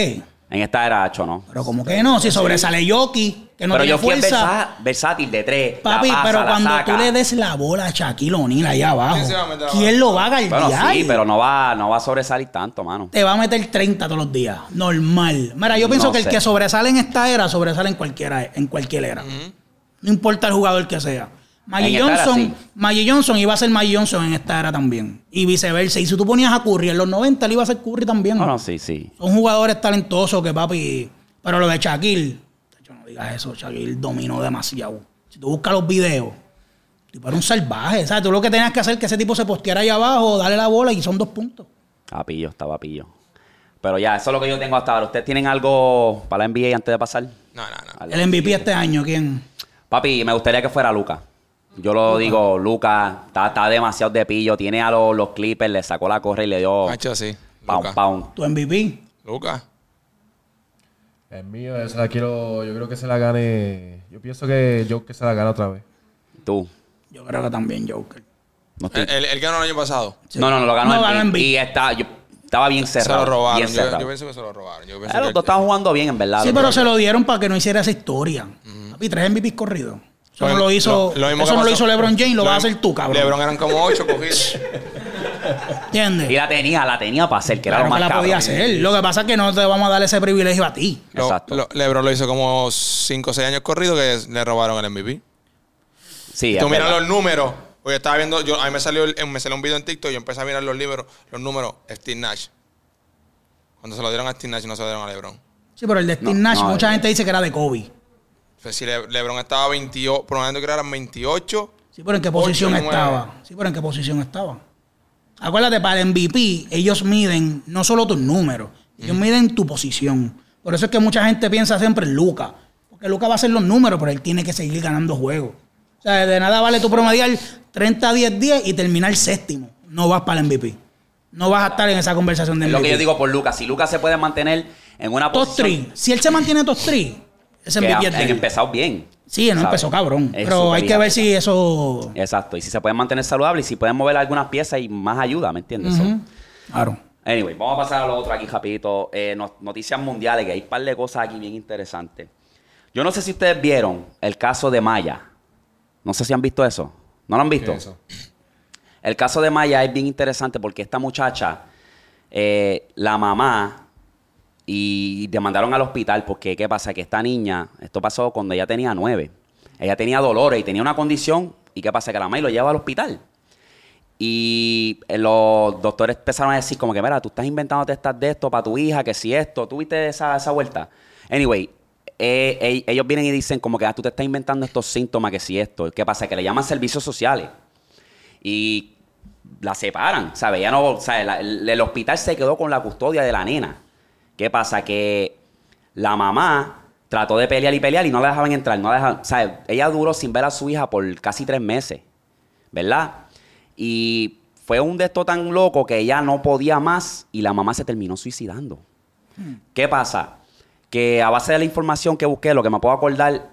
En esta era, hecho, ¿no? Pero como que no, si sobresale Yoki, que no pero tiene Yoki es fuerza. versátil de 3. Papi, pero cuando tú le des la bola a Shaquille O'Neal allá abajo, ¿Quién se va a meter ¿quién lo va a guardiar? Bueno, sí, pero no va a sobresalir tanto, mano. Te va a meter 30 todos los días. Normal. Mira, yo pienso No que el sé. que sobresale en esta era, sobresale en cualquier era. No importa el jugador que sea. Magic En esta era, sí. Johnson iba a ser Magic Johnson en esta era también. Y viceversa. Y si tú ponías a Curry en los 90, él iba a ser Curry también. No, sí. Son jugadores talentosos que, papi... Pero lo de Shaquille... Yo no digas eso. Shaquille dominó demasiado. Si tú buscas los videos... Tipo, era un salvaje. ¿Sabes? Tú lo que tenías que hacer es que ese tipo se posteara ahí abajo, darle la bola y son 2 puntos. Estaba pillo. Pero ya, eso es lo que yo tengo hasta ahora. ¿Ustedes tienen algo para la NBA antes de pasar? No. El MVP este año, ¿quién? Papi, me gustaría que fuera Luka. Yo lo digo, Luka está demasiado de pillo. Tiene a los Clippers, le sacó la correa y le dio Macho, sí. pound. ¿Tu MVP? Lucas. Es mío, esa la quiero. Yo creo que se la gane. Yo pienso que Joker se la gana otra vez. Tú. Yo creo que también Joker. No estoy- ¿El ganó el año pasado? Sí. No, lo ganó No, Embiid. ganó Embiid. Y estaba bien Se cerrado. lo robaron. Bien cerrado. Yo pienso que se lo robaron. Yo pienso Los que dos estaban jugando bien, en verdad. Sí, los pero dos. se lo dieron para que no hiciera esa historia. Papi, 3 MVPs corridos. Eso no lo hizo, lo mismo eso que no lo pasó- hizo LeBron James, lo vas a hacer tú, cabrón. LeBron eran como 8 cogidos. ¿Entiendes? Y la tenía para hacer, que era Claro lo que más la podía cabrón. hacer. Lo que pasa es que no te vamos a dar ese privilegio a ti. Exacto. LeBron lo hizo como 5 o 6 años corridos que le robaron el MVP. Sí, es Tú miras verdad. los números. Porque estaba viendo, a mí me salió un video en TikTok y yo empecé a mirar los números, Steve Nash. Cuando se lo dieron a Steve Nash, no se lo dieron a LeBron. Sí, pero el de Steve Nash, no, mucha gente dice que era de Kobe. Pues si LeBron estaba 28, probablemente que eran 28. Sí, pero ¿en qué posición 8 y 9. estaba? Sí, pero ¿en qué posición estaba? Acuérdate, para el MVP, ellos miden no solo tus números, ellos miden tu posición. Por eso es que mucha gente piensa siempre en Luka. Porque Luka va a hacer los números, pero él tiene que seguir ganando juegos. O sea, de nada vale tu promediar 30-10-10 y terminar séptimo. No vas para el MVP. No vas a estar en esa conversación de Es MVP. lo que yo digo por Lucas. Si Lucas se puede mantener en una Top posición... 3. Si él se mantiene top 3, ese MVP es de han él. empezado bien. Sí, no ¿sabes? empezó cabrón. Es Pero hay súper que ver hija. si eso... Exacto. Y si se pueden mantener saludables y si pueden mover algunas piezas y más ayuda, ¿me entiendes? So, Claro. anyway, vamos a pasar a lo otro aquí rapidito. Noticias mundiales, que hay un par de cosas aquí bien interesantes. Yo no sé si ustedes vieron el caso de Maya. No sé si han visto eso. ¿No lo han visto? ¿Qué es eso? El caso de Maya es bien interesante porque esta muchacha, la mamá, y demandaron al hospital porque, ¿qué pasa? Que esta niña, esto pasó cuando ella tenía 9. Ella tenía dolores y tenía una condición. ¿Y qué pasa? Que la mamá lo lleva al hospital. Y los doctores empezaron a decir como que, mira, tú estás inventándote de esto para tu hija, que si esto. ¿Tú viste esa vuelta? Anyway, ellos vienen y dicen como que tú te estás inventando estos síntomas, que si esto. ¿Qué pasa? Que le llaman servicios sociales. Y la separan, ¿sabes? Ya no, ¿sabes? El hospital se quedó con la custodia de la nena. ¿Qué pasa? Que la mamá trató de pelear y no la dejaban entrar. No la dejaban, ¿sabes? Ella duró sin ver a su hija por casi 3 meses, ¿verdad? Y fue un de esto tan loco que ella no podía más y la mamá se terminó suicidando. ¿Qué pasa? Que a base de la información que busqué, lo que me puedo acordar,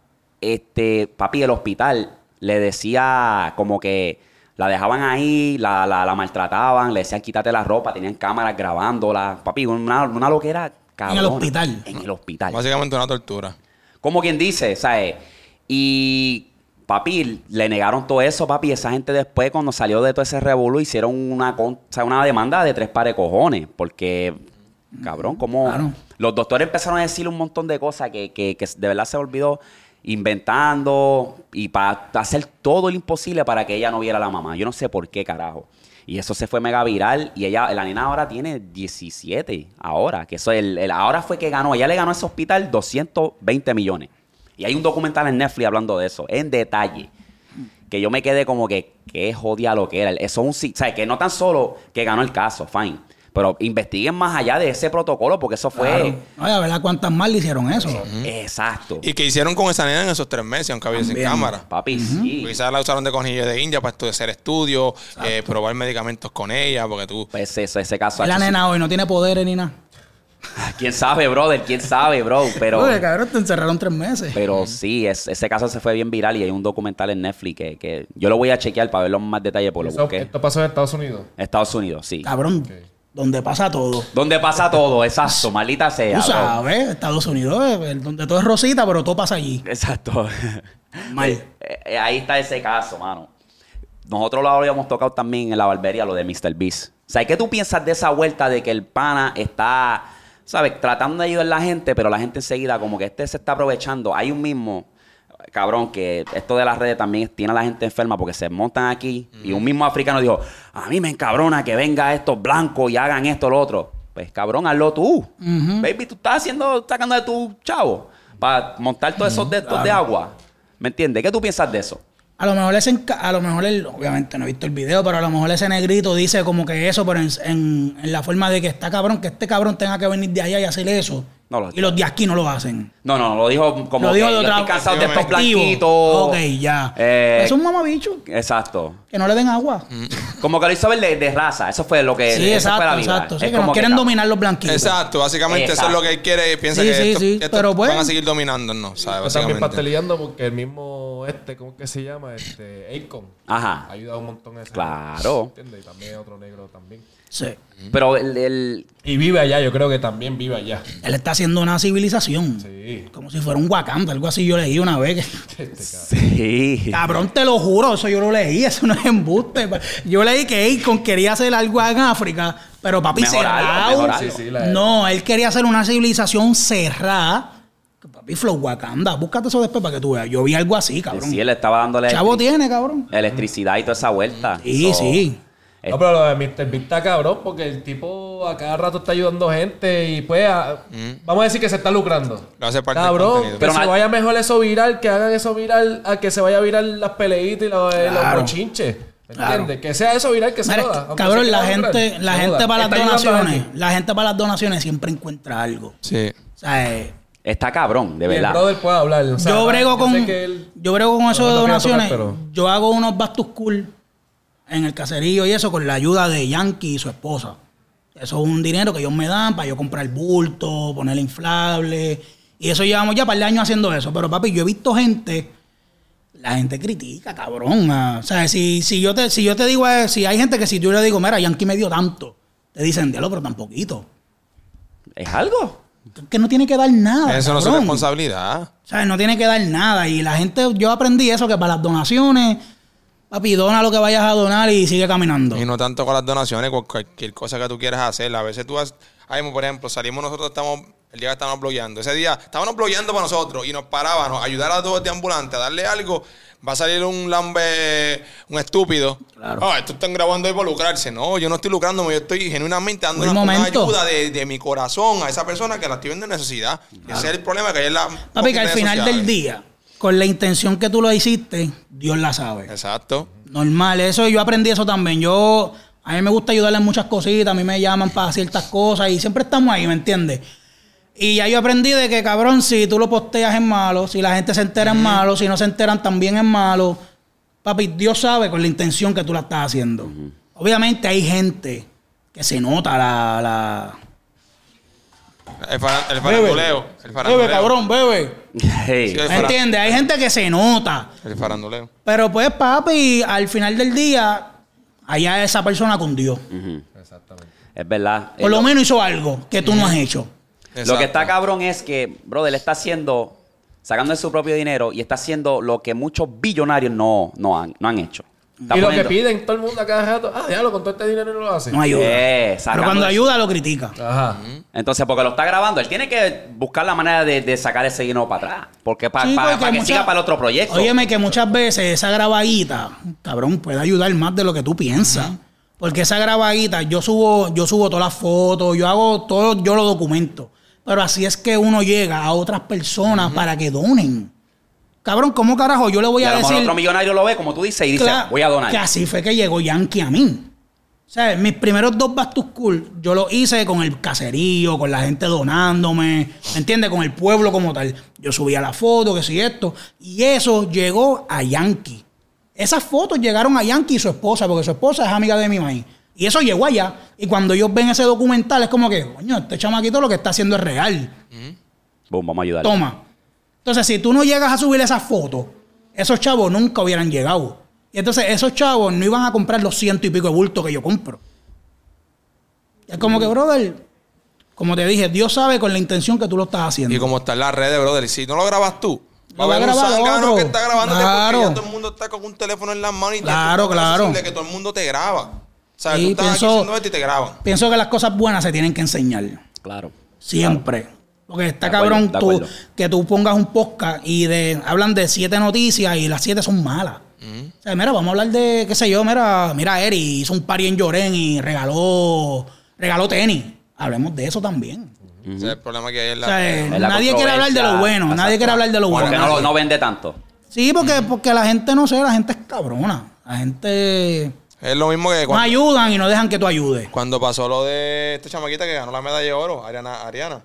papi, el hospital le decía como que la dejaban ahí, la maltrataban, le decían quítate la ropa, tenían cámaras grabándola. Papi, una loquera cabrona. En el hospital. En el hospital. Básicamente una tortura. Como quien dice, ¿sabes? Y papi, le negaron todo eso, papi. Esa gente después, cuando salió de todo ese revolú, hicieron una demanda de 3 pares de cojones. Porque, cabrón, como... Claro. Los doctores empezaron a decirle un montón de cosas que de verdad se olvidó, inventando y para hacer todo lo imposible para que ella no viera a la mamá. Yo no sé por qué, carajo. Y eso se fue mega viral. Y la nena ahora tiene 17 ahora. Que eso ahora fue que ganó. Ella le ganó a ese hospital 220 millones. Y hay un documental en Netflix hablando de eso, en detalle. Que yo me quedé como que, qué jodia lo que era. Eso es un... ¿Sabes? Que no tan solo que ganó el caso, fine. Pero investiguen más allá de ese protocolo porque eso fue... Claro. Oye, a ver cuántas más le hicieron eso. Exacto. ¿Y qué hicieron con esa nena en esos 3 meses, aunque había sin También. cámara? Papi, sí. Quizás la usaron de conejillo de India para hacer estudios, probar medicamentos con ella, porque tú... Pues ese caso... La hacho, nena hoy no tiene poderes ni nada. ¿Quién sabe, brother? ¿Quién sabe, bro? Pero... Oye, cabrón, te encerraron 3 meses. Pero sí, ese caso se fue bien viral y hay un documental en Netflix que yo lo voy a chequear para verlo en más detalle porque lo busqué. ¿Esto pasó en Estados Unidos? Estados Unidos, sí. Cabrón, Donde pasa todo. Donde pasa todo, exacto, maldita sea. Tú bro. sabes, Estados Unidos, donde todo es rosita, pero todo pasa allí. Exacto. Mal. Ahí está ese caso, mano. Nosotros lo habíamos tocado también en la barbería, lo de Mr. Beast. O sea, ¿qué tú piensas de esa vuelta de que el pana está, ¿sabes? Tratando de ayudar a la gente, pero la gente enseguida como que se está aprovechando. Hay un mismo, cabrón, que esto de las redes también tiene a la gente enferma porque se montan aquí y un mismo africano dijo, a mí me encabrona que venga estos blancos y hagan esto o lo otro. Pues, cabrón, hazlo tú. Baby, tú estás sacando de tu chavo para montar todos esos de estos de agua. ¿Me entiendes? ¿Qué tú piensas de eso? A lo mejor obviamente no he visto el video, pero a lo mejor ese negrito dice como que eso, pero en la forma de que está cabrón, que este cabrón tenga que venir de allá y hacer eso. No, y los de aquí no lo hacen. No, lo dijo como Lo dijo que de yo otra estoy cansado de estos perspectiva. blanquitos. Ok, ya. Es un mamabicho. Exacto. Que no le den agua. Como que lo hizo ver de raza. Eso fue lo que... Sí, esa fue la exacto, vibra. exacto. Sí, Es que como nos quieren que, dominar los blanquitos. Exacto, básicamente eso es lo que él quiere. Piensa Sí, que sí, sí, estos pero pues- van a seguir dominándonos, ¿sabes? Yo también Básicamente. pasteleando porque el mismo ¿cómo que se llama? Akon. Ajá. Ha ayudado un montón a ese. Claro. ¿Entiendes? Y también otro negro también. Sí. Pero el... Y vive allá, yo creo que también vive allá. Él está haciendo una civilización. Sí. Como si fuera un Wakanda, algo así yo leí una vez. Sí. Cabrón, te lo juro, eso yo lo leí, eso no es embuste. Yo leí que Akon quería hacer algo en África, pero papi, cerrado. Mejorarlo. Sí, No, él quería hacer una civilización cerrada. Papi, Flow Wakanda, búscate eso después para que tú veas. Yo vi algo así, cabrón. Sí, él estaba dándole Chavo tiene, cabrón. electricidad y toda esa vuelta. Sí, So, sí. No, pero lo de Mr. Beast está cabrón porque el tipo a cada rato está ayudando gente y pues vamos a decir que se está lucrando. Lo hace parte del Cabrón, contenido. que Pero se vaya mejor eso viral, que hagan eso viral a que se vaya viral las peleitas y los bochinches. ¿Me entiendes? Que sea eso viral, que se Mira, joda. Aunque cabrón, se la quiera lucrar, gente se joda. para las Está ayudando a donaciones, alguien. la gente para las donaciones siempre encuentra algo. Sí. O sea, Está cabrón, de Y el verdad. brother puede hablar. O sea, yo brego sé con que él- yo brego con eso no de lo quiero donaciones. tocar, pero- Yo hago unos back to school en el caserío y eso con la ayuda de Yankee y su esposa. Eso es un dinero que ellos me dan para yo comprar bulto, poner inflable. Y eso llevamos ya un par de años haciendo eso. Pero papi, yo he visto gente, la gente critica, cabrón. O sea, si yo te digo, si hay gente que si yo le digo, mira, Yankee me dio tanto, te dicen, diablo, pero tan poquito. ¿Es algo? Que no tiene que dar nada. Eso no es su cabrón. responsabilidad. ¿Sabes? No tiene que dar nada. Y la gente, yo aprendí eso, que para las donaciones, papi, dona lo que vayas a donar y sigue caminando. Y no tanto con las donaciones, con cualquier cosa que tú quieras hacer. A veces tú vas, por ejemplo, salimos nosotros, el día que estábamos blogueando. Ese día estábamos blogueando para nosotros y nos parábamos a ayudar a todos de ambulante, a darle algo. Va a salir un lambe, un estúpido. Claro. Estos están grabando y por lucrarse. No, yo no estoy lucrándome, yo estoy genuinamente dando Un una momento. ayuda de mi corazón a esa persona que la estoy viendo en necesidad. Ese es el problema que hay en la. Papi, que al redes final sociales. del día, con la intención que tú lo hiciste, Dios la sabe. Exacto. Normal, eso yo aprendí eso también. A mí me gusta ayudarle en muchas cositas, a mí me llaman para ciertas cosas y siempre estamos ahí, ¿me entiendes? Y ya yo aprendí de que, cabrón, si tú lo posteas es malo, si la gente se entera es malo, si no se enteran también es malo. Papi, Dios sabe con la intención que tú la estás haciendo. Obviamente hay gente que se nota El faranduleo. El faranduleo. Bebe, cabrón, bebe. Hey. Sí, ¿Me entiendes? Hay gente que se nota. El faranduleo. Pero pues, papi, al final del día, allá esa persona con Dios. Exactamente. Es verdad. Por lo menos hizo algo que tú no has hecho. Lo que está cabrón es que, brother, él está haciendo, sacando de su propio dinero y está haciendo lo que muchos billonarios no han hecho. Está Y lo que poniendo- piden todo el mundo a cada rato, diablo, con todo este dinero no lo hace. No ayuda. Pero sacando cuando eso. ayuda, lo critica. Ajá. Entonces, porque lo está grabando, él tiene que buscar la manera de sacar ese dinero para atrás. Porque Sí, para porque que mucha- siga para el otro proyecto. Óyeme, que muchas veces esa grabadita, cabrón, puede ayudar más de lo que tú piensas. Porque esa grabadita, yo subo todas las fotos, yo hago todo, yo lo documento. Pero así es que uno llega a otras personas para que donen. Cabrón, ¿cómo carajo yo le voy y a a lo mejor decir? otro millonario lo ve, como tú dices, y dice, Claro, voy a donar. que así fue que llegó Yankee a mí. O sea, mis primeros 2 Back to School, yo lo hice con el caserío, con la gente donándome, ¿me entiendes? Con el pueblo como tal. Yo subía la foto, que si esto. Y eso llegó a Yankee. Esas fotos llegaron a Yankee y su esposa, porque su esposa es amiga de mi maíz. Y eso llegó allá. Y cuando ellos ven ese documental, es como que, coño, este chamaquito lo que está haciendo es real. Boom, vamos a ayudar. Toma. Entonces, si tú no llegas a subir esas fotos, esos chavos nunca hubieran llegado. Y entonces esos chavos no iban a comprar los 100 y pico de bultos que yo compro. Es como que, brother, como te dije, Dios sabe con la intención que tú lo estás haciendo. Y como están las redes, brother, y si no lo grabas tú, Lo va a haber un grabar zángano otro. que está grabándote Claro. porque ya todo el mundo está con un teléfono en las manos y Claro, ya claro. de que todo el mundo te graba. O sea, Sí, tú estás aquí pienso- haciendo esto y te graban. Pienso que las cosas buenas se tienen que enseñar. Claro. Siempre. Porque está De acuerdo, cabrón de acuerdo. que tú pongas un podcast y hablan de 7 noticias y las 7 son malas. O sea, mira, vamos a hablar de, qué sé yo, mira, Eri hizo un party en Llorén y regaló tenis. Hablemos de eso también. Ese es el problema que hay en O la... sea, Es la nadie quiere hablar de lo bueno, controversia. nadie quiere hablar de lo Porque bueno. no vende tanto. Sí, porque la gente, no sé, la gente es cabrona. La gente Es lo mismo que no ayudan y no dejan que tú ayudes. cuando pasó lo de esta chamaquita que ganó la medalla de oro, Ariana.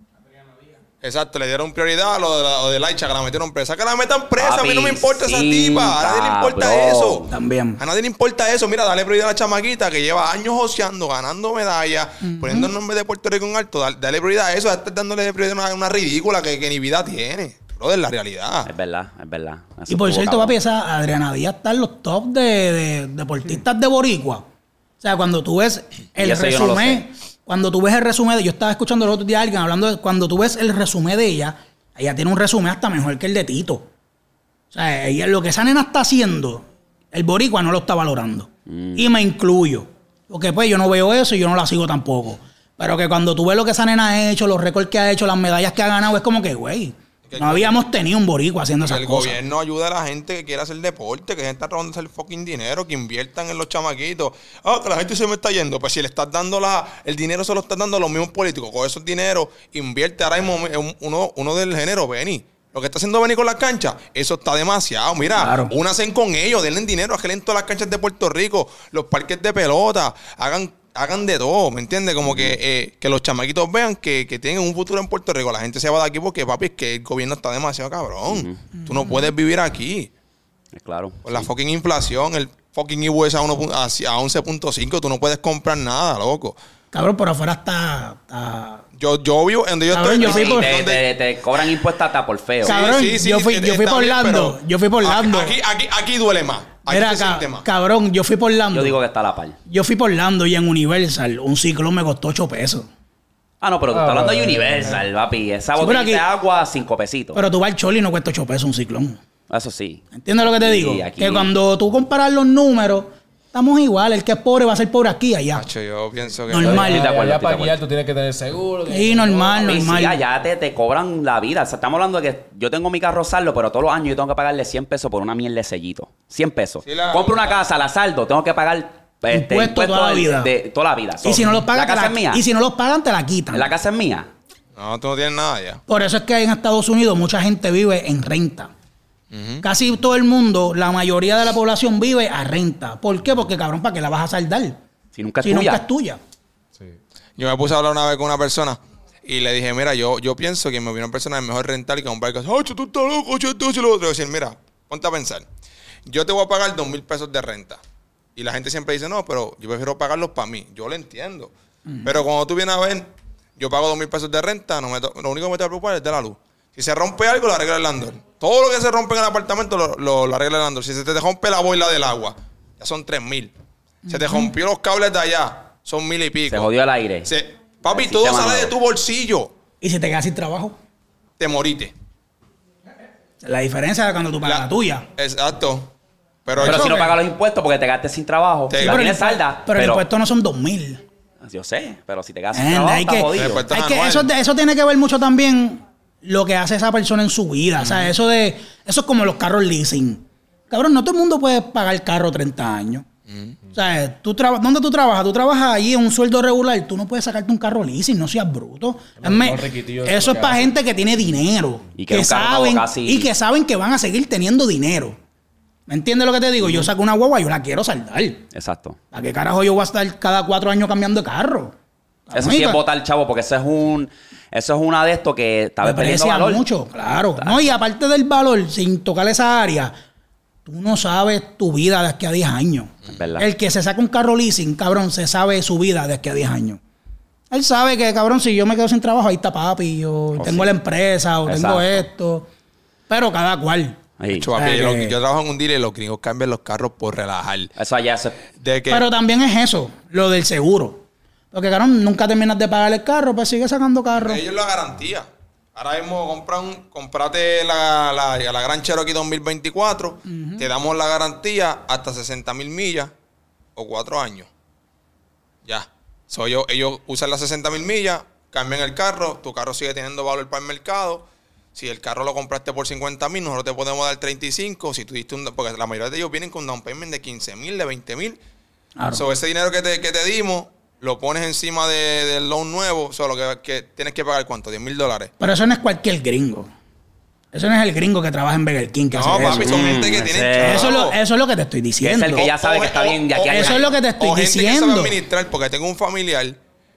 Exacto, le dieron prioridad a lo de Laicha, que la metieron presa. Que la metan presa, a mí no me importa esa Papi, tipa. A nadie le importa cabrón. eso. También. A nadie le importa eso. Mira, dale prioridad a la chamaquita que lleva años joseando, ganando medallas, poniendo el nombre de Puerto Rico en alto. Dale prioridad a eso. Estás dándole prioridad a una ridícula que ni vida tiene. Bro, es la realidad. Es verdad, es verdad. Eso Y por estuvo cierto, cabrón. papi, esa Adriana Díaz está en los top de deportistas de Boricua. O sea, cuando tú ves el Y eso yo no lo resumen, cuando tú ves el resumen, yo estaba escuchando el otro día a alguien hablando de cuando tú ves el resumen de ella tiene un resumen hasta mejor que el de Tito. O sea, ella, lo que esa nena está haciendo, el Boricua no lo está valorando. Y me incluyo. Porque pues yo no veo eso y yo no la sigo tampoco. Pero que cuando tú ves lo que esa nena ha hecho, los récords que ha hecho, las medallas que ha ganado, es como que, güey, no habíamos tenido un Boricua haciendo esas El cosas. gobierno ayuda a la gente que quiere hacer deporte, que está robándose el fucking dinero, que inviertan en los chamaquitos. Ah, que la gente se me está yendo. Pues si le estás dando el dinero, se lo estás dando a los mismos políticos. Con esos dineros, invierte ahora mismo uno del género, Benny. Lo que está haciendo Benny con las canchas, eso está demasiado. Mira, Claro. únanse con ellos, denle dinero, arreglen todas las canchas de Puerto Rico, los parques de pelota, hagan de todo, ¿me entiendes? Como que los chamaquitos vean que tienen un futuro en Puerto Rico. La gente se va de aquí porque, papi, es que el gobierno está demasiado cabrón. Tú no puedes vivir aquí. Claro. Con la fucking inflación, el fucking IBU es a 11.5, tú no puedes comprar nada, loco. Cabrón, por afuera está... Yo vivo donde yo Cabrón, estoy. yo fui Sí, por- te cobran impuestos hasta por feo. Cabrón, yo fui está por bien, Orlando, pero yo fui por Orlando. Aquí duele más. Aquí Mira, se siente más. cabrón, yo fui por Orlando. Yo digo que está a la par. Yo fui por Orlando y en Universal un ciclón me costó 8 pesos. Ah, no, pero tú estás hablando de Universal, papi. Esa Sí, pero botella aquí- de agua, 5 pesitos. Pero tú vas al Choli y no cuesta 8 pesos un ciclón. Eso sí. ¿Entiendes lo que te Sí, digo? aquí- Que cuando tú comparas los números, estamos igual. El que es pobre va a ser pobre aquí y allá. Macho, yo pienso que... Normal. Estoy de acuerdo, Ya estoy de para acuerdo. guiar tú tienes que tener seguro. Sí, normal, Papi, normal. sí, allá te cobran la vida. O sea, estamos hablando de que yo tengo mi carro saldo, pero todos los años yo tengo que pagarle 100 pesos por una mierda de sellito. 100 pesos. Sí, Compro una casa, la saldo, tengo que pagar Impuestos toda la vida. de toda la vida. Y si no los pagan, la casa es mía. y si no los pagan, te la quitan. La casa es mía. No, tú no tienes nada ya. Por eso es que en Estados Unidos mucha gente vive en renta. Casi todo el mundo, la mayoría de la población vive a renta. ¿Por qué? Porque, cabrón, ¿para qué la vas a saldar? Si nunca es Si tuya. nunca es tuya. Yo me puse a hablar una vez con una persona y le dije, mira, yo pienso que me viene una persona es mejor rentar que comprar casa. ¡Ay, tú estás loco! Yo esto y lo otro. Y decir, mira, ponte a pensar. Yo te voy a pagar 2,000 pesos de renta. Y la gente siempre dice, no, pero yo prefiero pagarlos para mí. Yo lo entiendo. Pero cuando tú vienes a ver, yo pago 2,000 pesos de renta, lo único que me te va a preocupar es de la luz. Si se rompe algo, lo arregla el landlord. Todo lo que se rompe en el apartamento lo arregla el landlord. Si se te rompe la boila del agua, ya son 3,000. Se te rompió los cables de allá, son 1,000 y pico. Se jodió el aire. Papi, El todo sistema sale de nuevo. tu bolsillo. Y si te quedas sin trabajo, Te moriste. la diferencia es cuando tú pagas la tuya. Exacto. Pero Pero eso si no que- pagas los impuestos porque te quedaste sin trabajo, Sí, la pero tienes salda. Pero el impuesto no son 2,000. Yo sé, pero si te quedas sin trabajo, Hay estás que, jodido. El impuesto es hay que- anual. eso tiene que ver mucho también lo que hace esa persona en su vida. O sea, eso es como los carros leasing. Cabrón, no todo el mundo puede pagar el carro 30 años. O sea, ¿dónde tú trabajas? Tú trabajas allí en un sueldo regular. Tú no puedes sacarte un carro leasing, no seas bruto. Eso es para gente que tiene dinero. Y que un carro nuevo saben, casi- y que saben que van a seguir teniendo dinero. ¿Me entiendes lo que te digo? Yo saco una guagua, yo la quiero saldar. Exacto. ¿Para qué carajo yo voy a estar cada 4 años cambiando de carro? Eso sí es votar, chavo, porque eso es una de estos que está perdiendo Deprecia valor. mucho, claro. No, y aparte del valor, sin tocar esa área, tú no sabes tu vida de aquí a 10 años. Es verdad. El que se saca un carro leasing, cabrón, se sabe su vida de aquí a 10 años. Él sabe que, cabrón, si yo me quedo sin trabajo, ahí está papi, o tengo sí. la empresa, o Exacto. tengo esto. Pero cada cual. Ahí. Pacho, papi, que- yo trabajo en un dealer y los gringos cambian los carros por relajar. Eso allá se... De que Pero también es eso, lo del seguro. Porque, cabrón, nunca terminas de pagar el carro, pues sigue sacando carro. Ellos la garantía. Ahora mismo comprate la Gran Cherokee 2024, te damos la garantía hasta 60,000 millas o 4 años. Ya. So, ellos usan las 60,000 millas, cambian el carro, tu carro sigue teniendo valor para el mercado. Si el carro lo compraste por 50,000, nosotros te podemos dar 35. Si tú diste porque la mayoría de ellos vienen con down payment de 15,000, de 20,000. Claro. So, ese dinero que te dimos, lo pones encima del loan nuevo, solo que tienes que pagar ¿cuánto? $10,000. Pero eso no es cualquier gringo. Eso no es el gringo que trabaja en Burger King que hace papi, eso. son gente que tiene... Eso es lo que te estoy diciendo. Es el que ya sabe que está bien de aquí a allá. Eso es lo que te estoy diciendo. Gente que sabe administrar, porque tengo un familiar,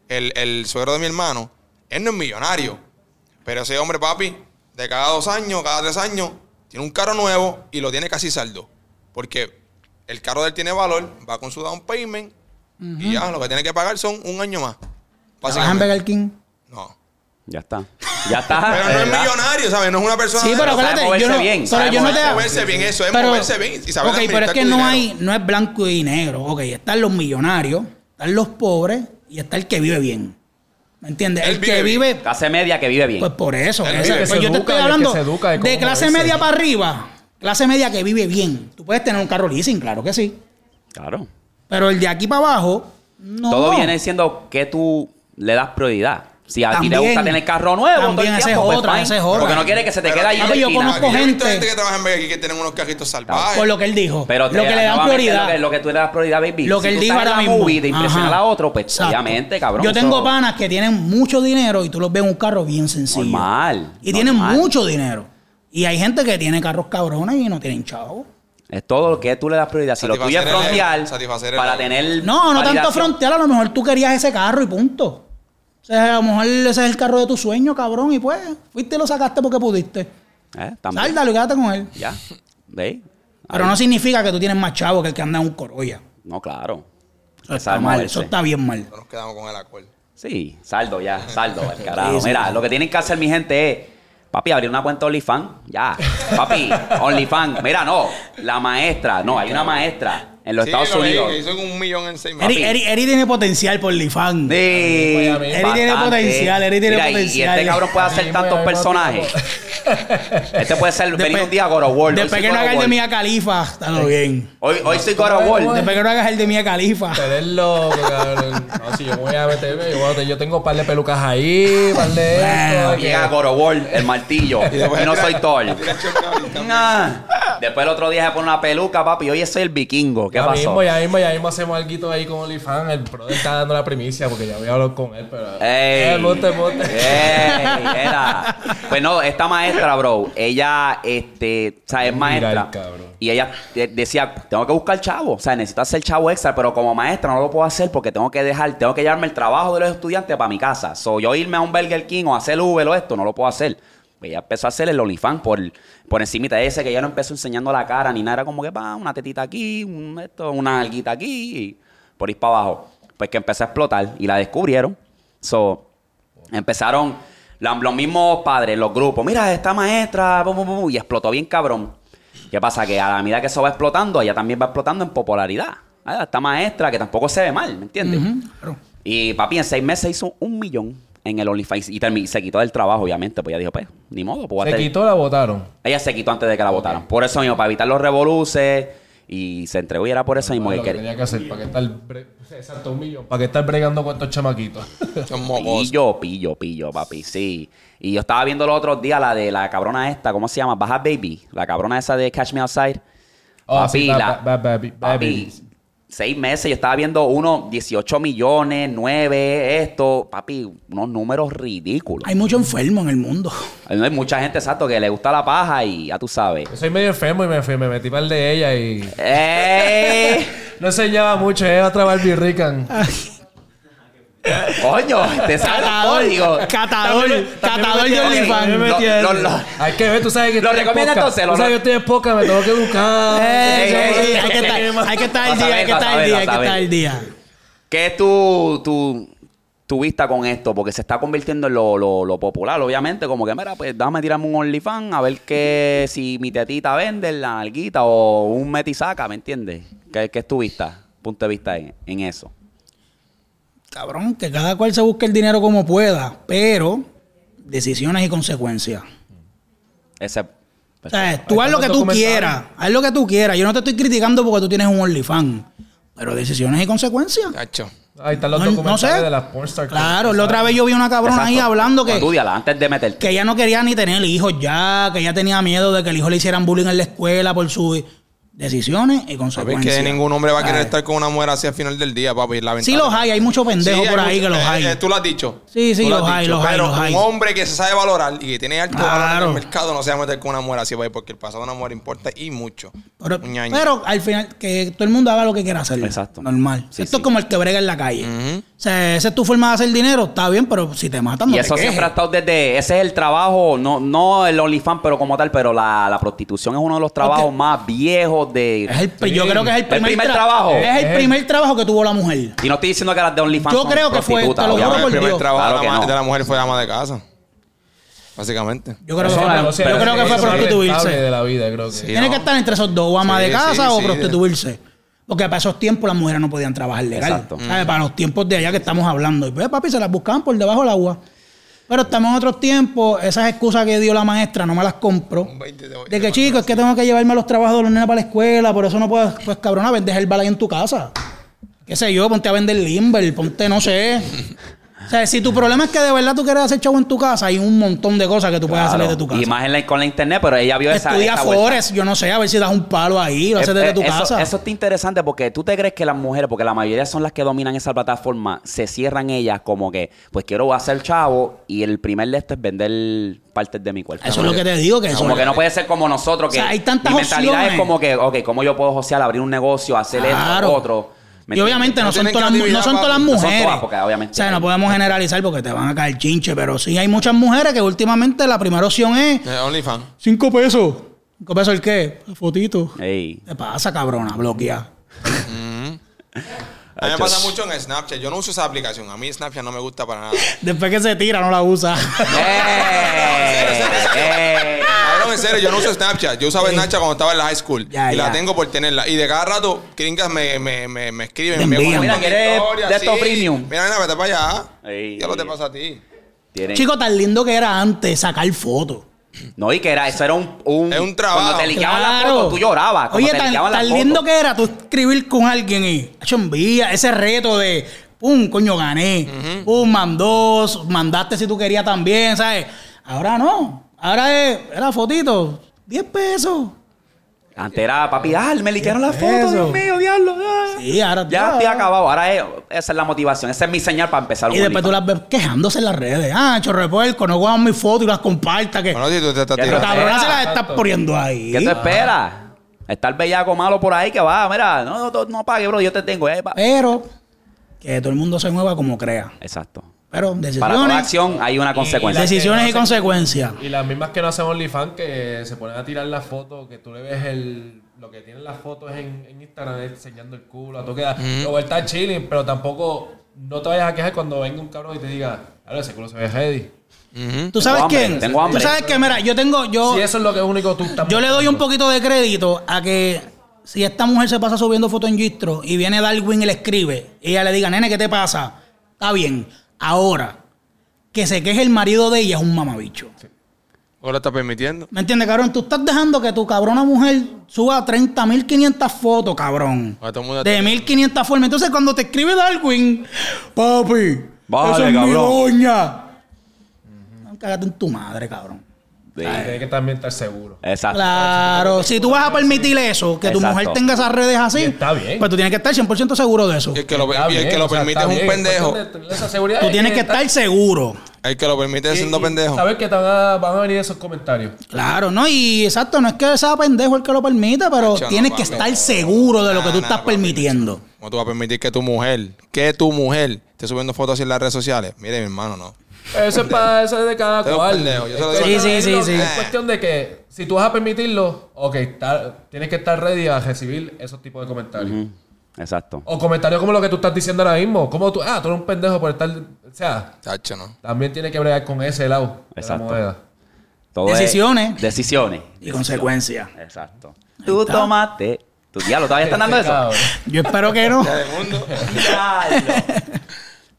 el suegro de mi hermano, él no es millonario, pero ese hombre, papi, de cada 2 años, cada 3 años, tiene un carro nuevo y lo tiene casi saldo. Porque el carro de él tiene valor, va con su down payment y ya lo que tiene que pagar son 1 año más. ¿Trabajas en Burger King? No. Ya está. Ya está. Pero no es millonario, ¿sabes? No es una persona... Sí, pero sabe moverse bien. Pero yo no te... moverse bien, eso es moverse bien y saber pero es que no es blanco y negro. Ok, están los millonarios, están los pobres y está el que vive bien. ¿Me entiendes? El que vive... Clase media que vive bien. Pues por eso. Pues yo te estoy hablando de clase media para arriba. Clase media que vive bien. Tú puedes tener un carro leasing, claro que sí. Claro. Pero el de aquí para abajo, no. Todo viene siendo que tú le das prioridad. Si a ti te gusta tener carro nuevo, también esa es otra. Porque no quiere que se te quede ahí en la yo conozco gente que trabaja en Burger King que tienen unos carritos salvajes. Por lo que él dijo. Pero lo que le dan prioridad. Lo que tú le das prioridad, baby. Lo que si él tú dijo estás en ahora la mismo. movie de impresionar a otro, pues Exacto. obviamente, cabrón. Yo tengo panas que tienen mucho dinero y tú los ves en un carro bien sencillo. Normal. Y tienen mucho dinero. Y hay gente que tiene carros cabrones y no tienen chavo. Es todo lo que tú le das prioridad. Si lo tuyo es frontear para tener... No tanto frontear. A lo mejor tú querías ese carro y punto. O sea, a lo mejor ese es el carro de tu sueño, cabrón. Y pues, fuiste y lo sacaste porque pudiste. Sáldalo y quédate con él. Ya. ¿Veis? Pero no significa que tú tienes más chavo que el que anda en un Corolla. No, claro. Eso está mal. Eso está bien mal. Nos quedamos con el acuerdo. Sí, saldo ya. Saldo, el carajo. Mira, lo que tienen que hacer mi gente es... Papi, abrir una cuenta OnlyFans. Ya. Papi, OnlyFans. Mira, no. La maestra. No, hay una maestra en los Estados Unidos. Hizo 1 millón en 6 meses. Eri tiene potencial por OnlyFans. Sí. Eri tiene potencial. Y este cabrón puede hacer tantos personajes. Este puede ser venir un día a God of War. Después que no hagas el de Mia Khalifa, está bien. Hoy soy God of War. Después que no hagas el de Mia Khalifa. Te eres loco, cabrón. No, si yo me voy a meterme, yo tengo un par de pelucas ahí, par de esto. Llega God of War, el martillo. Y no soy Thor. Después el otro día se pone una peluca, papi. Hoy soy el vikingo. ¿Qué pasó? Ya mismo hacemos algo ahí con OnlyFans. El brother está dando la primicia porque ya voy a hablar con él, pero... Monte. Era. Pues no, esta maestra, bro, ella, o sea, es maestra. Y ella decía, tengo que buscar chavo. O sea, necesito hacer chavo extra, pero como maestra no lo puedo hacer porque tengo que llevarme el trabajo de los estudiantes para mi casa. So, yo irme a un Burger King o hacer Uber o esto, no lo puedo hacer. Ella empezó a hacer el OnlyFans por encimita de ese, que ella no empezó enseñando la cara ni nada. Era como que, una tetita aquí, una alguita aquí, y por ir para abajo. Pues que empezó a explotar y la descubrieron. So, empezaron los mismos padres, los grupos. Mira, esta maestra, y explotó bien cabrón. ¿Qué pasa? Que a la medida que eso va explotando, ella también va explotando en popularidad. Esta maestra que tampoco se ve mal, ¿me entiendes? Claro. Y papi, en 6 meses hizo 1 millón en el OnlyFans y se quitó del trabajo, obviamente. Pues ella dijo, pues, ni modo. Pues, ¿Se quitó o la votaron? Ella se quitó antes de que la votaran. Por eso mismo, para evitar los revoluces. Y se entregó y era por eso mismo que tenía que hacer. ¿Para qué estar... Exacto, 1 millón. ¿Para qué estar bregando con estos chamaquitos? Son mocos. Pillo, papi, sí. Y yo estaba viendo los otros días la de la cabrona esta, ¿cómo se llama? Baja Baby. La cabrona esa de Catch Me Outside. Papi, sí, Baby. 6 meses, yo estaba viendo 18 millones, 9, esto. Papi, unos números ridículos. Hay mucho enfermo en el mundo. Hay mucha gente, exacto, que le gusta la paja y ya tú sabes. Yo soy medio enfermo y me metí para el de ella y... No enseñaba mucho, otra Barbie Rican. Coño, te sale el código. Catador de OnlyFans. Hay que ver, tú sabes que... Lo recomiendo entonces. Tú sabes que yo estoy en poca, me tengo que educar. Hay que estar al día. ¿Qué es tu vista con esto? Porque se está convirtiendo en lo popular, obviamente. Como que, mira, pues déjame tirarme un OnlyFans a ver si mi tetita vende la nalguita o un metisaca, ¿me entiendes? ¿Qué es tu vista? Punto de vista en eso. Cabrón, que cada cual se busque el dinero como pueda, pero decisiones y consecuencias. Ese... O sea, tú haz lo que tú quieras. Haz lo que tú quieras. Yo no te estoy criticando porque tú tienes un OnlyFans. Pero decisiones y consecuencias. Chacho. Ahí están los documentales de las pornstar. Claro, la otra vez yo vi una cabrona ahí hablando que... Estudiala antes de meterte. Que ella no quería ni tener hijos ya, que ella tenía miedo de que el hijo le hicieran bullying en la escuela por sus decisiones y consecuencias. Es que ningún hombre va a querer estar con una mujer así al final del día, papi. Sí los hay muchos pendejos por ahí que los hay. Tú lo has dicho. Sí, los hay. Pero un hombre que se sabe valorar y que tiene alto valor en el mercado no se va a meter con una mujer así, papi, porque el pasado de una mujer importa y mucho. Pero al final, que todo el mundo haga lo que quiera hacer. Exacto. Normal. Sí, Esto es como el que brega en la calle. O sea, esa es tu forma de hacer dinero, está bien, pero si te matan, no y te eso quejes. siempre ha estado desde... Ese es el trabajo, no el OnlyFans, pero como tal, pero la prostitución es uno de los trabajos más viejos de... Yo creo que es el primer trabajo. Es el primer trabajo que tuvo la mujer. Y no estoy diciendo que las de OnlyFans Yo son creo que fue, prostitutas, te lo juro obviamente. por El primer Dios. trabajo Claro que de no. la mujer fue ama de casa. Básicamente. Yo creo que fue prostituirse. De la vida, creo que. Sí, Tiene que estar entre esos dos, o ama de casa o prostituirse. Sí. Porque para esos tiempos las mujeres no podían trabajar legal. Exacto. ¿Sabes? Para los tiempos de allá que estamos hablando. Y pues, papi, se las buscaban por debajo del agua. Pero estamos en otros tiempos. Esas excusas que dio la maestra no me las compro. De que, chicos, es que tengo que llevarme a los trabajos de los nenes para la escuela. Por eso no puedo, pues, cabrona, vendes el balay en tu casa. Qué sé yo, ponte a vender limber, ponte, no sé. O sea, si tu problema es que de verdad tú quieres hacer chavo en tu casa, hay un montón de cosas que tú puedes hacer desde tu casa. Y más con la internet, pero ella vio Estudia esa Forest, yo no sé, a ver si das un palo ahí, lo haces desde tu casa. Eso está interesante porque tú te crees que las mujeres, porque la mayoría son las que dominan esa plataforma, se cierran ellas como que, pues quiero hacer chavo y el primer de esto es vender partes de mi cuerpo. Eso es lo que te digo. Que como que no puede ser como nosotros, que o sea, hay tantas mi mentalidad opciones. es como que, ok, ¿cómo yo puedo josear, abrir un negocio, hacer esto, otro? Y obviamente no son todas las mujeres. Porque obviamente, o sea, no podemos generalizar porque te van a caer chinche. Pero sí hay muchas mujeres que últimamente la primera opción es... OnlyFans. 5 pesos. ¿5 pesos el qué? Fotito. Ey. ¿Qué pasa, cabrona? Bloquea. A mí me pasa mucho en Snapchat. Yo no uso esa aplicación. A mí Snapchat no me gusta para nada. Después que se tira, no la usa. En serio, yo no uso Snapchat. Yo usaba Snapchat cuando estaba en la high school. Y la tengo por tenerla. Y de cada rato, gringas me escriben. Mira, ¿quieres de estos premium? Mira, vete para allá. Ey. ¿Qué lo te pasa a ti? Chico, tan lindo que era antes sacar fotos. No, y que eso era un es un trabajo. Cuando te liqueaban las fotos, tú llorabas. Oye, tan lindo que era tú escribir con alguien y envía ese reto de pum, coño, gané. Pum, mandaste si tú querías también, ¿sabes? Ahora no. Ahora era fotito, 10 pesos. Antes era, papi, me liquearon las fotos, Dios mío, diablo. Sí, ahora ya estoy acabado. Ahora esa es la motivación. Esa es mi señal para empezar. Y después tú las ves quejándose en las redes. Chorre puerco, no guardan mis fotos y las comparta. Que... Bueno, si tú te estás Pero tirando. cabrona se las estás poniendo ahí. ¿Qué tú esperas? Está el bellaco malo por ahí que va, mira, no pague, bro, yo te tengo. Pero que todo el mundo se mueva como crea. Exacto. Pero decisiones. Para toda acción hay una consecuencia. Decisiones y consecuencias. Y las mismas que no hacen OnlyFans que se ponen a tirar las fotos, que tú le ves lo que tienen las fotos en Instagram enseñando el culo, a todo queda. Luego está chilling, pero tampoco no te vayas a quejar cuando venga un cabrón y te diga, ese culo se ve heavy. ¿Tú sabes quién? Tengo hambre. Tú sabes que, mira, yo si eso es lo que único tú estás yo le doy un poquito de crédito a que si esta mujer se pasa subiendo fotos en Gistro y viene Darwin y le escribe, y ella le diga, nene, ¿qué te pasa? Está bien. Ahora, que se queje el marido de ella es un mamabicho. Sí. ¿O lo estás permitiendo? ¿Me entiendes, cabrón? Tú estás dejando que tu cabrona mujer suba 30.500 fotos, cabrón. De 1.500 formas. Entonces, cuando te escribe Darwin, papi, vale, esa es cabrón. mi doña. Cágate en tu madre, cabrón. Sí. Tienes que también estar seguro. Exacto. Claro, si tú vas a permitir eso, que tu mujer tenga esas redes así, está bien. Pues tú tienes que estar 100% seguro de eso. Y el que lo permite es un pendejo. Tú tienes que estar seguro. El que lo permite es siendo pendejo. Sabes que van a venir esos comentarios. Claro, ¿no? Y exacto, no es que sea pendejo el que lo permite, pero tienes que estar seguro de lo que tú estás permitiendo. ¿Cómo tú vas a permitir que tu mujer esté subiendo fotos así en las redes sociales? Mire, mi hermano, no. Eso es de cada cual. Sí. Es cuestión de que si tú vas a permitirlo, tienes que estar ready a recibir esos tipos de comentarios. Exacto. O comentarios como lo que tú estás diciendo ahora mismo. Como tú eres un pendejo por estar... O sea, Tacho, no. También tienes que bregar con ese lado de la moneda. Todo decisiones. Y consecuencias. Exacto. Tú tomaste... Tu diablo, ¿todavía están dando eso? Yo espero que no. Del mundo.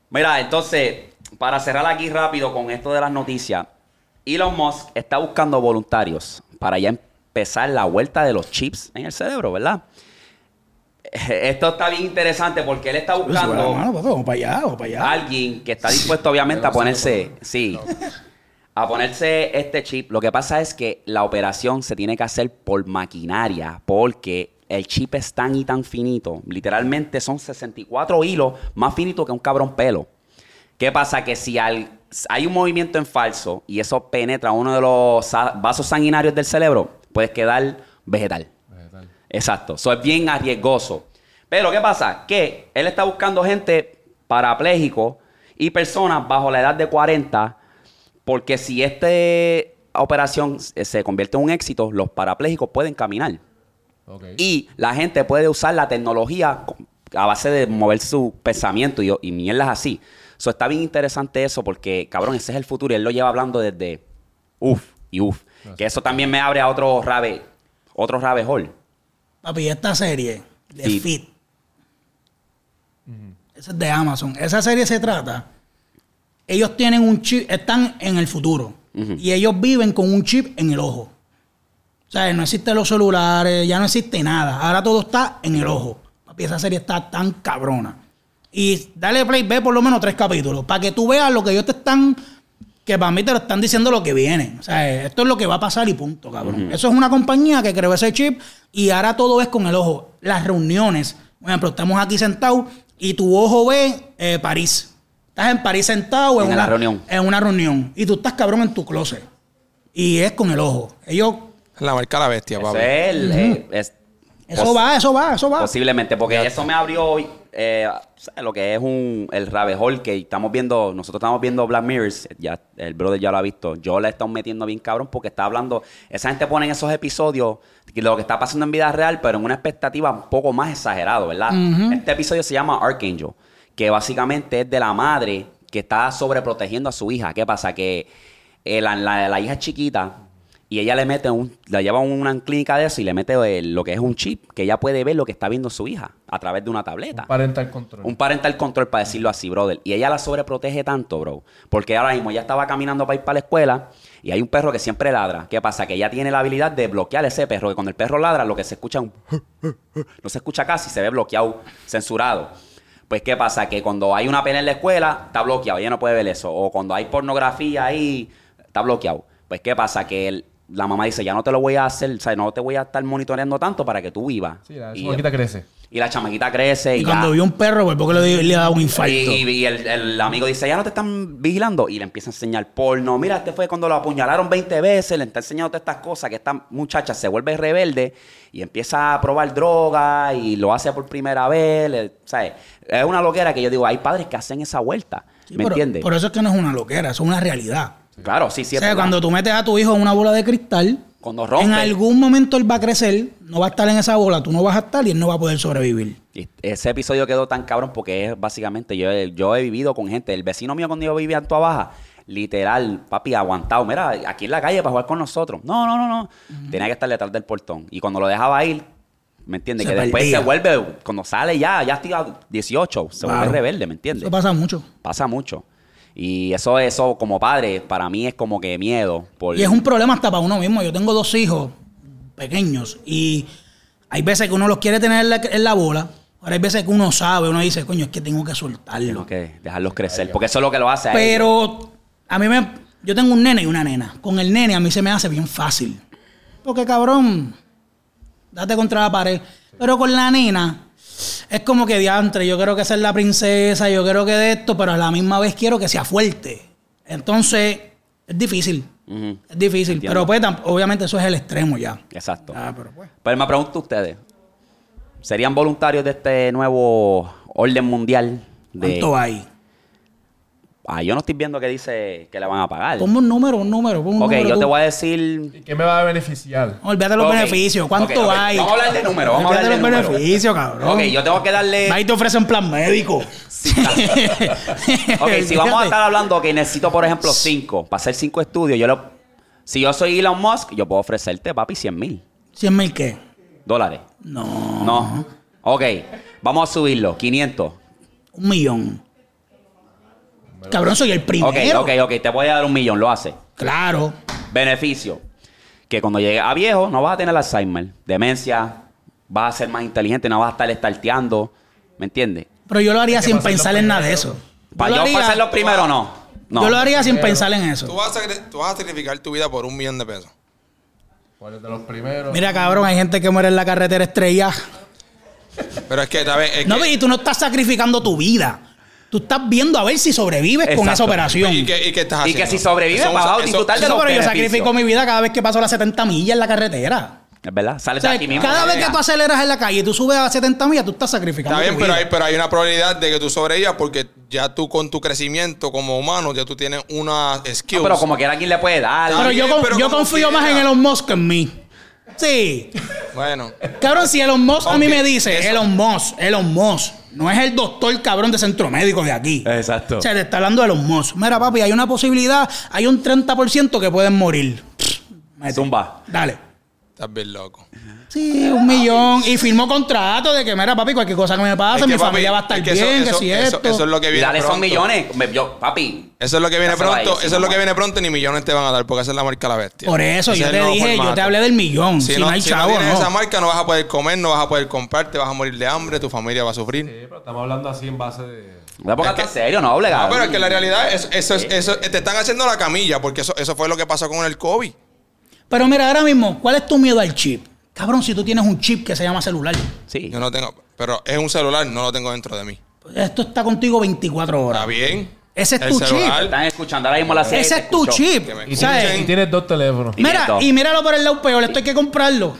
Mira, entonces, para cerrar aquí rápido con esto de las noticias, Elon Musk está buscando voluntarios para ya empezar la vuelta de los chips en el cerebro, ¿verdad? Esto está bien interesante porque él está buscando Vamos para allá, vamos para allá. alguien que está dispuesto, obviamente, a ponerse, a ponerse este chip. Lo que pasa es que la operación se tiene que hacer por maquinaria porque el chip es tan y tan finito. Literalmente son 64 hilos más finitos que un cabrón pelo. ¿Qué pasa? Que si hay un movimiento en falso y eso penetra uno de los vasos sanguinarios del cerebro, puedes quedar vegetal. Exacto. Eso es bien arriesgoso. Pero ¿qué pasa? Que él está buscando gente parapléjico y personas bajo la edad de 40, porque si esta operación se convierte en un éxito, los parapléjicos pueden caminar. Okay. Y la gente puede usar la tecnología a base de mover su pensamiento y mierdas así. Eso está bien interesante eso porque, cabrón, ese es el futuro. Y él lo lleva hablando desde Que eso también me abre a otro rabbit hole. Papi, esta serie de Sí. Fit, esa es de Amazon. Esa serie se trata, ellos tienen un chip, están en el futuro. Y ellos viven con un chip en el ojo. O sea, no existen los celulares, ya no existe nada. Ahora todo está en el ojo. Papi, esa serie está tan cabrona. Y dale play, ve por lo menos 3 capítulos, para que tú veas lo que ellos te están... Que para mí te lo están diciendo lo que viene. O sea, esto es lo que va a pasar y punto, cabrón. Eso es una compañía que creó ese chip y ahora todo es con el ojo. Las reuniones. Por ejemplo, estamos aquí sentados y tu ojo ve París. Estás en París sentado En la reunión. En una reunión. Y tú estás, cabrón, en tu closet. Y es con el ojo. Ellos... La marca la bestia, papi. Eso va. Posiblemente, porque eso me abrió hoy lo que es el rabbit hole que nosotros estamos viendo Black Mirrors, ya el brother ya lo ha visto. Yo le he estado metiendo bien cabrón porque está hablando, esa gente pone en esos episodios de lo que está pasando en vida real, pero en una expectativa un poco más exagerado, ¿verdad? Este episodio se llama Archangel, que básicamente es de la madre que está sobreprotegiendo a su hija. ¿Qué pasa? Que la hija es chiquita y ella la lleva a una clínica de eso y le mete lo que es un chip, que ella puede ver lo que está viendo su hija a través de una tableta. Un parental control. Un parental control, para decirlo así, brother. Y ella la sobreprotege tanto, bro. Porque ahora mismo ella estaba caminando para ir para la escuela y hay un perro que siempre ladra. ¿Qué pasa? Que ella tiene la habilidad de bloquear ese perro. Que cuando el perro ladra, lo que se escucha no se escucha casi, se ve bloqueado, censurado. Pues, ¿qué pasa? Que cuando hay una pelea en la escuela, está bloqueado. Ella no puede ver eso. O cuando hay pornografía ahí, está bloqueado. Pues, ¿qué pasa? Que la mamá dice, ya no te lo voy a hacer, o sea, no te voy a estar monitoreando tanto para que tú vivas. Sí, la chamaquita crece. Y la chamaquita crece Y cuando vio un perro, pues porque le da un infarto. Y el amigo dice, ya no te están vigilando. Y le empieza a enseñar porno. Mira, este fue cuando lo apuñalaron 20 veces. Le está enseñando todas estas cosas. Que esta muchacha se vuelve rebelde y empieza a probar droga y lo hace por primera vez. ¿Sabes? Es una loquera que yo digo, hay padres que hacen esa vuelta. Sí, ¿Me entiendes? Por eso es que no es una loquera, eso es una realidad. Claro, sí, sí. O sea, cuando tú metes a tu hijo en una bola de cristal, cuando rompe, en algún momento él va a crecer, no va a estar en esa bola, tú no vas a estar y él no va a poder sobrevivir. Y ese episodio quedó tan cabrón porque es básicamente, yo he vivido con gente, el vecino mío cuando yo vivía en Toa Baja, literal, papi, aguantado, mira, aquí en la calle para jugar con nosotros. No. Tenía que estar detrás del portón. Y cuando lo dejaba ir, ¿me entiendes? Se Que después perdía. se vuelve, cuando sale ya estoy a 18, se vuelve rebelde, ¿me entiendes? Eso pasa mucho. Pasa mucho. Y eso como padre, para mí es como que miedo. Y es un problema hasta para uno mismo. Yo tengo 2 hijos pequeños y hay veces que uno los quiere tener en la bola. Ahora hay veces que uno sabe, uno dice, coño, es que tengo que soltarlo. Tengo que dejarlos crecer, porque eso es lo que lo hace a ellos. Pero a mí yo tengo un nene y una nena. Con el nene a mí se me hace bien fácil. Porque, cabrón, date contra la pared. Pero con la nena es como que diantre, yo quiero que sea la princesa, yo quiero que de esto, pero a la misma vez quiero que sea fuerte. Entonces, es difícil. Es difícil. Entiendo. Pero pues, obviamente eso es el extremo ya. Exacto. Pero pues. Pero me pregunto a ustedes, ¿serían voluntarios de este nuevo orden mundial? ¿Cuánto hay? Yo no estoy viendo que dice que le van a pagar. Ponme un número, pon un Ok, número yo tú. te voy a decir... ¿Y qué me va a beneficiar? Olvídate los Ok. beneficios. ¿Cuánto Ok, hay? Vamos a hablar de números. Vamos a hablar Olvídate de los números. beneficios, cabrón. Ok, yo tengo que darle... Ahí te ofrecen plan médico. Ok, si vamos a estar hablando que necesito, por ejemplo, 5, para hacer 5 estudios, si yo soy Elon Musk, yo puedo ofrecerte, papi, $100,000. ¿100,000 qué? No. Ok, vamos a subirlo, 500. 1 millón. Cabrón, soy el primero. Ok. Te voy a dar 1 millón. Lo hace. Claro. Beneficio. Que cuando llegues a viejo no vas a tener Alzheimer, demencia, vas a ser más inteligente, no vas a estar estarteando. ¿Me entiendes? Pero yo lo haría sin pensar en nada de eso. Para yo pasar los primeros, no. Yo lo haría sin pensar en eso. Tú vas a sacrificar tu vida por $1 millón. ¿Cuál es de los primeros? Mira, cabrón, hay gente que muere en la carretera estrella. Pero es que, ¿sabes? No, y tú no estás sacrificando tu vida. Tú estás viendo a ver si sobrevives con Exacto. esa operación. ¿Y qué estás haciendo? Y que si sobrevives vas a disfrutar de No, los pero yo beneficios. sacrifico mi vida cada vez que paso las 70 millas en la carretera. Es verdad. Sales O sea, de aquí mismo. cada vez que tú aceleras en la calle y tú subes a 70 millas, tú estás sacrificando Está bien, tu vida. pero hay una probabilidad de que tú sobrevivas porque ya tú con tu crecimiento como humano, ya tú tienes una skills. No, pero como quiera alguien le puede dar. Pero bien, pero yo como confío más en quiera. Elon Musk que en mí. Sí. Bueno. Cabrón, si Elon Musk a mí Ok, me dice, eso. Elon Musk, no es el doctor cabrón de centro médico de aquí. Exacto. O sea, te está hablando de Elon Musk. Mira, papi, hay una posibilidad, hay un 30% que pueden morir. Mete. Zumba. Dale. Estás bien loco. Sí, $1 millón. Y firmó contrato de que, mira, papi, cualquier cosa que me pase, Es que, mi papi, familia va a estar es que bien, que eso, si eso, esto. eso es lo que Y viene dale pronto. esos millones. Papi. Eso es lo que viene Dáselo a pronto. ellos, Eso sí, es lo que mamá. viene pronto, ni millones te van a dar, porque esa es la marca de la bestia. Por eso, Ese yo es te el nuevo dije, yo formato. te hablé del millón. Si no hay si chavo, no tienes no. esa marca, no vas a poder comer, no vas a poder comprar, te vas a morir de hambre, tu familia va a sufrir. Sí, pero estamos hablando así en base de... No te pongas tan serio, no, obligado. No, pero es que la realidad, eso, te están haciendo la camilla, porque eso fue lo que pasó con el COVID. Pero mira, ahora mismo, ¿cuál es tu miedo al chip? Cabrón, si tú tienes un chip que se llama celular. Sí. Yo no tengo, pero es un celular, no lo tengo dentro de mí. Esto está contigo 24 horas. Está bien. Ese es El tu celular. chip. Están escuchando ahora mismo la serie. Ese te es tu escuchó. chip. Que me Y ¿Sabes? tienes, y tienes 2 teléfonos. Y Mira, esto. y míralo por el lado peor, esto hay que comprarlo.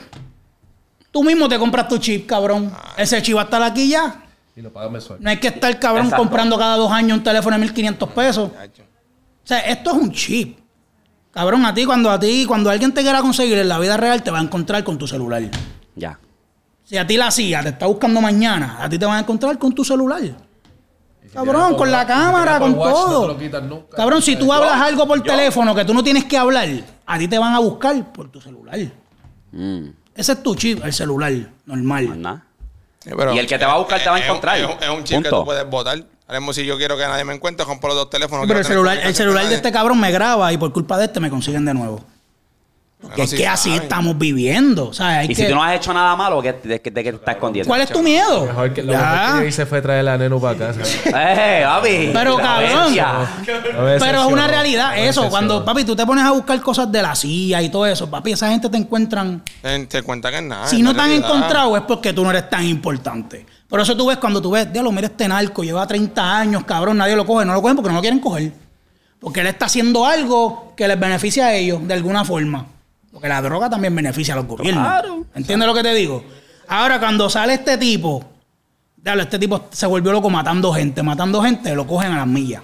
Tú mismo te compras tu chip, cabrón. Ese chip va a estar aquí ya. Y lo pagas mensual. No hay que estar, cabrón, Exacto. comprando cada 2 años un teléfono de 1.500 pesos. O sea, esto es un chip. Cabrón, cuando alguien te quiera conseguir en la vida real, te va a encontrar con tu celular. Ya. Si a ti la CIA te está buscando mañana, a ti te van a encontrar con tu celular. Cabrón, con la cámara, con todo. No te lo quitas nunca. Cabrón, si tú hablas algo por teléfono que tú no tienes que hablar, a ti te van a buscar por tu celular. Ese es tu chip, el celular, normal. Más nada. Sí, pero Y el que te va a buscar te va a encontrar. Es un chip que Punto. tú puedes votar. Ahora mismo, si yo quiero que nadie me encuentre, compro los 2 teléfonos. Pero quiero el tener celular comunicación con de este nadie. cabrón me graba y por culpa de este me consiguen de nuevo. Porque Bueno, es sí que así saben. estamos viviendo. O sea, hay Y que... si tú no has hecho nada malo, ¿de qué te estás escondiendo? ¿Cuál es tu miedo? Lo mejor que Ya. yo hice fue traer a Nenu para acá. ¿sabes? Papi! Pero, La cabrón. bestia. Pero es una realidad Me eso. decepcionó. Cuando, papi, tú te pones a buscar cosas de la CIA y todo eso, papi, esa gente te encuentran... Te cuenta que es nada. Si es no la te han realidad. encontrado es porque tú no eres tan importante. Por eso tú ves, cuando tú ves, diablo, mira este narco, lleva 30 años, cabrón, nadie lo coge. No lo cogen porque no lo quieren coger. Porque él está haciendo algo que les beneficia a ellos de alguna forma. Porque la droga también beneficia a los gobiernos. Claro. ¿Entiendes lo que te digo? Ahora, cuando sale este tipo, diablo, este tipo se volvió loco matando gente, lo cogen a las millas.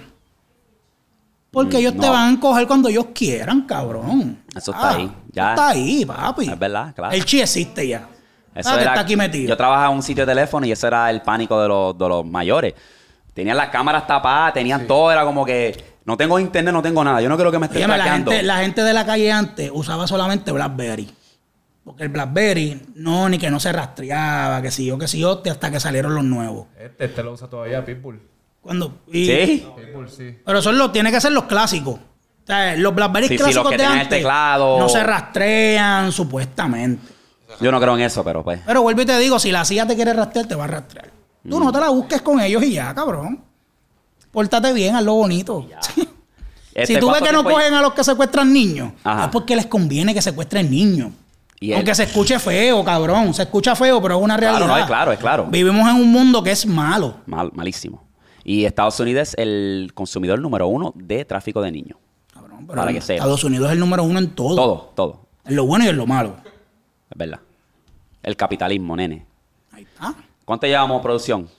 Porque ellos te no. van a coger cuando ellos quieran, cabrón. Eso está ahí, ya. Está ahí, papi. Es verdad, claro. El chi existe ya. Eso Que era- está aquí metido. Yo trabajaba en un sitio de teléfono y eso era el pánico de los mayores. Tenían las cámaras tapadas, tenían todo, era como que no tengo internet, no tengo nada. Yo no quiero que me estén Óyeme, traqueando. la gente de la calle antes usaba solamente BlackBerry. Porque el BlackBerry, ni que no se rastreaba, que sí yo, hasta que salieron los nuevos. Este lo usa todavía Pitbull. ¿Sí? Pitbull, sí. Pero tiene que ser los clásicos. O sea, los BlackBerry Sí, sí, clásicos los que de tenían el antes teclado. no se rastrean, supuestamente. Yo no creo en eso, pero pues. Pero vuelvo y te digo, si la CIA te quiere rastrear, te va a rastrear. Tú no te la busques con ellos y ya, cabrón. Pórtate bien, hazlo bonito. Si tú ves ¿cuánto que no tiempo- cogen a los que secuestran niños, Ajá. es porque les conviene que secuestren niños. Y Aunque él- se escuche feo, cabrón. Se escucha feo, pero es una Claro, realidad. no, es claro. Vivimos en un mundo que es malo. Malísimo. Y Estados Unidos es el consumidor número 1 de tráfico de niños. Cabrón, pero Para que sepa. Estados Unidos es el número 1 en todo. Todo. En lo bueno y en lo malo. Es verdad. El capitalismo, nene. Ahí está. ¿Cuánto llevamos producción?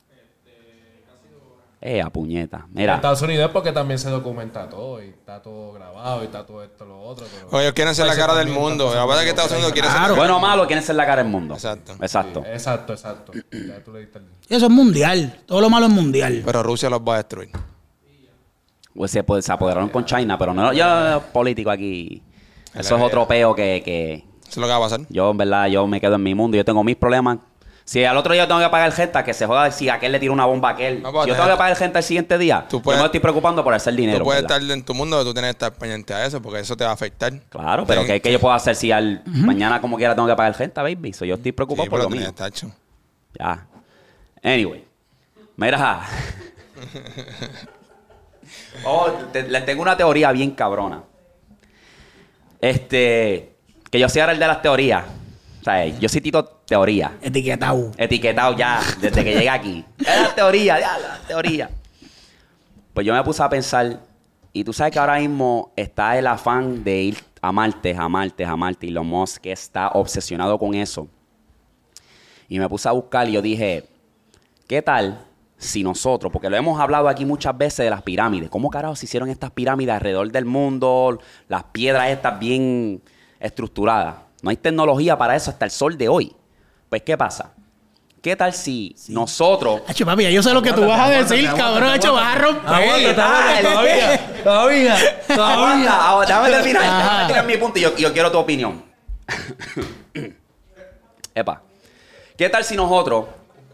A puñeta. En Mira. Estados Unidos porque también se documenta todo y está todo grabado y está todo esto, lo otro. Pero Oye, ellos quieren ser la Países cara del también mundo. están La verdad es que pasando Estados Unidos por quiere ahí. ser Claro. Bueno o malo, quieren ser la cara del mundo. Exacto. Exacto. Exacto. Ya tú le diste el... Y eso es mundial. Todo lo malo es mundial. Pero Rusia los va a destruir. Pues se apoderaron con China, pero no, yo político aquí. Eso es otro peo que Eso es lo que va a pasar. yo, en verdad, yo me quedo en mi mundo. Yo tengo mis problemas. Si al otro día tengo que pagar renta, que se joda si aquel le tira una bomba a aquel. No, Si yo tengo que pagar renta el siguiente día, yo me estoy preocupando por hacer dinero. Tú puedes ¿verdad? estar en tu mundo, tú tienes que estar pendiente a eso, porque eso te va a afectar. Claro, pero ¿qué yo puedo hacer si mañana como quiera tengo que pagar renta, baby? So, yo estoy preocupado Sí, por pero lo mío. tienes tacho. Ya. Anyway. Mira. Les tengo una teoría bien cabrona. Que yo soy ahora el de las teorías. O sea, yo sí tito teoría. Etiquetado ya, desde que llegué aquí. Es la teoría. Pues yo me puse a pensar, y tú sabes que ahora mismo está el afán de ir a Marte. Y Elon Musk que está obsesionado con eso. Y me puse a buscar y yo dije, ¿qué tal si nosotros, porque lo hemos hablado aquí muchas veces de las pirámides, ¿cómo carajo se hicieron estas pirámides alrededor del mundo? Las piedras estas bien estructuradas. No hay tecnología para eso hasta el sol de hoy. Pues, ¿qué pasa? ¿Qué tal si nosotros... Hacho, papi, yo sé lo que tú vas a decir, cabrón. Hacho, vas a romper. Todavía. Déjame terminar mi punto y yo quiero tu opinión. Epa. ¿Qué tal si nosotros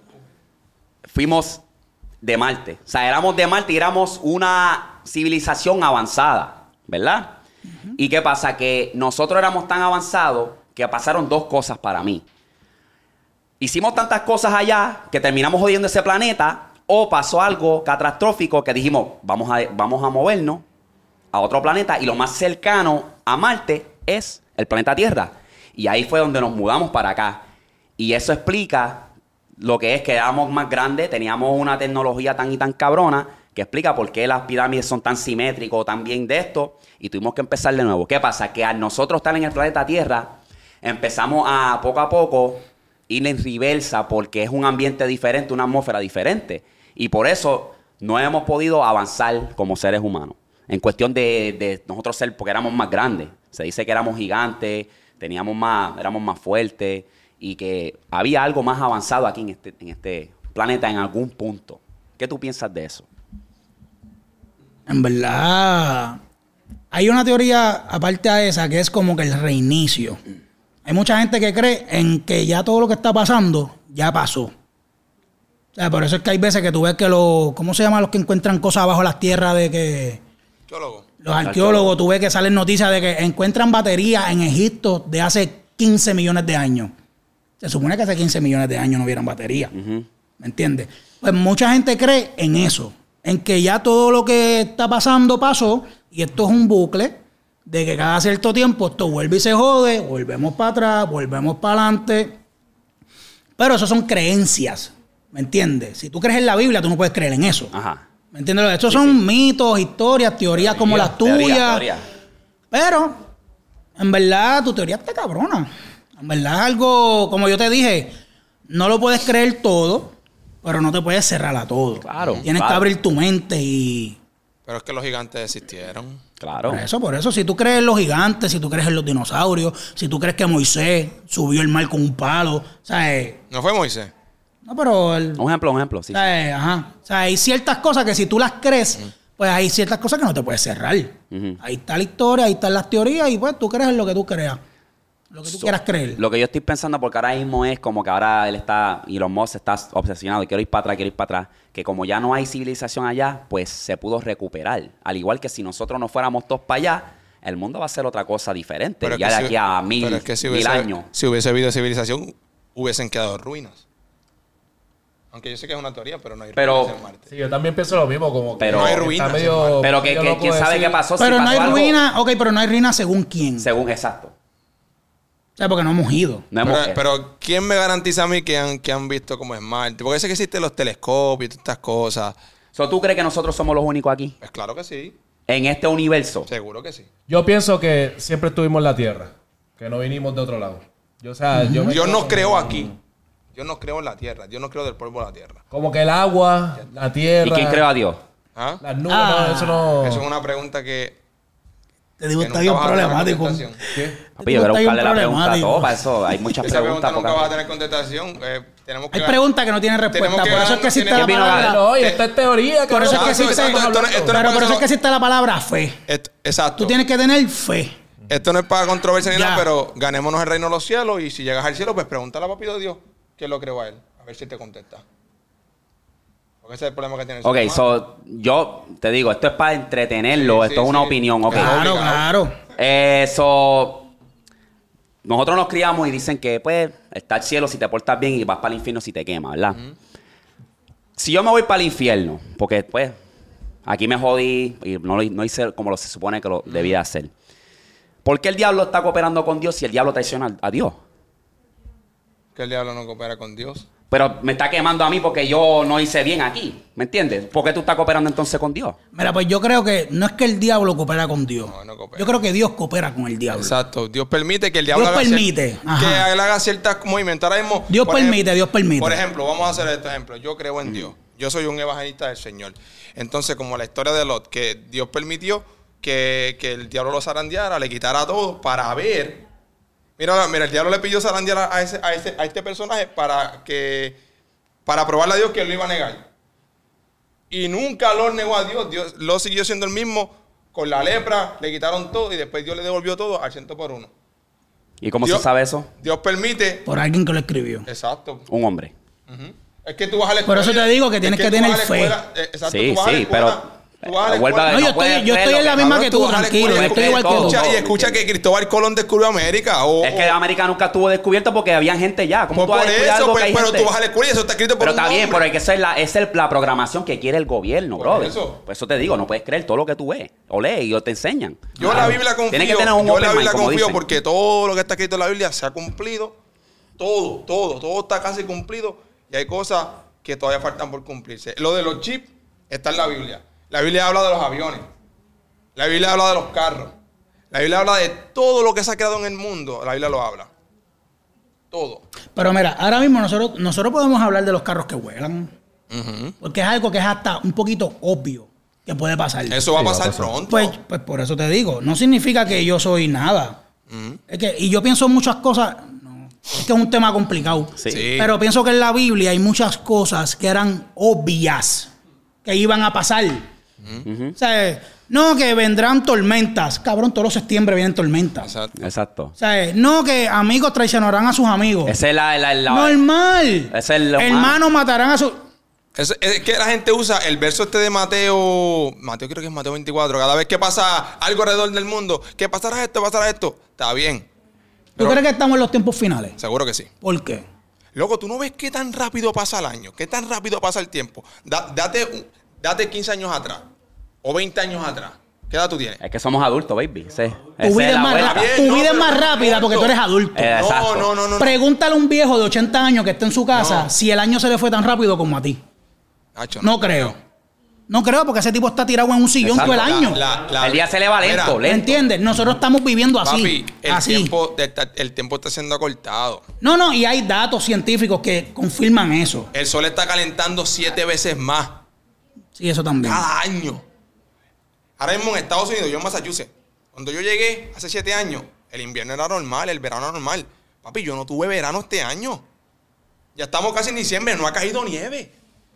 fuimos de Marte? O sea, éramos de Marte y éramos una civilización avanzada, ¿verdad? ¿Y qué pasa? Que nosotros éramos tan avanzados que pasaron dos cosas para mí. Hicimos tantas cosas allá que terminamos jodiendo ese planeta, o pasó algo catastrófico que dijimos, vamos a movernos a otro planeta, y lo más cercano a Marte es el planeta Tierra. Y ahí fue donde nos mudamos para acá. Y eso explica lo que es que éramos más grandes, teníamos una tecnología tan y tan cabrona, que explica por qué las pirámides son tan simétricos, tan bien de esto, y tuvimos que empezar de nuevo. ¿Qué pasa? Que al nosotros estar en el planeta Tierra, empezamos a poco ir en reversa, porque es un ambiente diferente, una atmósfera diferente. Y por eso no hemos podido avanzar como seres humanos. En cuestión de nosotros ser, porque éramos más grandes. Se dice que éramos gigantes, éramos más fuertes, y que había algo más avanzado aquí en este planeta en algún punto. ¿Qué tú piensas de eso? En verdad, hay una teoría aparte a esa que es como que el reinicio. Hay mucha gente que cree en que ya todo lo que está pasando ya pasó. O sea, por eso es que hay veces que tú ves que ¿cómo se llaman los que encuentran cosas bajo las tierras de que... Los arqueólogos, tú ves que salen noticias de que encuentran baterías en Egipto de hace 15 millones de años. Se supone que hace 15 millones de años no hubieran baterías. ¿Me entiendes? Pues mucha gente cree en eso. En que ya todo lo que está pasando pasó. Y esto es un bucle de que cada cierto tiempo esto vuelve y se jode. Volvemos para atrás, volvemos para adelante. Pero eso son creencias. ¿Me entiendes? Si tú crees en la Biblia, tú no puedes creer en eso. Ajá. ¿Me entiendes? Estos son mitos, historias, teorías como las tuyas. Teoría. Pero, en verdad, tu teoría está cabrona. En verdad es algo, como yo te dije, no lo puedes creer todo, pero no te puedes cerrar a todo. Claro. Tienes que abrir tu mente y... Pero es que los gigantes existieron. Claro. Por eso, si tú crees en los gigantes, si tú crees en los dinosaurios, si tú crees que Moisés subió el mar con un palo, ¿sabes? ¿No fue Moisés? No, pero... Un ejemplo, sí. Ajá. O sea, hay ciertas cosas que si tú las crees, pues hay ciertas cosas que no te puedes cerrar. Ahí está la historia, ahí están las teorías y pues tú crees en lo que tú creas. Lo que tú quieras creer. Lo que yo estoy pensando, porque ahora mismo es como que ahora Elon Musk está obsesionado, quiero ir para atrás, que como ya no hay civilización allá, pues se pudo recuperar. Al igual que si nosotros no fuéramos todos para allá, el mundo va a ser otra cosa diferente. Pero ya de aquí a mil años. Si hubiese habido civilización, hubiesen quedado ruinas. Aunque yo sé que es una teoría, pero no hay ruinas en Marte. Sí, yo también pienso lo mismo, como que no hay ruinas. Pero ¿quién sabe qué pasó? Pero si no hay pasó ruinas, pero no hay ruinas según quién. Exacto. O sea, porque no hemos ido. Pero ¿quién me garantiza a mí que han visto cómo es Marte? Porque sé que existen los telescopios y todas estas cosas. ¿Tú crees que nosotros somos los únicos aquí? Pues claro que sí. ¿En este universo? Seguro que sí. Yo pienso que siempre estuvimos en la Tierra. Que no vinimos de otro lado. Dios no creo aquí. Yo no creo en la Tierra. Yo no creo del polvo de la Tierra. Como que el agua, la tierra... ¿Y quién creó a Dios? ¿Ah? Las nubes, no, eso no... Eso es una pregunta que... Te digo, está bien problemático. ¿Qué? Papi, yo quiero buscarle la pregunta a todo. Para eso hay muchas esa preguntas. Nunca va a tener contestación. Hay preguntas que no tienen respuesta. Por eso es que existe la palabra... No, y esta es teoría. Por eso es que existe... Pero por eso es que existe la palabra fe. Exacto. Tú tienes que tener fe. Esto no es para controversia ni nada, pero ganémonos el reino de los cielos y si llegas al cielo, pues pregúntale a papi de Dios. quién lo creó a él. A ver si te contesta. Porque ese es el problema que tiene el Ok, ser humano. so, yo te digo, esto es para entretenerlo, Sí, esto sí, es una sí. opinión, ok. Claro, obligado. claro. Nosotros nos criamos y dicen que, pues, está el cielo si te portas bien y vas para el infierno si te quemas, ¿verdad? Si yo me voy para el infierno, porque, pues, aquí me jodí y no hice como se supone que lo debía hacer. ¿Por qué el diablo está cooperando con Dios si el diablo traiciona a Dios? Que el diablo no coopera con Dios. Pero me está quemando a mí porque yo no hice bien aquí, ¿me entiendes? ¿Por qué tú estás cooperando entonces con Dios? Mira, pues yo creo que no es que el diablo coopera con Dios. No coopera. Yo creo que Dios coopera con el diablo. Exacto. Dios permite que el diablo Dios haga permite, que ajá. él haga ciertos movimientos. Ahora mismo, Dios por permite, ejemplo- Dios permite. Por ejemplo, vamos a hacer este ejemplo. Yo creo en Dios. Yo soy un evangelista del Señor. Entonces, como la historia de Lot, que Dios permitió que el diablo lo zarandeara, le quitara todo para ver. Mira, el diablo le pidió zarandear a este personaje para probarle a Dios que él lo iba a negar. Y nunca Lot negó a Dios. Lot siguió siendo el mismo. Con la lepra le quitaron todo y después Dios le devolvió todo al 100%. ¿Y cómo Dios- se sabe eso? Dios permite. Por alguien que lo escribió. Exacto. Un hombre. Ujú. Es que tú vas a la Por escuela. eso te digo que es tienes que tú tener vas a la fe. escuela, exacto, Sí, tú vas a la sí, escuela, pero tú vas a la vuelve a escuela. ver, No, no puedes yo estoy en la creerlo, misma Cabrón, que tú, vas a la tranquilo. escuela Yo y estoy igual que todo. tú. escucha, escucha que Cristóbal Colón descubrió América. Es que América nunca estuvo descubierto porque había gente ya. ¿Cómo Pues tú vas a por descubrir eso, algo que hay pero gente? tú vas a la escuela y eso está escrito por Pero un está bien, hombre. pero esa es la programación que quiere el gobierno, Por brother. eso. Por eso te digo, no puedes creer todo lo que tú ves o lees y te enseñan. Yo en la Biblia confío. Tienes que tener un Yo en open la mind, Biblia como confío dicen. porque todo lo que está escrito en la Biblia se ha cumplido. Todo está casi cumplido. Y hay cosas que todavía faltan por cumplirse. Lo de los chips está en la Biblia. La Biblia habla de los aviones. La Biblia habla de los carros. La Biblia habla de todo lo que se ha creado en el mundo. La Biblia lo habla. Todo. Pero mira, ahora mismo nosotros podemos hablar de los carros que vuelan. Porque es algo que es hasta un poquito obvio que puede pasar. Eso va a pasar pronto. Pues por eso te digo, no significa que yo soy nada. Es que, y yo pienso muchas cosas, no, es que es un tema complicado. Sí. Sí. Pero pienso que en la Biblia hay muchas cosas que eran obvias, que iban a pasar. O sea, no que vendrán tormentas. Cabrón, todos los septiembre vienen tormentas. Exacto. Exacto. O sea, no que amigos traicionarán a sus amigos. Esa es la Normal. Ese es lo Hermanos matarán a sus... Es que la gente usa el verso este de Mateo creo que es Mateo 24. Cada vez que pasa algo alrededor del mundo, que pasará esto. Está bien. ¿Tú Pero crees que estamos en los tiempos finales? seguro que sí. ¿Por qué? Loco, ¿tú no ves qué tan rápido pasa el año? ¿Qué tan rápido pasa el tiempo? Date 15 años atrás o 20 años atrás. ¿Qué edad tú tienes? Es que somos adultos, baby. Tu vida es más rápida. Bien, Tu no, vida es pero más no rápida importa. porque tú eres adulto. Exacto. No. Pregúntale a un viejo de 80 años que está en su casa No. si el año se le fue tan rápido como a ti. Nacho, No creo. No creo porque ese tipo está tirado en un sillón Exacto. todo el año. El día se le va lento, Mira, ¿Me entiendes? Nosotros estamos viviendo así. Papi, así. el tiempo está siendo acortado. No, y hay datos científicos que confirman eso. El sol está calentando 7 veces más Sí, eso también. cada año. Ahora mismo en Estados Unidos, yo en Massachusetts, cuando yo llegué hace 7 años, el invierno era normal, el verano era normal. Papi, yo no tuve verano este año. Ya estamos casi en diciembre, no ha caído nieve.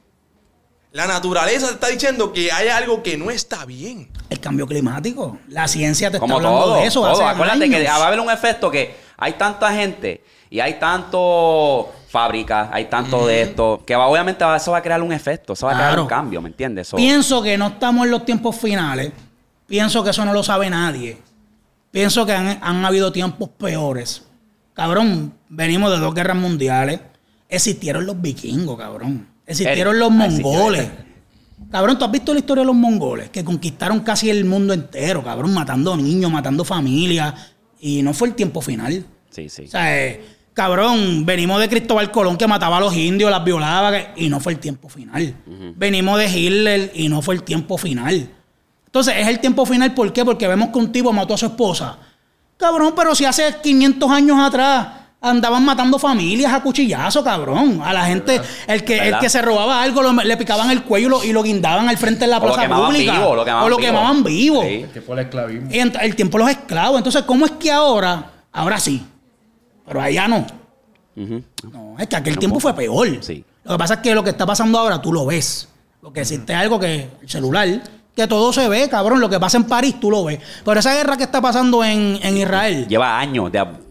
La naturaleza te está diciendo que hay algo que no está bien. El cambio climático. La ciencia te está Como hablando todo, de eso. todo. hace Acuérdate que años. va a haber un efecto que hay tanta gente y hay tanto fábricas, hay tanto de esto, que obviamente eso va a crear un efecto, eso va a crear Claro. un cambio, ¿me entiendes? So, Pienso que no estamos en los tiempos finales. Pienso que eso no lo sabe nadie. Pienso que han habido tiempos peores. Cabrón, venimos de 2 guerras mundiales. Existieron los vikingos, cabrón. Existieron los mongoles. Cabrón, ¿tú has visto la historia de los mongoles? Que conquistaron casi el mundo entero, cabrón, matando niños, matando familias. Y no fue el tiempo final. Sí, sí. O sea, cabrón, venimos de Cristóbal Colón que mataba a los indios, las violaba, y no fue el tiempo final. Venimos de Hitler y no fue el tiempo final. Entonces, es el tiempo final, ¿por qué? Porque vemos que un tipo mató a su esposa. Cabrón, pero si hace 500 años atrás andaban matando familias a cuchillazo, cabrón. A la gente, el que se robaba algo, le picaban el cuello y lo guindaban al frente de la O lo plaza quemaban pública. vivo, O lo quemaban vivo. Sí. El tiempo del esclavismo. Y el tiempo de los esclavos. Entonces, ¿cómo es que ahora sí? Pero allá no. No, es que aquel tiempo fue peor. Sí. Lo que pasa es que lo que está pasando ahora tú lo ves. Porque existe algo que el celular, que todo se ve, cabrón. Lo que pasa en París tú lo ves. Pero esa guerra que está pasando en Israel. Lleva años,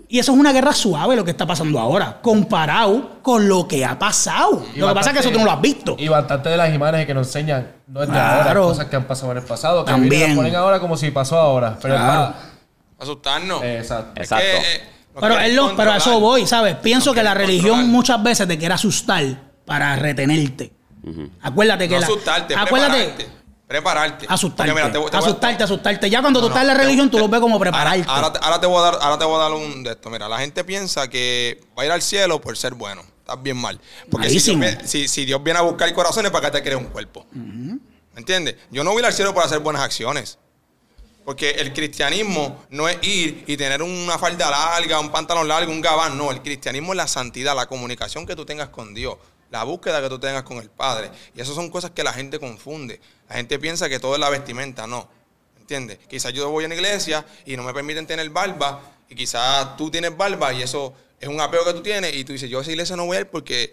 Y eso es una guerra suave lo que está pasando ahora, comparado con lo que ha pasado. Y lo que pasa es que eso tú no lo has visto. Y bastante de las imágenes que nos enseñan no es de Claro. ahora, cosas que han pasado en el pasado, que También. las ponen ahora como si pasó ahora. Pero Claro. Asustarnos. Exacto. Es Exacto. nos Pero, quieren pero a eso controlar. voy, ¿sabes? Pienso Nos que la quieren religión controlar. muchas veces te quiere asustar para retenerte. Acuérdate que No asustarte, prepararte. Asustarte, Porque mira, te voy a- asustarte. Ya cuando tú estás en la te- religión, tú te- lo ves como prepararte. Ahora te voy a dar un de esto. Mira, la gente piensa que va a ir al cielo por ser bueno. Estás bien mal. Porque Malísimo. si Dios viene a buscar corazones, ¿para qué te crea un cuerpo? ¿Me entiendes? Yo no voy a ir al cielo para hacer buenas acciones. Porque el cristianismo no es ir y tener una falda larga, un pantalón largo, un gabán. No, el cristianismo es la santidad, la comunicación que tú tengas con Dios, la búsqueda que tú tengas con el Padre. Y esas son cosas que la gente confunde. La gente piensa que todo es la vestimenta. No. ¿Entiendes? Quizás yo voy a una iglesia y no me permiten tener barba. Y quizás tú tienes barba y eso es un apego que tú tienes. Y tú dices, yo a esa iglesia no voy a ir porque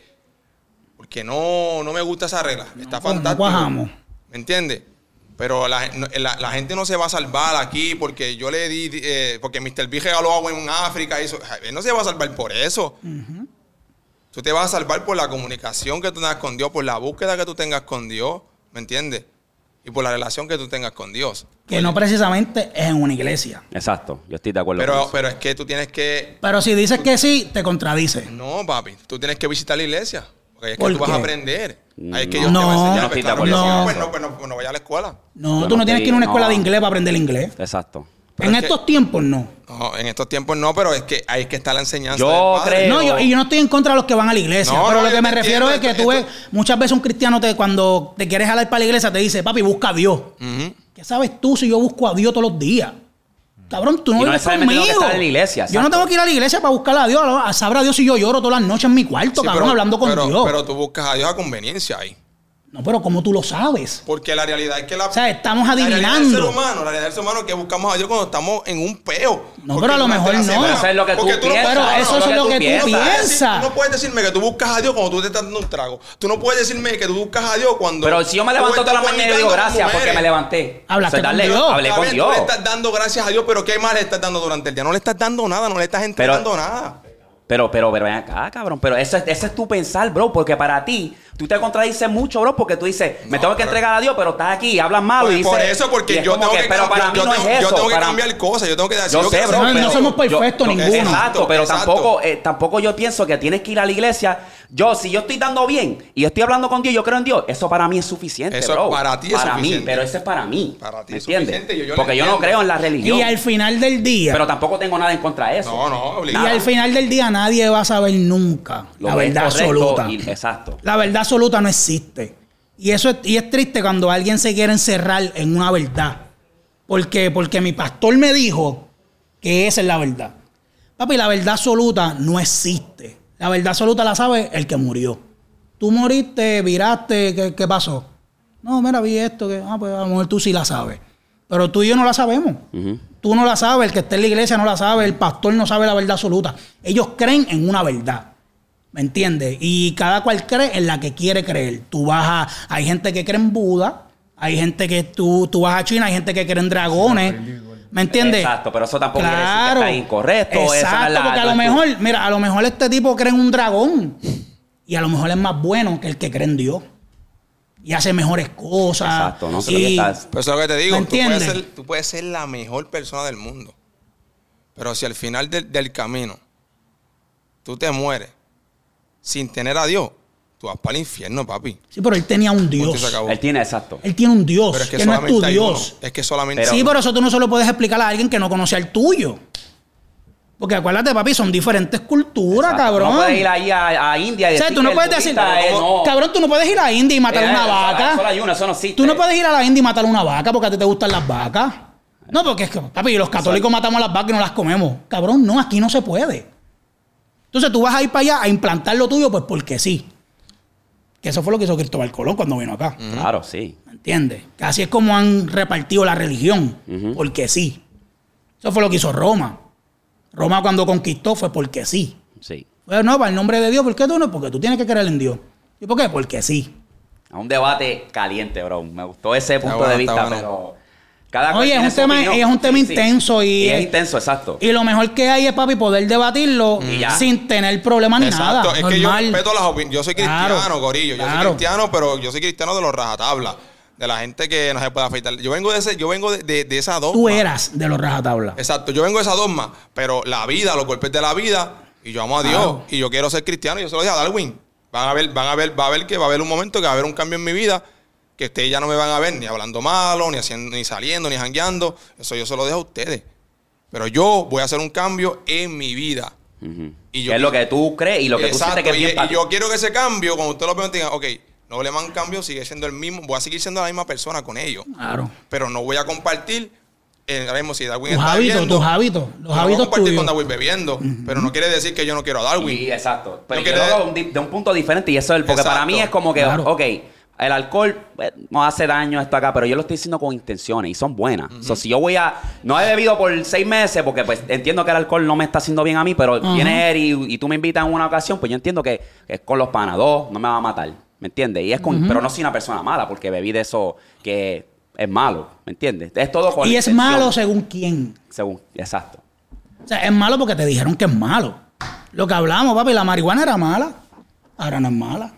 no me gusta esa regla. Está no fantástico. cuajamos. ¿Me entiendes? Pero la gente no se va a salvar aquí porque yo le di, porque Mr. B regaló agua en África y eso. Él no se va a salvar por eso. Tú te vas a salvar por la comunicación que tú tengas con Dios, por la búsqueda que tú tengas con Dios, ¿me entiendes? Y por la relación que tú tengas con Dios. Que no precisamente es en una iglesia. Exacto. Yo estoy de acuerdo con eso. Pero es que tú tienes que... Pero si dices que sí, te contradice. No, papi, tú tienes que visitar la iglesia. Porque ahí es que ¿Por tú vas a qué? aprender. Ahí es que No. Dios te va a No. enseñar. Yo no estoy de Claro, acuerdo con pues eso. no vaya a la escuela. No, Yo tú no no tienes estoy- que ir a una escuela no. de inglés para aprender inglés. Exacto. Pero En es que- estos tiempos no. No, en estos tiempos no, pero es que ahí es que está la enseñanza Yo del Padre. creo- No, yo no estoy en contra de los que van a la iglesia, No, pero no, lo yo que me te refiero es entiendo, que tú ves, muchas veces un cristiano cuando te quieres jalar para la iglesia te dice, papi, busca a Dios. Ujú. ¿Qué sabes tú si yo busco a Dios todos los días? Cabrón, tú no Y no vives necesariamente conmigo. tengo que estar en la iglesia, Yo no exacto. tengo que ir a la iglesia para buscar a Dios. Sabrá Dios si yo lloro todas las noches en mi cuarto, Sí, cabrón, hablando con Dios. Pero tú buscas a Dios a conveniencia ahí. No, pero ¿cómo tú lo sabes? Porque la realidad es que O sea, estamos la realidad adivinando. la realidad del ser humano es que buscamos a Dios cuando estamos en un peo. No, Porque pero a lo durante mejor la no. semana- Eso es lo que tú porque no- piensas. Pero eso es lo que tú piensas. piensas. Tú no puedes decirme que tú buscas a Dios cuando tú te estás dando un trago. Tú no puedes decirme que tú buscas a Dios cuando... Pero si yo me tú levanto toda la estás mañana y digo fornicando con gracias porque mujeres. me levanté. Hablaste O sea, con Dios. Hablé Está con bien, Dios. Tú le estás dando gracias a Dios, pero ¿qué más le estás dando durante el día? No le estás dando nada, no le estás entregando nada. Pero ven acá, cabrón. Pero ese es tu pensar, bro. Porque para ti, tú te contradices mucho, bro. Porque tú dices, me tengo que entregar a Dios, pero estás aquí, hablas malo y dices... Por eso, y porque es yo como tengo que, pero para mí no es eso. yo tengo que para- cambiar cosas, yo tengo que decir... Yo sé, bro. No, no pero somos perfectos ninguno. Exacto, pero Exacto. tampoco yo pienso que tienes que ir a la iglesia. Si yo estoy dando bien y estoy hablando con Dios, yo creo en Dios, eso para mí es suficiente, Eso bro. para ti es Para mí, suficiente. pero eso es para mí. Para ti ¿me es entiendes? suficiente, yo lo Porque yo no entiendo. creo en la religión. Y al final del día, Pero tampoco tengo nada en contra de eso. No, y obligado. al final del día nadie va a saber nunca Lo la que es verdad correcto absoluta. exacto. La verdad absoluta no existe. Y es triste cuando alguien se quiere encerrar en una verdad. Porque mi pastor me dijo que esa es la verdad. Papi, la verdad absoluta no existe. La verdad absoluta la sabe el que murió. Tú moriste, viraste, ¿qué pasó? No, mira, vi esto, pues a lo mejor tú sí la sabes. Pero tú y yo no la sabemos. Tú no la sabes, el que está en la iglesia no la sabe, el pastor no sabe la verdad absoluta. Ellos creen en una verdad. ¿Me entiendes? Y cada cual cree en la que quiere creer. Hay gente que cree en Buda, hay gente que tú vas a China, hay gente que cree en dragones. ¿Me entiendes? Exacto, pero eso tampoco quiere decir que está incorrecto. Esa Exacto, es la- porque a lo mejor, mira, a lo mejor este tipo cree en un dragón y a lo mejor es más bueno que el que cree en Dios. Y hace mejores cosas. Exacto, no sé Y- lo que estás... Pero eso es lo que te digo. ¿Me entiendes? Tú puedes ser la mejor persona del mundo. Pero si al final del camino tú te mueres sin tener a Dios, tú vas para el infierno, papi. Sí, pero él tenía un Punto y Dios. se acabó. Él tiene exacto. Él tiene un Dios, Pero es que, que no es tu solamente hay uno. Dios. Es que solamente Pero- Sí, pero eso tú no se lo puedes explicar a alguien que no conoce al tuyo. Porque acuérdate, papi, son diferentes culturas, Exacto. cabrón. Tú no puedes ir ahí a India y O sea, decir tú no que el puedes decir, budista es- no. cabrón, tú no puedes ir a la India y matar una Solo vaca. hay una, eso no existe. Tú no puedes ir a la India y matar una vaca porque a ti te gustan las vacas. No, porque es que, papi, los católicos matamos las vacas y no las comemos. Cabrón, no, aquí no se puede. Entonces tú vas a ir para allá a implantar lo tuyo, pues porque sí. Que eso fue lo que hizo Cristóbal Colón cuando vino acá. Claro, sí. ¿Me entiendes? Que así es como han repartido la religión. Porque sí. Eso fue lo que hizo Roma. Roma cuando conquistó fue porque sí. Sí. Pues no, para el nombre de Dios, ¿por qué tú no? Porque tú tienes que creer en Dios. ¿Y por qué? Porque sí. Es un debate caliente, bro. Me gustó ese punto bueno, de vista, está bueno. pero Cada cual Oye, tiene es su opinión. un tema Sí, sí. intenso y es intenso, exacto. Y lo mejor que hay es, papi, poder debatirlo Y ya. sin tener problemas ni nada. Exacto, es que yo Normal. respeto las opiniones. Yo soy cristiano, Claro, Corillo. Yo soy claro. cristiano, pero yo soy cristiano de los rajatabla. De la gente que no se puede afeitar. Yo vengo de esa dogma. Tú eras de los rajatabla. Exacto, yo vengo de esa dogma. Pero la vida, los golpes de la vida, y yo amo a Dios. Claro. Y yo quiero ser cristiano. Y yo se lo dije a Darwin. Va a haber un momento que va a haber un cambio en mi vida. Que ustedes ya no me van a ver ni hablando malo, ni saliendo, ni jangueando. Eso yo se lo dejo a ustedes. Pero yo voy a hacer un cambio en mi vida. Y yo es lo que tú crees y lo que tú sientes que es bien y para ti. yo quiero que ese cambio, cuando usted lo vean, digan, ok, no le man cambio, sigue siendo el mismo. Voy a seguir siendo la misma persona con ellos. Claro. Pero no voy a compartir, ahora mismo si Darwin Tus está hábitos, bebiendo, tus hábitos. Los no voy a hábitos compartir tuyos. con Darwin bebiendo. Pero no quiere decir que yo no quiero a Darwin. Sí, exacto. Pero No yo quiere- lo veo de un punto diferente y eso es el... Porque para Exacto. mí es como que, Claro. ok, el alcohol no hace daño esto acá, pero yo lo estoy diciendo con intenciones y son buenas. O sea, si yo no he bebido por 6 meses porque pues entiendo que el alcohol no me está haciendo bien a mí, pero viene él y tú me invitas en una ocasión, pues yo entiendo que es con los panas, 2, no me va a matar, ¿me entiendes? Y es pero no soy una persona mala porque bebí de eso que es malo, ¿me entiendes? Es todo con Y es intención. malo según quién. Exacto. O sea, es malo porque te dijeron que es malo. Lo que hablamos, papi, la marihuana era mala. Ahora no es mala.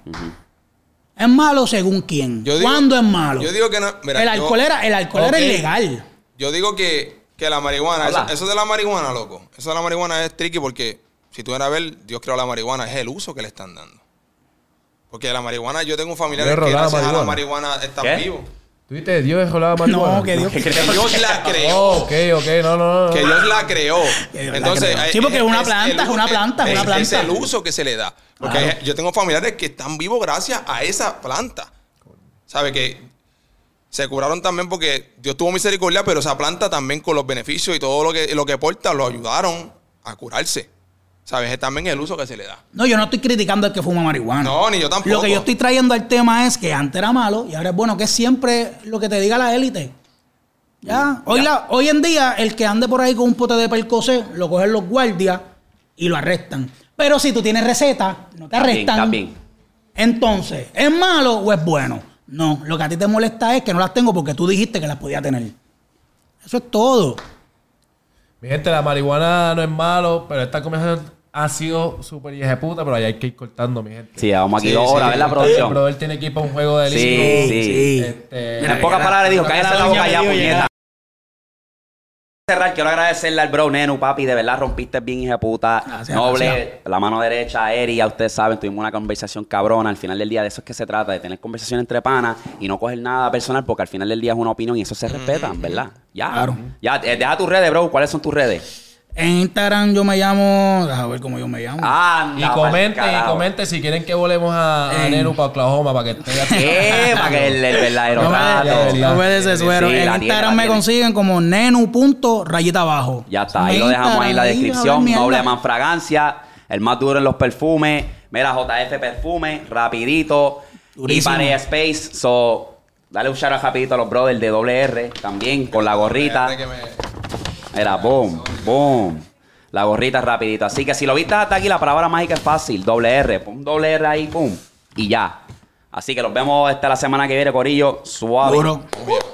Es malo según quién. Yo digo- ¿Cuándo es malo? Yo digo que no. Mira, el alcohol era Ok. ilegal. Yo digo que la marihuana, Habla. eso de la marihuana, loco. Eso de la marihuana es tricky porque si tú vienes a ver, Dios creó la marihuana, es el uso que le están dando. Porque la marihuana, yo tengo familiares Dios que rolaba gracias a la marihuana. marihuana están ¿Qué? vivos. ¿Tú viste? Dios rolaba marihuana. No, que Dios. Que Dios la creó. Oh, ok, no. Que Dios la creó. Que Dios la Entonces, creó. Sí, porque es una planta, el es una planta, es una planta. Es el uso que se le da. Porque Claro. yo tengo familiares que están vivos gracias a esa planta. ¿Sabe? Que se curaron también porque Dios tuvo misericordia, pero esa planta también con los beneficios y todo lo que porta, lo ayudaron a curarse. ¿Sabes? Es también el uso que se le da. No, yo no estoy criticando al que fuma marihuana. No, ni yo tampoco. Lo que yo estoy trayendo al tema es que antes era malo y ahora es bueno, que es siempre lo que te diga la élite. Ya. Hoy en día, el que ande por ahí con un pote de Percocet, lo cogen los guardias y lo arrestan. Pero si tú tienes receta, no te arrestan. Está bien. Entonces, ¿es malo o es bueno? No, lo que a ti te molesta es que no las tengo porque tú dijiste que las podía tener. Eso es todo. Mi gente, la marihuana no es malo, pero esta conversación ha sido súper puta, pero ahí hay que ir cortando, mi gente. Sí, vamos aquí Sí, 2 horas, sí. ¿ver la El producción? brother tiene que ir para un juego de Sí, libro. sí. En pocas Mira, palabras dijo, mira, cállese la la boca doña ya, me dio puñeta. llegar. Cerrar, quiero agradecerle al bro Nenu, papi, de verdad rompiste bien, hija de puta. Gracias, Noble, gracias. la mano derecha, Eri, ya ustedes saben, tuvimos una conversación cabrona. Al final del día de eso es que se trata, de tener conversación entre panas y no coger nada personal, porque al final del día es una opinión y eso se respetan, ¿verdad? Ya. Claro. Ya, deja tus redes, bro. ¿Cuáles son tus redes? En Instagram yo me llamo... Déjame ver cómo yo me llamo. Anda, Y carajo. comenten si quieren que volvemos a Nenu para Oklahoma para que esté Para que el verdadero No me, trato. no me desesvero. Sí, En la tiene, Instagram la me tiene. consiguen como nenu.rayita abajo. Ya está, ahí lo dejamos ahí en la descripción. Noble Man Fragancia, el más duro en los perfumes. Mira, JF Perfume, rapidito. Durísimo. Y para Space, dale un shout out rapidito a los brothers de WR también, con la gorrita. Era boom, boom. La gorrita rapidito. Así que si lo viste hasta aquí, la palabra mágica es fácil. WR, pon WR ahí, boom. Y ya. Así que los vemos la semana que viene, corillo. Suave. Duro.